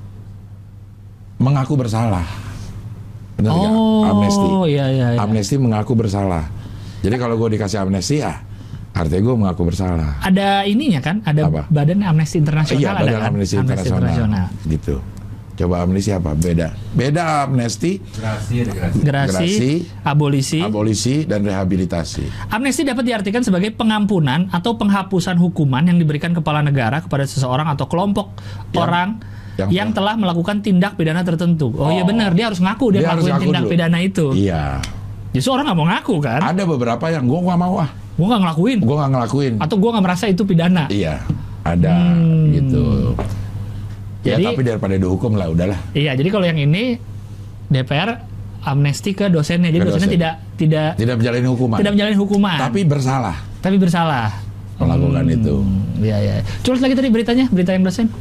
mengaku bersalah. Benar nggak? Oh, Amnesti. iya, iya, iya. Amnesti mengaku bersalah. Jadi kalau gue dikasih amnesti ya, artinya gue mengaku bersalah. Ada ininya kan? Ada Apa? Badan Amnesti Internasional Iya, ada Badan kan? Amnesti Internasional. Gitu. Coba amnesti apa? Beda. Beda amnesti, Gerasi, ada gerasi. Gerasi, Gerasi, abolisi. abolisi, dan rehabilitasi. Amnesti dapat diartikan sebagai pengampunan atau penghapusan hukuman yang diberikan kepala negara kepada seseorang atau kelompok Yang- orang yang- yang, telah melakukan tindak pidana tertentu. Oh, iya Oh. benar, dia harus ngaku dia, Dia harus ngelakuin ngaku tindak dulu. pidana itu. Iya. Justru orang nggak mau ngaku kan? Ada beberapa yang gue nggak mau ah, Gue nggak ngelakuin gue nggak ngelakuin. atau gue nggak merasa itu pidana. Iya, ada Hmm. gitu. Ya Jadi- tapi daripada dihukum lah, udahlah. Iya, jadi kalau yang ini D P R amnesti ke dosennya. Jadi Ke dosennya dosen. tidak tidak Tidak menjalani hukuman, tidak menjalani hukuman, tapi bersalah tapi bersalah melakukan itu. Iya, iya. Tulis lagi tadi beritanya, berita yang dosen.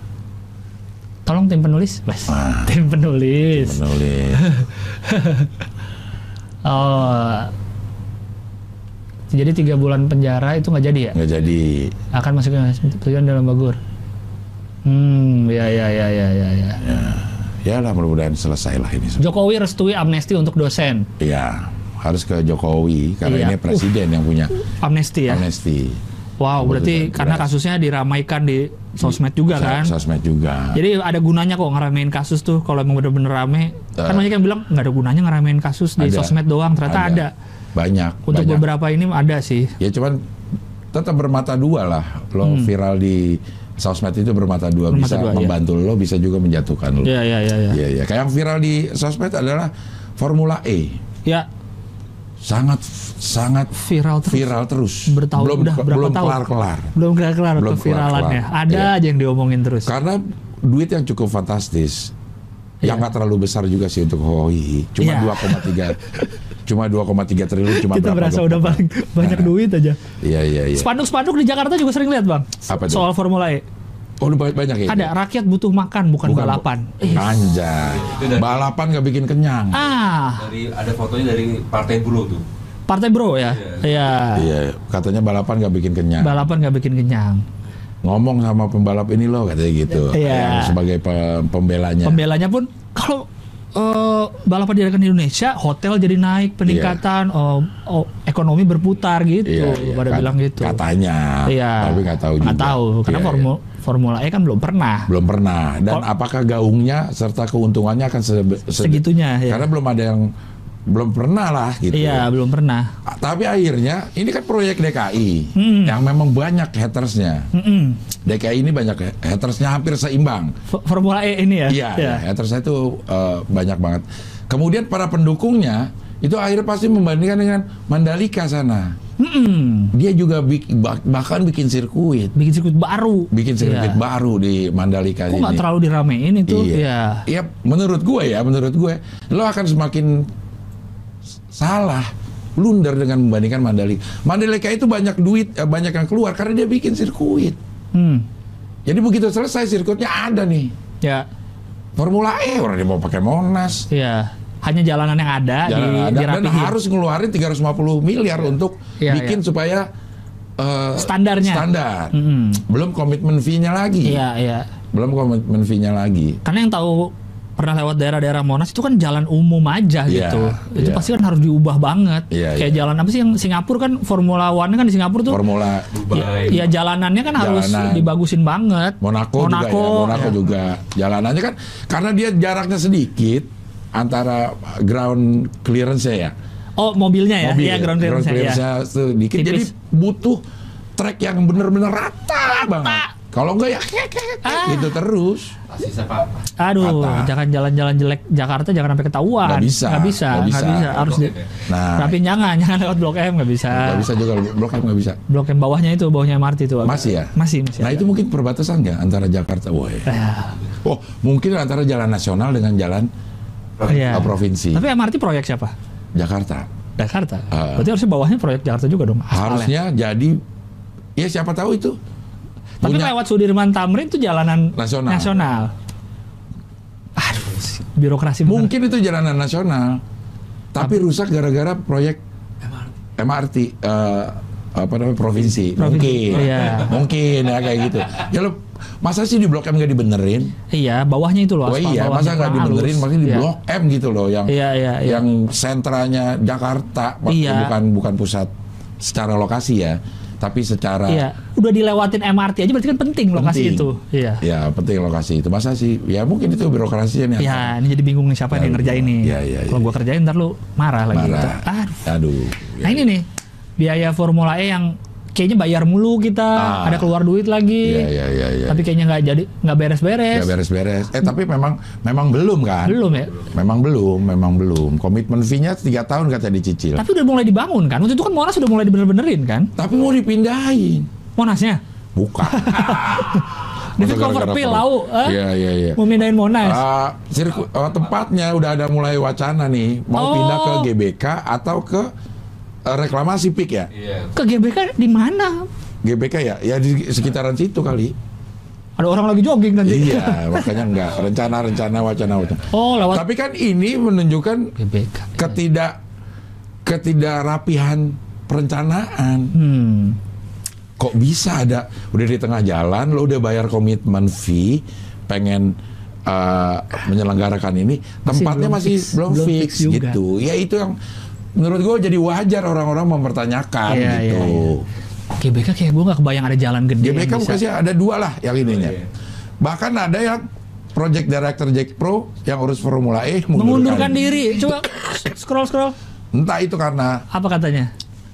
Tolong tim penulis, Mas. Ah. Tim penulis. Menulis. Oh. Jadi tiga bulan penjara itu nggak jadi ya? Nggak jadi. Akan masukkan dalam bagur. Hmm, ya ya ya ya ya ya. Ya lah, mudah-mudahan selesai lah ini. Jokowi restui amnesti untuk dosen. Iya, harus ke Jokowi karena Iya. ini presiden yang punya Amnesti ya. amnesti. Wow, berarti Betul, karena jelas. kasusnya diramaikan di sosmed juga kan? Sosmed juga. Jadi ada gunanya kok ngeramein kasus tuh kalau emang bener-bener rame. Kan Eh. banyak yang bilang nggak ada gunanya ngeramein kasus di Ada. sosmed doang. Ternyata ada. Banyak. Untuk banyak. beberapa ini ada sih. Ya cuman tetap bermata dua lah. Lo viral di sosmed itu bermata dua, Hmm. Bermata bisa dua, iya. membantu lo, bisa juga menjatuhkan lo. Iya, iya, iya, iya. Iya, iya. Kayak yang viral di sosmed adalah Formula E. Ya, sangat sangat Viral terus. viral terus. Bertahun, belum udah berapa belum tahun? kelar-kelar. Belum kelar-kelar Belum keviralannya. kelar-kelar. Ada Iya. aja yang diomongin terus. Karena duit yang cukup fantastis. Iya. Yang nggak terlalu besar juga sih untuk Hoi. Cuma Iya. dua koma tiga cuma dua koma tiga triliun cuma Kita berapa berasa dong? udah paling banyak Nah. duit aja. Iya iya iya. Spanduk-spanduk di Jakarta juga sering lihat bang. Apa tuh? Soal Formula E. Oh udah banyak, banyak ya. Ada rakyat butuh makan bukan, Bukan, balapan. Bu. Anjay. Itu dari- Balapan nggak bikin kenyang. Ah, Dari ada fotonya dari Partai Buruh tuh. Partai Bro ya. Iya. Iya, katanya balapan nggak bikin kenyang. Balapan nggak bikin kenyang. Ngomong sama pembalap ini loh katanya gitu. Iya. Yang sebagai pe- pembelanya. Pembelanya pun kalau eh, balapan diadakan di Indonesia, hotel jadi naik, peningkatan, oh, oh, ekonomi berputar gitu. Iya, iya, Pada kat- bilang gitu. Katanya. Iya. Tapi nggak tahu juga. Nggak tahu karena Iya, Formula Formula E kan belum pernah. belum pernah. Dan Kok- apakah gaungnya serta keuntungannya akan se- se- Segitunya, ya. Karena belum ada yang belum pernah lah gitu. Iya, belum pernah. Ah, Tapi akhirnya ini kan proyek D K I Hmm. yang memang banyak hatersnya. Mm-mm. D K I ini banyak hatersnya hampir seimbang. F- Formula E ini ya. Iya, ya. hatersnya itu eh, banyak banget. Kemudian para pendukungnya itu akhirnya pasti membandingkan dengan Mandalika sana. Mm-mm. Dia juga bik- bah- bahkan bikin sirkuit, Bikin sirkuit baru. bikin sirkuit Iya. baru di Mandalika Kok ini. nggak terlalu diramein itu? Iya. Iya. Iya, menurut gue ya, menurut gue, lo akan semakin salah, blunder dengan membandingkan Mandalika. Mandalika itu banyak duit, eh, banyak yang keluar karena dia bikin sirkuit. Hmm. Jadi begitu selesai sirkuitnya ada nih. Ya. Formula E orang dia mau pakai Monas. Iya. Hanya jalanan yang ada Jalan di, ada, dan dirapihin. harus ngeluarin tiga ratus lima puluh miliar untuk Iya, bikin iya. supaya eh, Standarnya. standar. Mm-mm. Belum komitmen fee-nya lagi. Iya, iya. Belum komitmen fee-nya lagi. Karena yang tahu pernah lewat daerah-daerah Monas itu kan jalan umum aja Iya, gitu. Itu iya. pasti kan harus diubah banget. Iya, Kayak iya. jalan apa sih yang Singapura kan Formula One kan di Singapura tuh. Formula Ya, Dubai. ya jalanannya kan harus Jalanan. dibagusin banget. Monaco, juga ya, Monaco ya. juga jalanannya kan karena dia jaraknya sedikit antara ground clearance-nya ya. Oh, mobilnya ya. Mobil, Iya, ground clearance ya. clearance-nya sedikit Tipis. jadi butuh track yang bener-bener rata banget. Kalau enggak ya Ah. gitu terus. Sisa Pak. Aduh, Rata. jangan jalan-jalan jelek Jakarta jangan sampai ketahuan. Nggak bisa, Nggak bisa, nggak nggak bisa. bisa. Harus di, Nah, tapi jangan, jangan lewat Blok M nggak bisa. nggak bisa juga Blok M nggak bisa. Blok M bawahnya itu, bawahnya M R T itu. agak- Masih ya? Masih, masih. Nah ada. itu mungkin perbatasan nggak antara Jakarta, woi. Eh, Oh mungkin antara jalan nasional dengan jalan iya. uh, provinsi Tapi M R T proyek siapa? Jakarta. Jakarta. Ah. Berarti harusnya bawahnya proyek Jakarta juga dong. aspalnya. Harusnya jadi, ya siapa tahu itu. Tapi punya- lewat Sudirman Tamrin itu jalanan Nasional. nasional. Aduh, birokrasi bener. Mungkin itu jalanan nasional, tapi rusak gara-gara proyek M R T eh, apa namanya provinsi. Provinsi, Mungkin, iya. mungkin ya kayak gitu. Ya lo masa sih di Blok M nggak dibenerin? Iya, bawahnya itu loh. Oh aspal iya, bawahnya masa nggak kurang dibenerin? halus. Makanya di Iya. Blok M gitu loh yang Iya, iya, iya. yang sentranya Jakarta, Iya. bukan bukan pusat secara lokasi ya, tapi secara Iya, udah dilewatin M R T aja berarti kan penting lokasi penting. itu. Iya. Ya penting lokasi itu. Masa sih? Ya mungkin itu birokrasinya nih. Ya, ini jadi bingung nih siapa Ya, yang ngerjain nih. iya, iya, Kalau iya. gua kerjain ntar lu marah lagi. Marah. Gitu. Aduh. Aduh. Nah ini nih biaya Formula E yang kayaknya bayar mulu kita, Ah. ada keluar duit lagi. Iya iya iya. iya. Tapi kayaknya nggak jadi, nggak beres-beres. Nggak beres-beres. Eh tapi memang memang belum kan? Belum ya. Memang belum, memang belum. Komitmen fee-nya tiga tahun katanya dicicil. Tapi udah mulai dibangun kan. Waktu itu kan Monas udah mulai dibener-benerin kan. Tapi mau dipindahin. Monasnya. Bukan. David Masa gara-gara Copperfield per- lau. eh? Iya iya iya. Mau mindahin Monas. Ah, sirku, oh, tempatnya udah ada mulai wacana nih mau Oh. pindah ke G B K atau ke eh, reklamasi P I K ya. Iya. Ke G B K di mana? G B K ya, ya di sekitaran situ kali. Ada orang lagi jogging nanti. Iya, makanya enggak rencana-rencana wacana-wacana. Oh, lewat Tapi kan ini menunjukkan G B K. ketidak ketidakrapihan perencanaan. Hmm. Kok bisa ada udah di tengah jalan lo udah bayar komitmen fee pengen uh, menyelenggarakan ini tempatnya belum masih fix, belum, belum fix, fix juga. gitu ya itu yang menurut gue jadi wajar orang-orang mempertanyakan Iya, gitu. iya, iya. G B K kayak gue gak kebayang ada jalan gede G B yang K bisa. bukan sih ada dua lah yang ininya. iya. Bahkan ada yang project director Jack Pro yang urus Formula E Mengundurkan diri. Coba scroll scroll. Entah itu karena Apa katanya?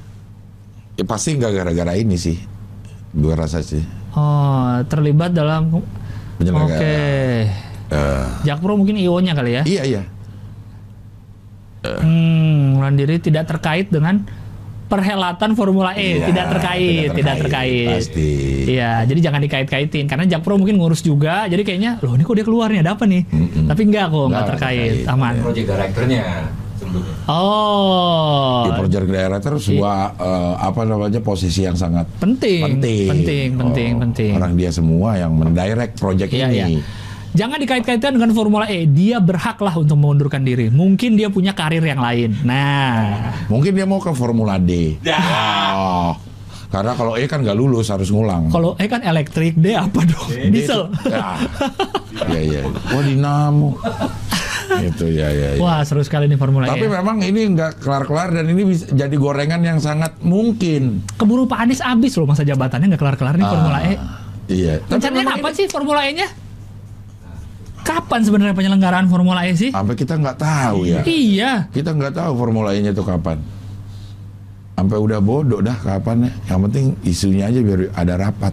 ya pasti nggak gara-gara ini sih, gue rasa sih. Oh, terlibat dalam Penyelenggara. Oke. Eh, Jakpro mungkin I O-nya kali ya. iya iya. Hmm, mengundurkan diri tidak terkait dengan perhelatan Formula E, Iya, tidak terkait, tidak terkait. Pasti. Iya, jadi jangan dikait-kaitin karena Jakpro mungkin ngurus juga, jadi kayaknya loh ini kok dia keluar nih, ada apa nih? Mm-mm. Tapi enggak kok, enggak Enggak terkait, terkait. aman. Project directornya sebelumnya. Oh, Di project director sebuah eh, apa namanya posisi yang sangat penting, penting, penting, penting, Oh, penting. Orang dia semua yang mendirect project Iya, ini. iya. Jangan dikait-kaitkan dengan Formula E. Dia berhak lah untuk mengundurkan diri. Mungkin dia punya karir yang lain. Nah, Mungkin dia mau ke Formula D. Ya. Oh, karena kalau E kan nggak lulus harus ngulang. kalau E kan elektrik, D apa dong? D Diesel. Ya, ya, ya. Oh dinamo. Itu ya, ya, ya. Wah, seru sekali nih Formula Tapi E. memang ini nggak kelar-kelar dan ini bisa jadi gorengan yang sangat mungkin. Keburu Pak Anies abis loh masa jabatannya, nggak kelar-kelar nih Formula E. Iya. Tapi Rencananya memang kapan ini- sih Formula E-nya? Kapan sebenarnya penyelenggaraan Formula E sih? Sampai kita nggak tahu ya. Iya. Kita nggak tahu Formula E-nya itu kapan. Sampai udah bodoh dah kapan ya. Yang penting isunya aja biar ada rapat.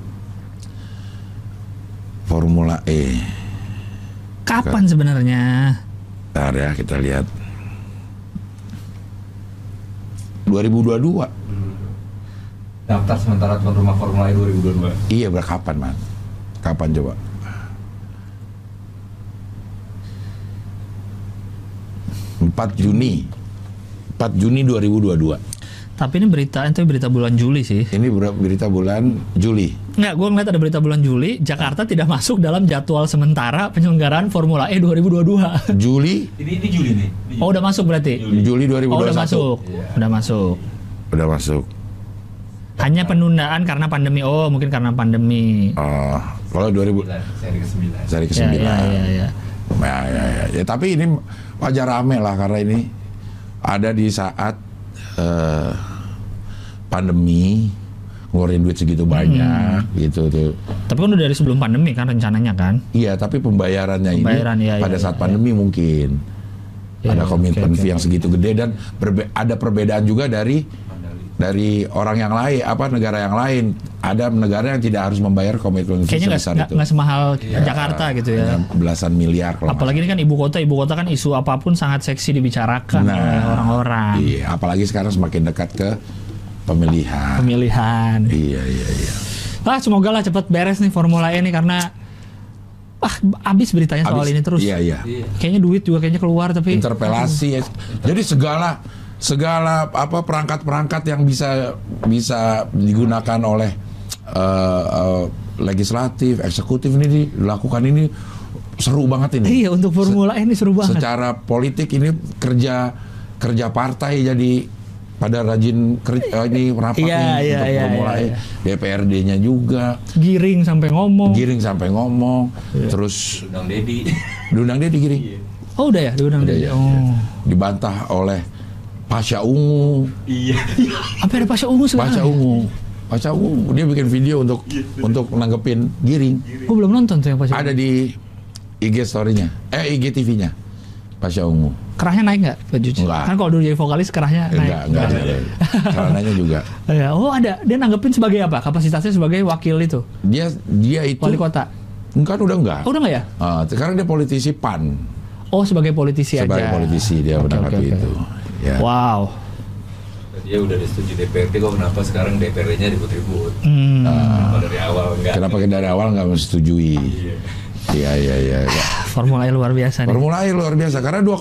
Formula E. Kapan sebenarnya? Bentar ya kita lihat. dua ribu dua puluh dua. Daftar sementara tuan rumah Formula E dua ribu dua puluh dua. Iya berkapan man? Kapan coba? empat Juni. empat Juni dua ribu dua puluh dua. Tapi ini berita, itu berita bulan Juli sih. Ini ber- berita bulan Juli. Nggak, gue ngeliat ada berita bulan Juli, Jakarta tidak masuk dalam jadwal sementara penyelenggaraan Formula E dua ribu dua puluh dua. Juli, Ini ini Juli nih. Ini Oh, udah masuk berarti? Juli. Juli dua ribu Oh, dua puluh satu. udah masuk. Iya. Udah masuk. Udah masuk. Hanya penundaan karena pandemi. Oh, mungkin karena pandemi. Oh, kalau dua ribu Sembilan, seri ke sembilan. seri ke Ya, sembilan. ya, ya, ya. Ya, ya, ya. Ya, tapi ini wajar rame lah karena ini ada di saat eh, pandemi ngeluarin duit segitu banyak Hmm. gitu tuh. Tapi kan udah dari sebelum pandemi kan rencananya kan? Iya, tapi pembayarannya Pembayaran, ini iya, pada iya, saat iya. pandemi mungkin Iya, ada iya, komitmen oke, oke, fee yang oke. segitu gede dan berbe- ada perbedaan juga dari Mandali. dari orang yang lain apa negara yang lain. Ada negara yang tidak harus membayar komitmen fee Kayaknya nggak sebesar nggak- itu. nggak semahal Iya. Jakarta gitu ya. Hanya belasan miliar kalau nggak Apalagi ini kan ibu kota, ibu kota kan isu apapun sangat seksi dibicarakan Nah, oleh orang-orang. Iya, apalagi sekarang semakin dekat ke pemilihan. Pemilihan. Iya, iya, iya. Ah, semoga lah cepat beres nih Formula E ini karena ah abis beritanya soal Habis- ini terus. Iya, iya. Iya. Kayaknya duit juga kayaknya keluar tapi Interpelasi. ya. Jadi segala segala apa perangkat-perangkat yang bisa bisa digunakan oleh eh, eh, legislatif, eksekutif ini dilakukan ini seru banget ini. Iya, untuk Formula E ini seru banget. Secara politik ini kerja kerja partai jadi pada rajin kerja ini rapat Iya, nih iya, untuk iya, Formula iya, E. D P R D-nya juga Giring sampai ngomong. giring sampai ngomong, Iya. terus Undang Dedi. diundang dia digiring, Oh, udah ya, diundang Udah, dia. iya, Oh. dibantah oleh Pasha Ungu, Iya. Apa ada Pasha Ungu sekarang? Pasha Ungu, Pasha Ungu dia bikin video untuk untuk nanggepin giring, Gue belum nonton tuh yang Pasha ada Ungu. di I G story-nya, eh I G T V-nya, Pasha Ungu. Kerahnya naik nggak bajunya? Enggak. Kan kalau dulu jadi vokalis kerahnya naik. Enggak, enggak ada. Celananya juga. Ya, oh ada. Dia nanggepin sebagai apa? Kapasitasnya sebagai wakil itu, Dia dia itu wali kota. kan udah enggak. Oh, udah nggak ya? Ah, sekarang dia politisi P A N. Oh, sebagai politisi Sebagai aja. politisi dia Oke, menanggapi oke, oke. itu. Ya. Wow. Dia udah disetujui D P R D kok kenapa sekarang D P R D-nya ribut-ribut? Hmm. Kenapa dari awal enggak? Kenapa dari awal nggak menyetujui? Iya. Iya, iya, iya. Ya. Formula E luar biasa nih. Formula E luar biasa karena dua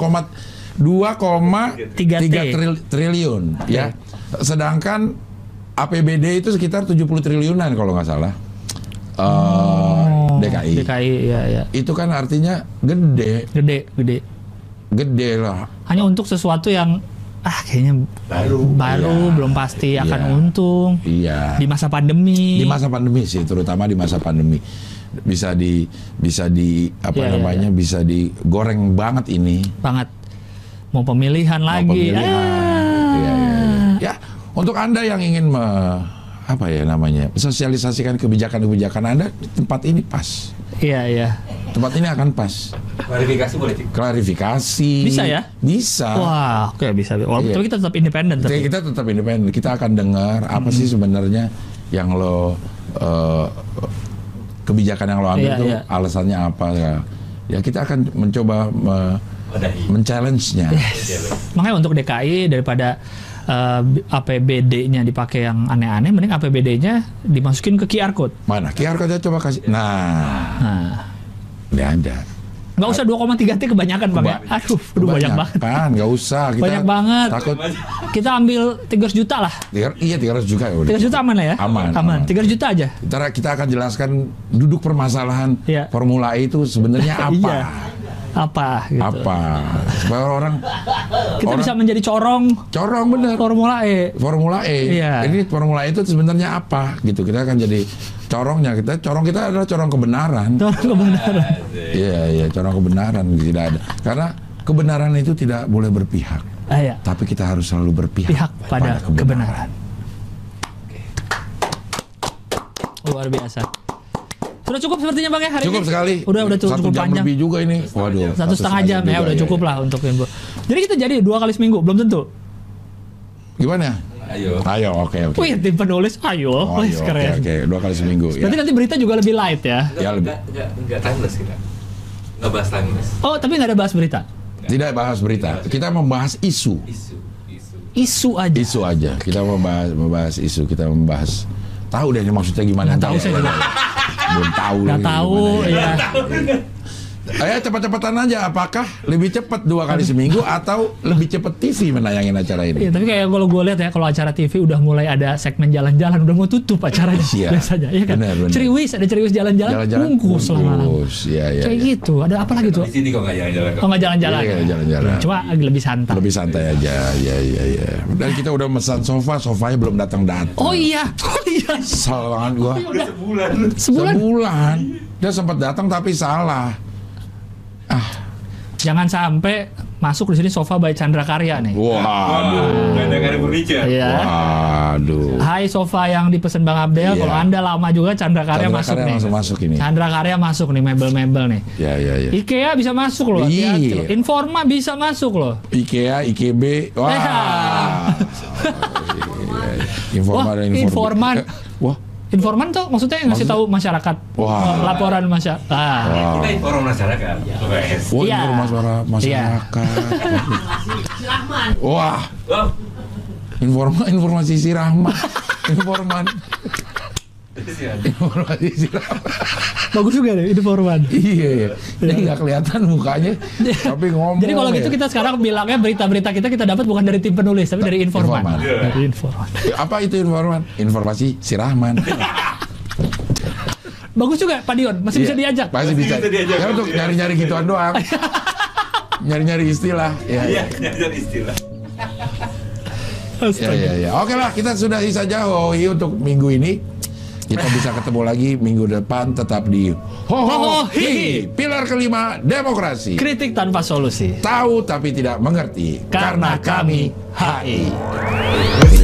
koma Tiga T. tiga triliun ya. Sedangkan A P B D itu sekitar tujuh puluh triliunan kalau nggak salah. Eh, Oh, D K I. D K I, ya, ya. Itu kan artinya gede, Gede, gede. gede lah. Hanya untuk sesuatu yang ah kayaknya Baru. baru Iya. belum pasti akan Iya. untung Iya. di masa pandemi. Di masa pandemi sih, terutama di masa pandemi bisa di bisa di apa Iya, iya, namanya bisa digoreng banget ini. banget. Mau pemilihan Mau lagi. pemilihan. Ah. Iya, iya, iya. Ya, untuk Anda yang ingin me, apa ya namanya? Sosialisasikan kebijakan-kebijakan Anda di tempat ini pas. Iya, iya. Tempat ini akan pas. Klarifikasi boleh, Cik? Klarifikasi. Bisa ya? Bisa. Wah, oke bisa. Walaupun Iya. tapi kita tetap independen Jadi tapi. kita tetap independen. Kita akan dengar apa sih sebenarnya yang lo eh, kebijakan yang lo ambil Iya, itu iya. alasannya apa ya. Ya kita akan mencoba me- Wadahi. men-challenge-nya. Makanya untuk D K I daripada uh, A P B D-nya dipakai yang aneh-aneh, mending A P B D-nya dimasukin ke Q R code. Mana? Q R code coba kasih. Nah, Nah, ini ada. nggak usah dua koma tiga T kebanyakan bang ya. Aduh, aduh banyak banget. Kan, nggak usah. Kita Banyak banget. Takut. Kita ambil tiga ratus juta lah. Tiga- Iya tiga ratus juga ya udah. tiga ratus juta aman lah ya? Aman, Aman. aman. tiga ratus juta aja. Kita, kita akan jelaskan duduk permasalahan Iya. Formula E itu sebenarnya apa? Iya. Apa gitu. Apa? Supaya orang Kita orang bisa menjadi corong corong bener. Formula E. Formula E. Iya. Ini Formula E itu sebenarnya apa? Gitu. Kita akan jadi corongnya. Kita corong kita adalah corong kebenaran. Corong kebenaran. Iya, iya, corong kebenaran tidak ada. Karena kebenaran itu tidak boleh berpihak. Ah, iya. Tapi kita harus selalu berpihak Pihak pada kebenaran. Luar biasa. Sudah cukup sepertinya bang ya hari Cukup ini? sekali. Udah udah cukup, Satu cukup jam panjang. lebih juga ini. Waduh. Satu setengah jam ya juga, udah iya, cukup iya. lah untuk info. Jadi kita jadi dua kali seminggu belum tentu. Gimana? Ayo. Ayo, oke, oke. Wih tim penulis ayo, Oh, wih ayo, keren. Oke, oke, dua kali seminggu. Berarti Ya. nanti berita juga lebih light ya. Ya, lebih. Enggak, enggak, enggak timeless kita. Enggak bahas timeless. Oh tapi nggak ada bahas berita. Tidak bahas berita. Kita membahas isu. Isu, isu. Isu aja. Isu aja. Kita membahas membahas isu. Kita membahas. Tahu deh ini maksudnya gimana? Nggak tahu Ntar saya ya. juga. Belum tahu. Nggak lagi tahu gimana ya. ya. Ayo cepat-cepatan aja. Apakah lebih cepat dua kali seminggu atau lebih cepat T V menayangin acara ini? Iya, tapi kayak kalau gue lihat ya, kalau acara T V udah mulai ada segmen jalan-jalan, udah mau tutup acaranya Iya. biasanya, iya kan? Benar, benar. Ceriwis, ada ceriwis jalan-jalan, Jalan-jalan bungkus lama-lama. bungkus. Iya, iya. Kayak iya. gitu, ada apa lagi tuh? Di sini kok enggak jalan-jalan. Oh nggak jalan-jalan? Iya, iya, jalan-jalan. Cuma agak lebih santai. Lebih santai aja. Iya, iya, iya. Dan kita udah mesan sofa, sofanya belum datang-datang. Oh iya, oh iya. Kesel banget gua. Udah sebulan. Sebulan. Sebulan. Dia sempat datang tapi salah. Jangan sampai masuk di sini sofa by Chandra Karya nih. Waduh. Enggak ada karya furniture. Iya. Waduh. Hai sofa yang dipesen Bang Abdel, Iya. kalau Anda lama juga Chandra Karya Chandra masuk Karya nih. langsung masuk ini. Chandra Karya masuk nih, mebel-mebel nih. Ya, ya, ya. IKEA bisa masuk loh, Iya. hati-hati loh. Informa bisa masuk loh. IKEA, I K B. Wah. Ya. Informan Wah, dan informan. Eh, Wah. Informan tuh maksudnya yang ngasih tahu masyarakat. Wah. Laporan masyarakat. Ah. Wah. Kita inform masyarakat. Wes. Wah, Iya. informasi suara masyarakat. Wah, Wah. informa informasi si Rahman. Informan. Informasi si Rahman. Bagus juga deh informan. Iya, iya. Jadi nggak kelihatan mukanya, tapi ngomong. Jadi kalau ya. gitu kita sekarang bilangnya berita-berita kita kita dapat bukan dari tim penulis tapi dari informan. Informan. Dari informan. Apa itu informan? Informasi si Rahman. Bagus juga Pak Dion, masih bisa Iya, diajak. Masih bisa. bisa diajak. Ya untuk nyari-nyari gituan doang. Nyari-nyari istilah. Ya, Iya, ya. nyari istilah. Ya, ya, ya. Oke lah, kita sudah saja Hohi untuk minggu ini. Kita bisa ketemu lagi minggu depan tetap di Ho Hi, pilar kelima demokrasi. Kritik tanpa solusi. Tahu tapi tidak mengerti Karena kami H I.